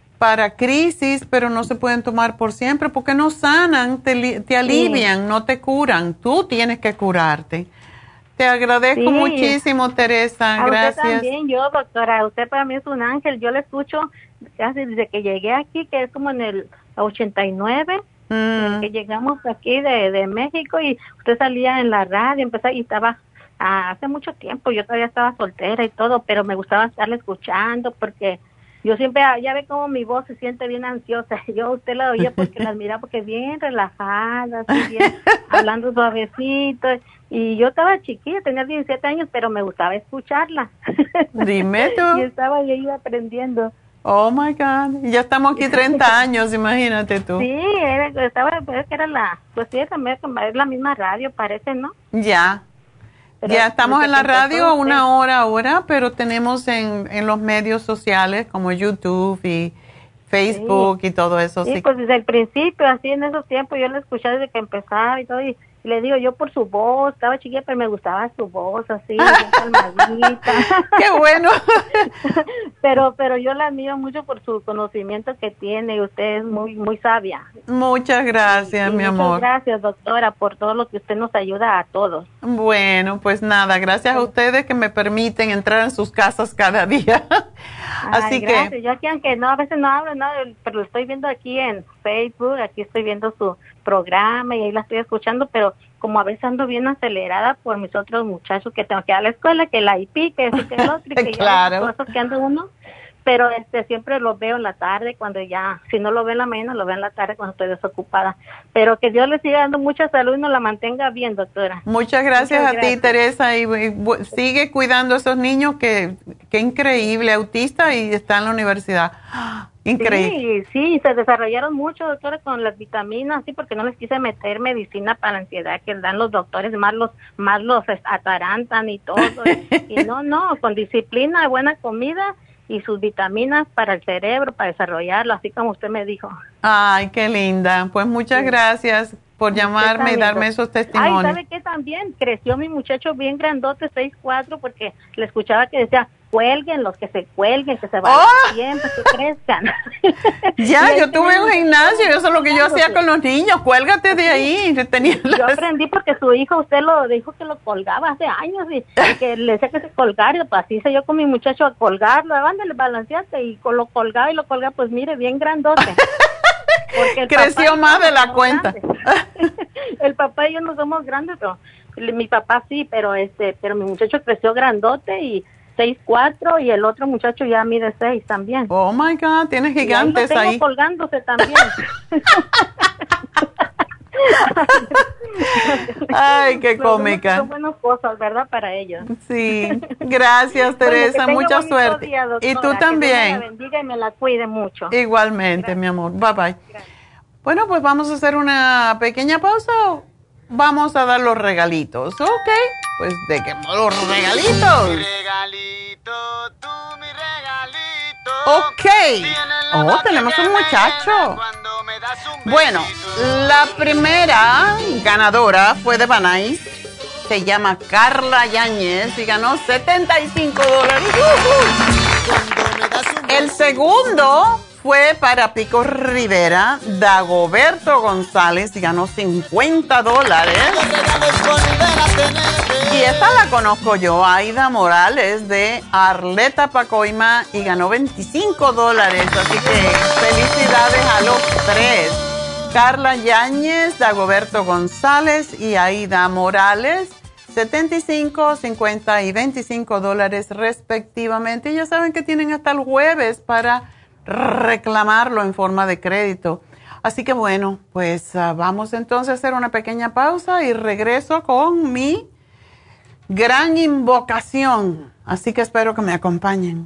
Speaker 4: crisis, pero no se pueden tomar por siempre porque no sanan, te alivian, no te curan. Tú tienes que curarte. Te agradezco muchísimo, Teresa. Gracias.
Speaker 17: Usted también, doctora. Usted para mí es un ángel. Yo le escucho casi desde que llegué aquí, que es como en el 89, que llegamos aquí de México y usted salía en la radio, y estaba hace mucho tiempo. Yo todavía estaba soltera y todo, pero me gustaba estarle escuchando porque yo siempre, ya ve cómo mi voz se siente bien ansiosa. Usted la oía porque la admiraba, porque bien relajada, así bien, hablando suavecito. Y yo estaba chiquilla, tenía 17 años, pero me gustaba escucharla.
Speaker 4: Dime tú.
Speaker 17: Y iba aprendiendo.
Speaker 4: Oh, my God. Ya estamos aquí 30 años, imagínate tú.
Speaker 17: Sí, es la misma radio, parece, ¿no?
Speaker 4: Ya. Pero ya estamos en la radio una hora ahora, pero tenemos en los medios sociales como YouTube y Facebook y todo eso.
Speaker 17: Sí, pues desde el principio, así en esos tiempos, yo la escuché desde que empezaba y todo, y le digo yo por su voz, estaba chiquilla, pero me gustaba su voz, así, bien calmadita.
Speaker 4: ¡Qué bueno!
Speaker 17: pero yo la admiro mucho por su conocimiento que tiene, y usted es muy, muy sabia.
Speaker 4: Muchas gracias, mi amor.
Speaker 17: Muchas gracias, doctora, por todo lo que usted nos ayuda a todos.
Speaker 4: Bueno, pues nada, gracias a ustedes que me permiten entrar en sus casas cada día. Así
Speaker 17: gracias. Yo aquí, aunque a veces no hablo nada, pero lo estoy viendo aquí en Facebook, aquí estoy viendo su programa y ahí la estoy escuchando, pero como a veces ando bien acelerada por mis otros muchachos que tengo que ir a la escuela, que la IP, que eso, que el otro, y que
Speaker 4: claro.
Speaker 17: Ya cosas que ando uno, pero siempre lo veo en la tarde, cuando ya, si no lo veo en la mañana, lo veo en la tarde cuando estoy desocupada, pero que Dios le siga dando mucha salud y nos la mantenga bien, doctora.
Speaker 4: Muchas gracias a ti, Teresa, y sigue cuidando a esos niños que increíble, autista y está en la universidad. Increíble.
Speaker 17: Sí, se desarrollaron mucho, doctora, con las vitaminas, sí, porque no les quise meter medicina para la ansiedad que dan los doctores, más los atarantan y todo. y no, con disciplina, buena comida y sus vitaminas para el cerebro, para desarrollarlo, así como usted me dijo.
Speaker 4: Ay, qué linda. Pues muchas gracias por llamarme y darme esos testimonios.
Speaker 17: Ay, ¿sabe qué? También creció mi muchacho bien grandote, 6'4", porque le escuchaba que decía, cuelguen, los que se cuelguen, que se vayan siempre, que crezcan.
Speaker 4: Ya, yo tuve un gimnasio, eso es lo que yo hacía con los niños, cuélgate de ahí.
Speaker 17: Yo aprendí porque su hijo, usted lo dijo que lo colgaba hace años y que le decía que se colgara, y pues así hice yo con mi muchacho a colgarlo, ándale, balanceaste, y lo colgaba, pues mire, bien grandote.
Speaker 4: Creció más de la cuenta.
Speaker 17: el papá y yo no somos grandes, pero mi papá sí, pero mi muchacho creció grandote y 6'4", y el otro muchacho ya mide 6 también.
Speaker 4: Oh my God, tienes gigantes
Speaker 17: y ahí.
Speaker 4: ahí.
Speaker 17: Colgándose también.
Speaker 4: Ay, qué cómica.
Speaker 17: Son buenas cosas, ¿verdad? Para ellos.
Speaker 4: Sí, gracias, Teresa,
Speaker 17: bueno,
Speaker 4: mucha suerte.
Speaker 17: Día, doctora,
Speaker 4: y tú también.
Speaker 17: Que Dios me la bendiga y me la cuide mucho.
Speaker 4: Igualmente, gracias. Mi amor. Bye bye. Gracias. Bueno, pues vamos a hacer una pequeña pausa. Vamos a dar los regalitos, ¿ok? Pues de qué modo los regalitos. Mi regalito, tú mi regalito. Ok. Oh, tenemos un muchacho. Bueno, la primera ganadora fue de Banais. Se llama Carla Yáñez y ganó $75. El segundo fue para Pico Rivera, Dagoberto González, y ganó $50. Y esta la conozco yo, Aida Morales, de Arleta Pacoima, y ganó $25. Así que felicidades a los tres. Carla Yáñez, Dagoberto González y Aida Morales, $75, $50 y $25 respectivamente. Y ya saben que tienen hasta el jueves para reclamarlo en forma de crédito. Así que bueno, pues vamos entonces a hacer una pequeña pausa y regreso con mi gran invocación. Así que espero que me acompañen.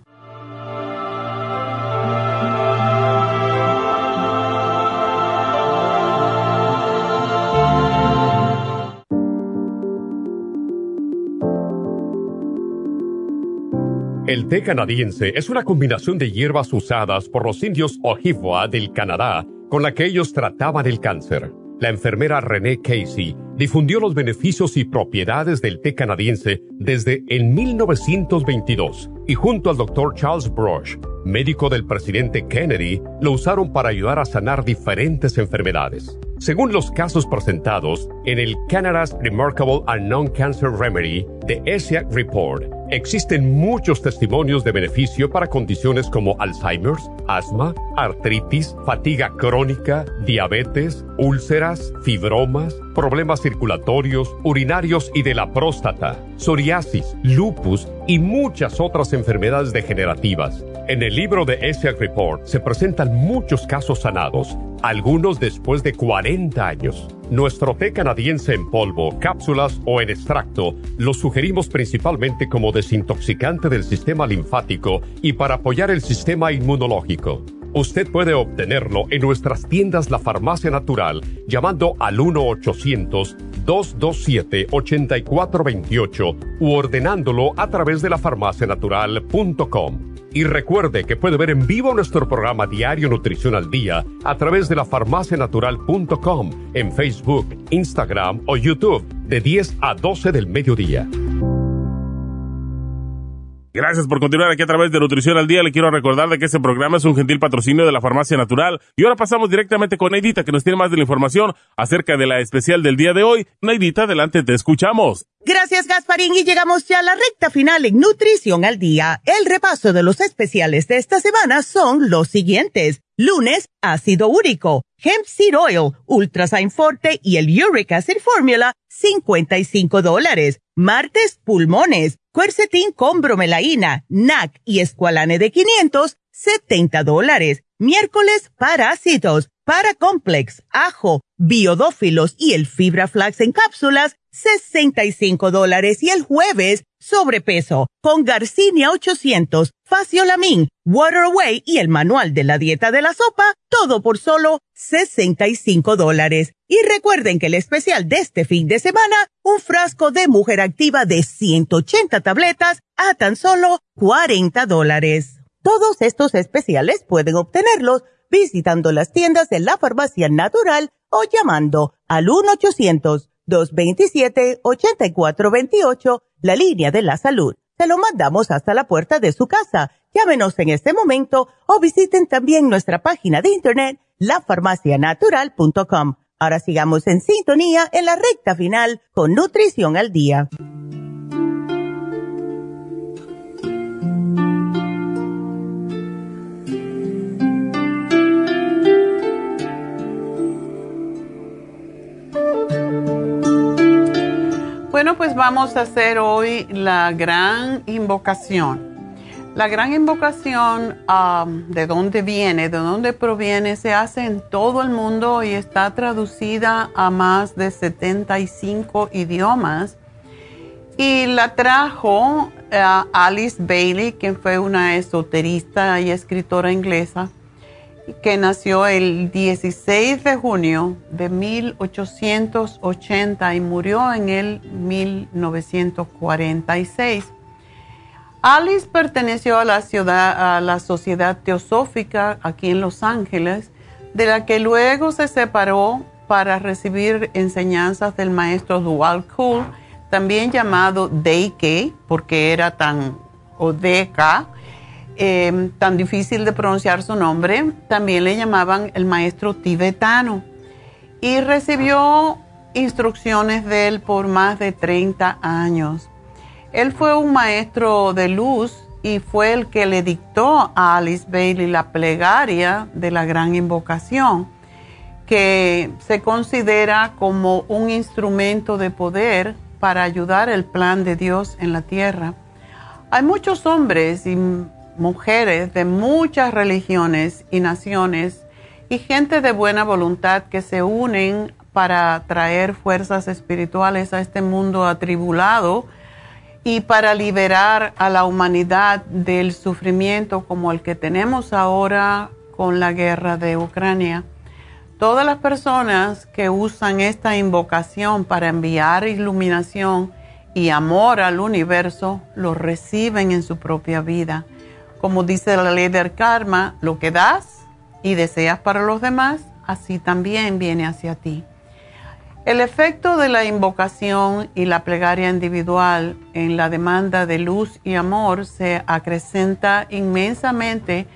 Speaker 12: El té canadiense es una combinación de hierbas usadas por los indios Ojibwa del Canadá con la que ellos trataban el cáncer. La enfermera Renee Casey difundió los beneficios y propiedades del té canadiense desde el 1922 y junto al Dr. Charles Brush, médico del presidente Kennedy, lo usaron para ayudar a sanar diferentes enfermedades. Según los casos presentados en el Canada's Remarkable and Non-Cancer Remedy de ESIAC Report, existen muchos testimonios de beneficio para condiciones como Alzheimer's, asma, artritis, fatiga crónica, diabetes, úlceras, fibromas, problemas circulatorios, urinarios y de la próstata, psoriasis, lupus y muchas otras enfermedades degenerativas. En el libro de ESIAC Report se presentan muchos casos sanados, algunos después de 40 años. Nuestro té canadiense en polvo, cápsulas o en extracto lo sugerimos principalmente como desintoxicante del sistema linfático y para apoyar el sistema inmunológico. Usted puede obtenerlo en nuestras tiendas La Farmacia Natural llamando al 1-800-227-8428 u ordenándolo a través de lafarmacianatural.com. Y recuerde que puede ver en vivo nuestro programa Diario Nutrición al Día a través de lafarmacianatural.com en Facebook, Instagram o YouTube de 10 a 12 del mediodía.
Speaker 6: Gracias por continuar aquí a través de Nutrición al Día. Le quiero recordar de que este programa es un gentil patrocinio de la Farmacia Natural. Y ahora pasamos directamente con Neidita, que nos tiene más de la información acerca de la especial del día de hoy. Neidita, adelante, te escuchamos.
Speaker 7: Gracias, Gasparín, y llegamos ya a la recta final en Nutrición al Día. El repaso de los especiales de esta semana son los siguientes. Lunes, ácido úrico, hemp seed oil, Ultrasign Forte y el Uric Acid Formula, $55. Martes, pulmones, Quercetin con bromelaína, NAC y Esqualane de 500, $70. Miércoles, parásitos, Paracomplex, ajo, biodófilos y el Fibra Flax en cápsulas, $65. Y el jueves, sobrepeso, con Garcinia 800, Faciolamin, Water Away y el manual de la dieta de la sopa, todo por solo $65. Y recuerden que el especial de este fin de semana, un frasco de Mujer Activa de 180 tabletas a tan solo $40. Todos estos especiales pueden obtenerlos visitando las tiendas de la Farmacia Natural o llamando al 1-800-227-8428, la línea de la salud. Se lo mandamos hasta la puerta de su casa. Llámenos en este momento o visiten también nuestra página de internet, lafarmacianatural.com. Ahora sigamos en sintonía en la recta final con Nutrición al Día.
Speaker 4: pues vamos a hacer hoy la gran invocación. La gran invocación, ¿de dónde viene? ¿De dónde proviene? Se hace en todo el mundo y está traducida a más de 75 idiomas. Y la trajo Alice Bailey, quien fue una esoterista y escritora inglesa, que nació el 16 de junio de 1880 y murió en el 1946. Alice perteneció a la Sociedad Teosófica aquí en Los Ángeles, de la que luego se separó para recibir enseñanzas del maestro Dwal Cool, también llamado Deike, porque era tan difícil de pronunciar su nombre. También le llamaban el maestro tibetano, y recibió instrucciones de él por más de 30 años. Él fue un maestro de luz y fue el que le dictó a Alice Bailey la plegaria de la gran invocación, que se considera como un instrumento de poder para ayudar el plan de Dios en la tierra. Hay muchos hombres y mujeres de muchas religiones y naciones y gente de buena voluntad que se unen para traer fuerzas espirituales a este mundo atribulado y para liberar a la humanidad del sufrimiento como el que tenemos ahora con la guerra de Ucrania. Todas las personas que usan esta invocación para enviar iluminación y amor al universo, lo reciben en su propia vida. Como dice la ley del karma, lo que das y deseas para los demás, así también viene hacia ti. El efecto de la invocación y la plegaria individual en la demanda de luz y amor se acrecenta inmensamente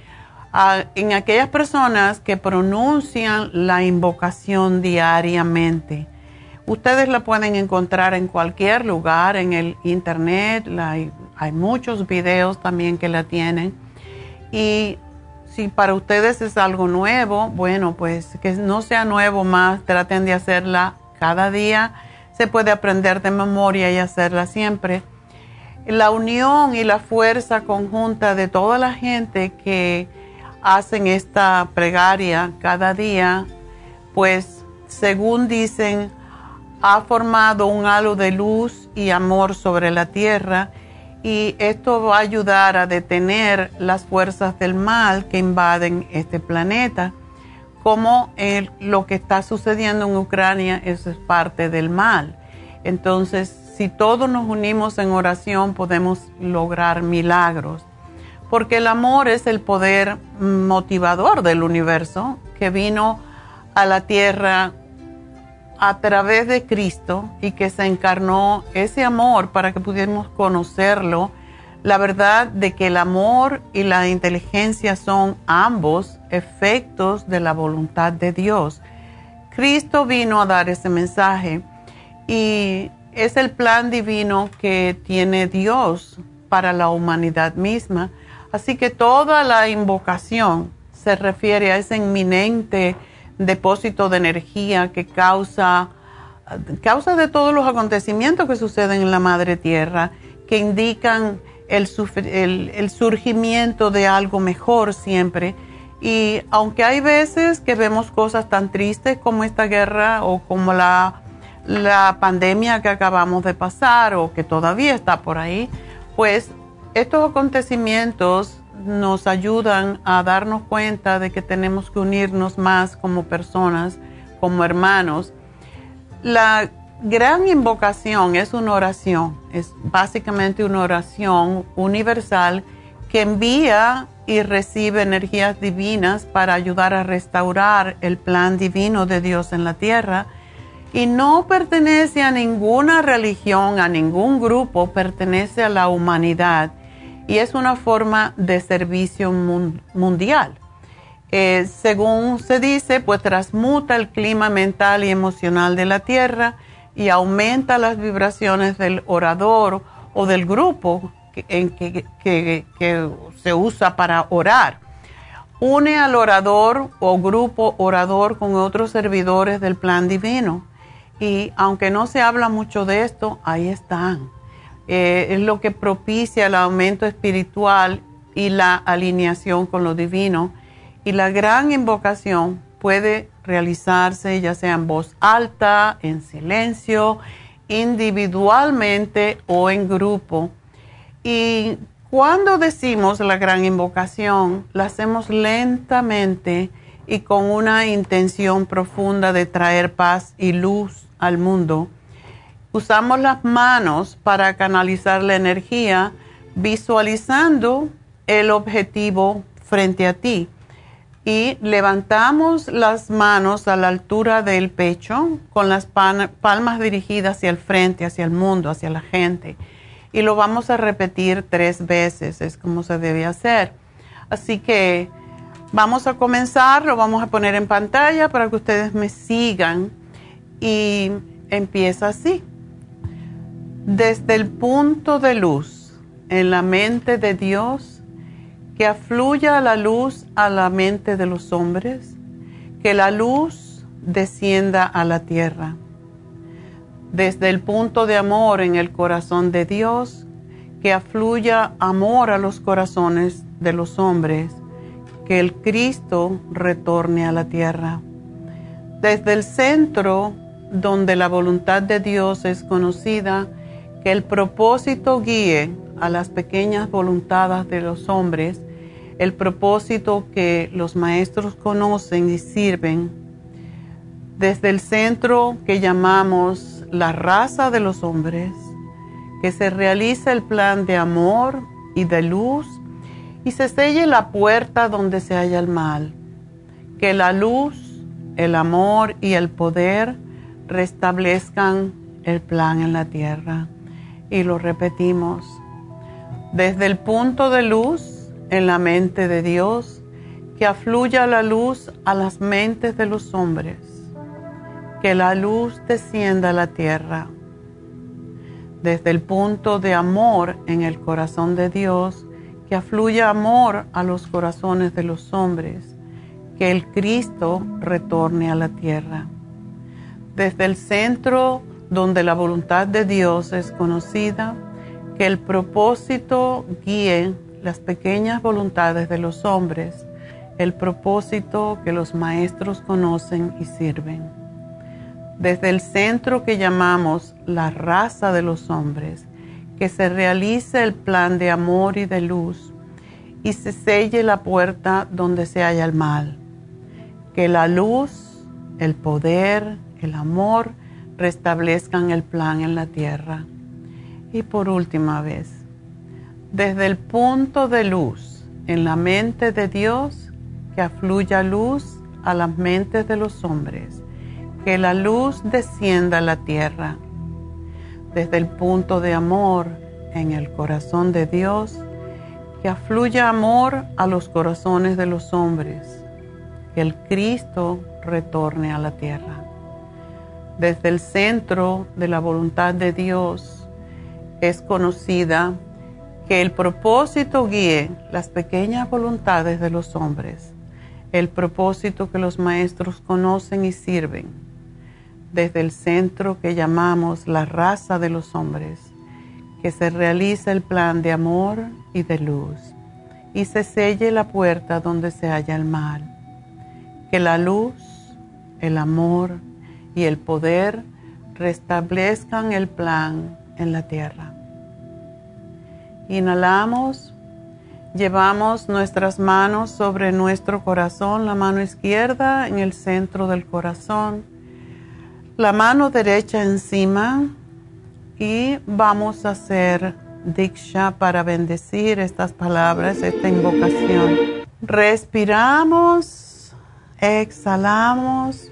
Speaker 4: en aquellas personas que pronuncian la invocación diariamente. Ustedes la pueden encontrar en cualquier lugar, en el internet, hay muchos videos también que la tienen. Y si para ustedes es algo nuevo, bueno, pues que no sea nuevo más, traten de hacerla cada día. Se puede aprender de memoria y hacerla siempre. La unión y la fuerza conjunta de toda la gente que hacen esta plegaria cada día, pues según dicen, ha formado un halo de luz y amor sobre la tierra, y esto va a ayudar a detener las fuerzas del mal que invaden este planeta. Como lo que está sucediendo en Ucrania, eso es parte del mal. Entonces, si todos nos unimos en oración, podemos lograr milagros. Porque el amor es el poder motivador del universo que vino a la tierra a través de Cristo y que se encarnó ese amor para que pudiéramos conocerlo. La verdad de que el amor y la inteligencia son ambos efectos de la voluntad de Dios. Cristo vino a dar ese mensaje y es el plan divino que tiene Dios para la humanidad misma. Así que toda la invocación se refiere a ese inminente depósito de energía que causa de todos los acontecimientos que suceden en la Madre Tierra, que indican el surgimiento de algo mejor siempre. Y aunque hay veces que vemos cosas tan tristes como esta guerra o como la pandemia que acabamos de pasar o que todavía está por ahí, pues estos acontecimientos nos ayudan a darnos cuenta de que tenemos que unirnos más como personas, como hermanos. La gran invocación es una oración, es básicamente una oración universal que envía y recibe energías divinas para ayudar a restaurar el plan divino de Dios en la tierra, y no pertenece a ninguna religión, a ningún grupo, pertenece a la humanidad y es una forma de servicio mundial. Según se dice, pues transmuta el clima mental y emocional de la tierra y aumenta las vibraciones del orador o del grupo que se usa para orar. Une al orador o grupo orador con otros servidores del plan divino Y aunque no se habla mucho de esto, ahí están. Es lo que propicia el aumento espiritual y la alineación con lo divino. Y la gran invocación puede realizarse ya sea en voz alta, en silencio, individualmente o en grupo. Y cuando decimos la gran invocación, la hacemos lentamente y con una intención profunda de traer paz y luz al mundo. Usamos las manos para canalizar la energía, visualizando el objetivo frente a ti. Y levantamos las manos a la altura del pecho, con las palmas dirigidas hacia el frente, hacia el mundo, hacia la gente. Y lo vamos a repetir 3 veces, es como se debe hacer. Así que vamos a comenzar, lo vamos a poner en pantalla para que ustedes me sigan. Y empieza así. Desde el punto de luz en la mente de Dios, que afluya la luz a la mente de los hombres, que la luz descienda a la tierra. Desde el punto de amor en el corazón de Dios, que afluya amor a los corazones de los hombres, que el Cristo retorne a la tierra. Desde el centro donde la voluntad de Dios es conocida, que el propósito guíe a las pequeñas voluntades de los hombres, el propósito que los maestros conocen y sirven. Desde el centro que llamamos la raza de los hombres, que se realice el plan de amor y de luz y se selle la puerta donde se halla el mal. Que la luz, el amor y el poder restablezcan el plan en la tierra. Y lo repetimos. Desde el punto de luz en la mente de Dios, que afluya la luz a las mentes de los hombres. Que la luz descienda a la tierra. Desde el punto de amor en el corazón de Dios, que afluya amor a los corazones de los hombres. Que el Cristo retorne a la tierra. Desde el centro donde la voluntad de Dios es conocida, que el propósito guíe las pequeñas voluntades de los hombres, el propósito que los maestros conocen y sirven. Desde el centro que llamamos la raza de los hombres, que se realice el plan de amor y de luz y se selle la puerta donde se halla el mal. Que la luz, el poder, el amor restablezcan el plan en la tierra. Y por última vez, desde el punto de luz en la mente de Dios, que afluya luz a las mentes de los hombres, que la luz descienda a la tierra. Desde el punto de amor en el corazón de Dios, que afluya amor a los corazones de los hombres, que el Cristo retorne a la tierra. Desde el centro de la voluntad de Dios es conocida, que el propósito guíe las pequeñas voluntades de los hombres, el propósito que los maestros conocen y sirven. Desde el centro que llamamos la raza de los hombres, que se realice el plan de amor y de luz y se selle la puerta donde se halla el mal. Que la luz, el amor y el poder restablezcan el plan en la tierra. Inhalamos, llevamos nuestras manos sobre nuestro corazón, la mano izquierda en el centro del corazón, la mano derecha encima y vamos a hacer Diksha para bendecir estas palabras, esta invocación. Respiramos, exhalamos.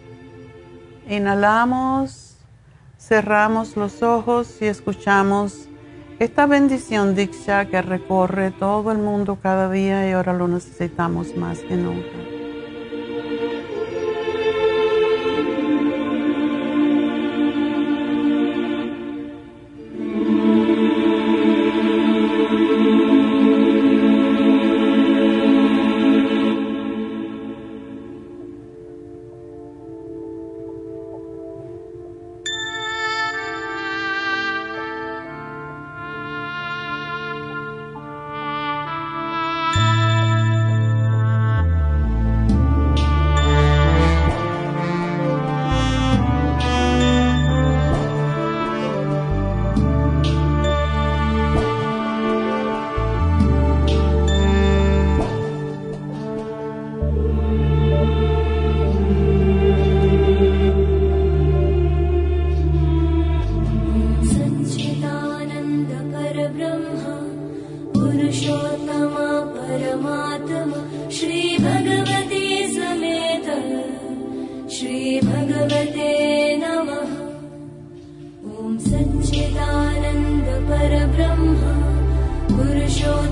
Speaker 4: Inhalamos, cerramos los ojos y escuchamos esta bendición Diksha que recorre todo el mundo cada día y ahora lo necesitamos más que nunca.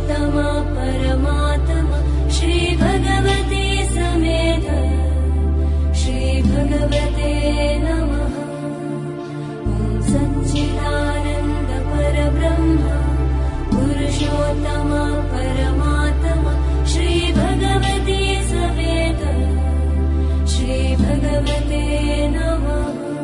Speaker 18: पुरुषोत्तमा परमात्मा श्री भगवते समेत श्री भगवते नमः। ॐ सच्चिदानन्द परब्रह्म पुरुषोत्तमा परमात्मा श्री भगवते समेत श्री भगवते नमः।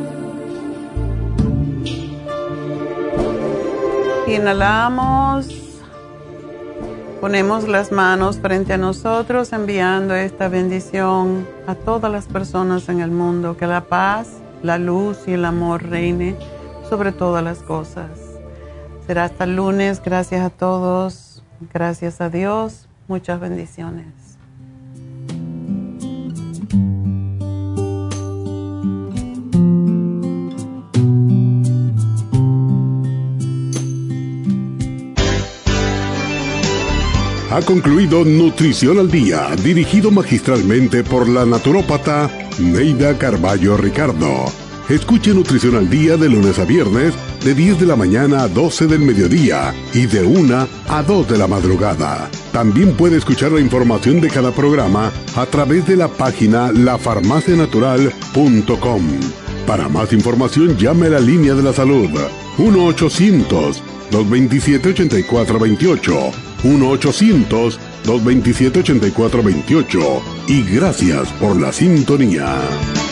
Speaker 4: Inhalamos, ponemos las manos frente a nosotros enviando esta bendición a todas las personas en el mundo, que la paz, la luz y el amor reine sobre todas las cosas. Será hasta el lunes, gracias a todos, gracias a Dios, muchas bendiciones.
Speaker 1: Ha concluido Nutrición al Día, dirigido magistralmente por la naturópata Neida Carballo Ricardo. Escuche Nutrición al Día de lunes a viernes, de 10 de la mañana a 12 del mediodía y de 1 a 2 de la madrugada. También puede escuchar la información de cada programa a través de la página lafarmacianatural.com. Para más información, llame a la línea de la salud 1-800-227-8428. 1-800-227-8428 y gracias por la sintonía.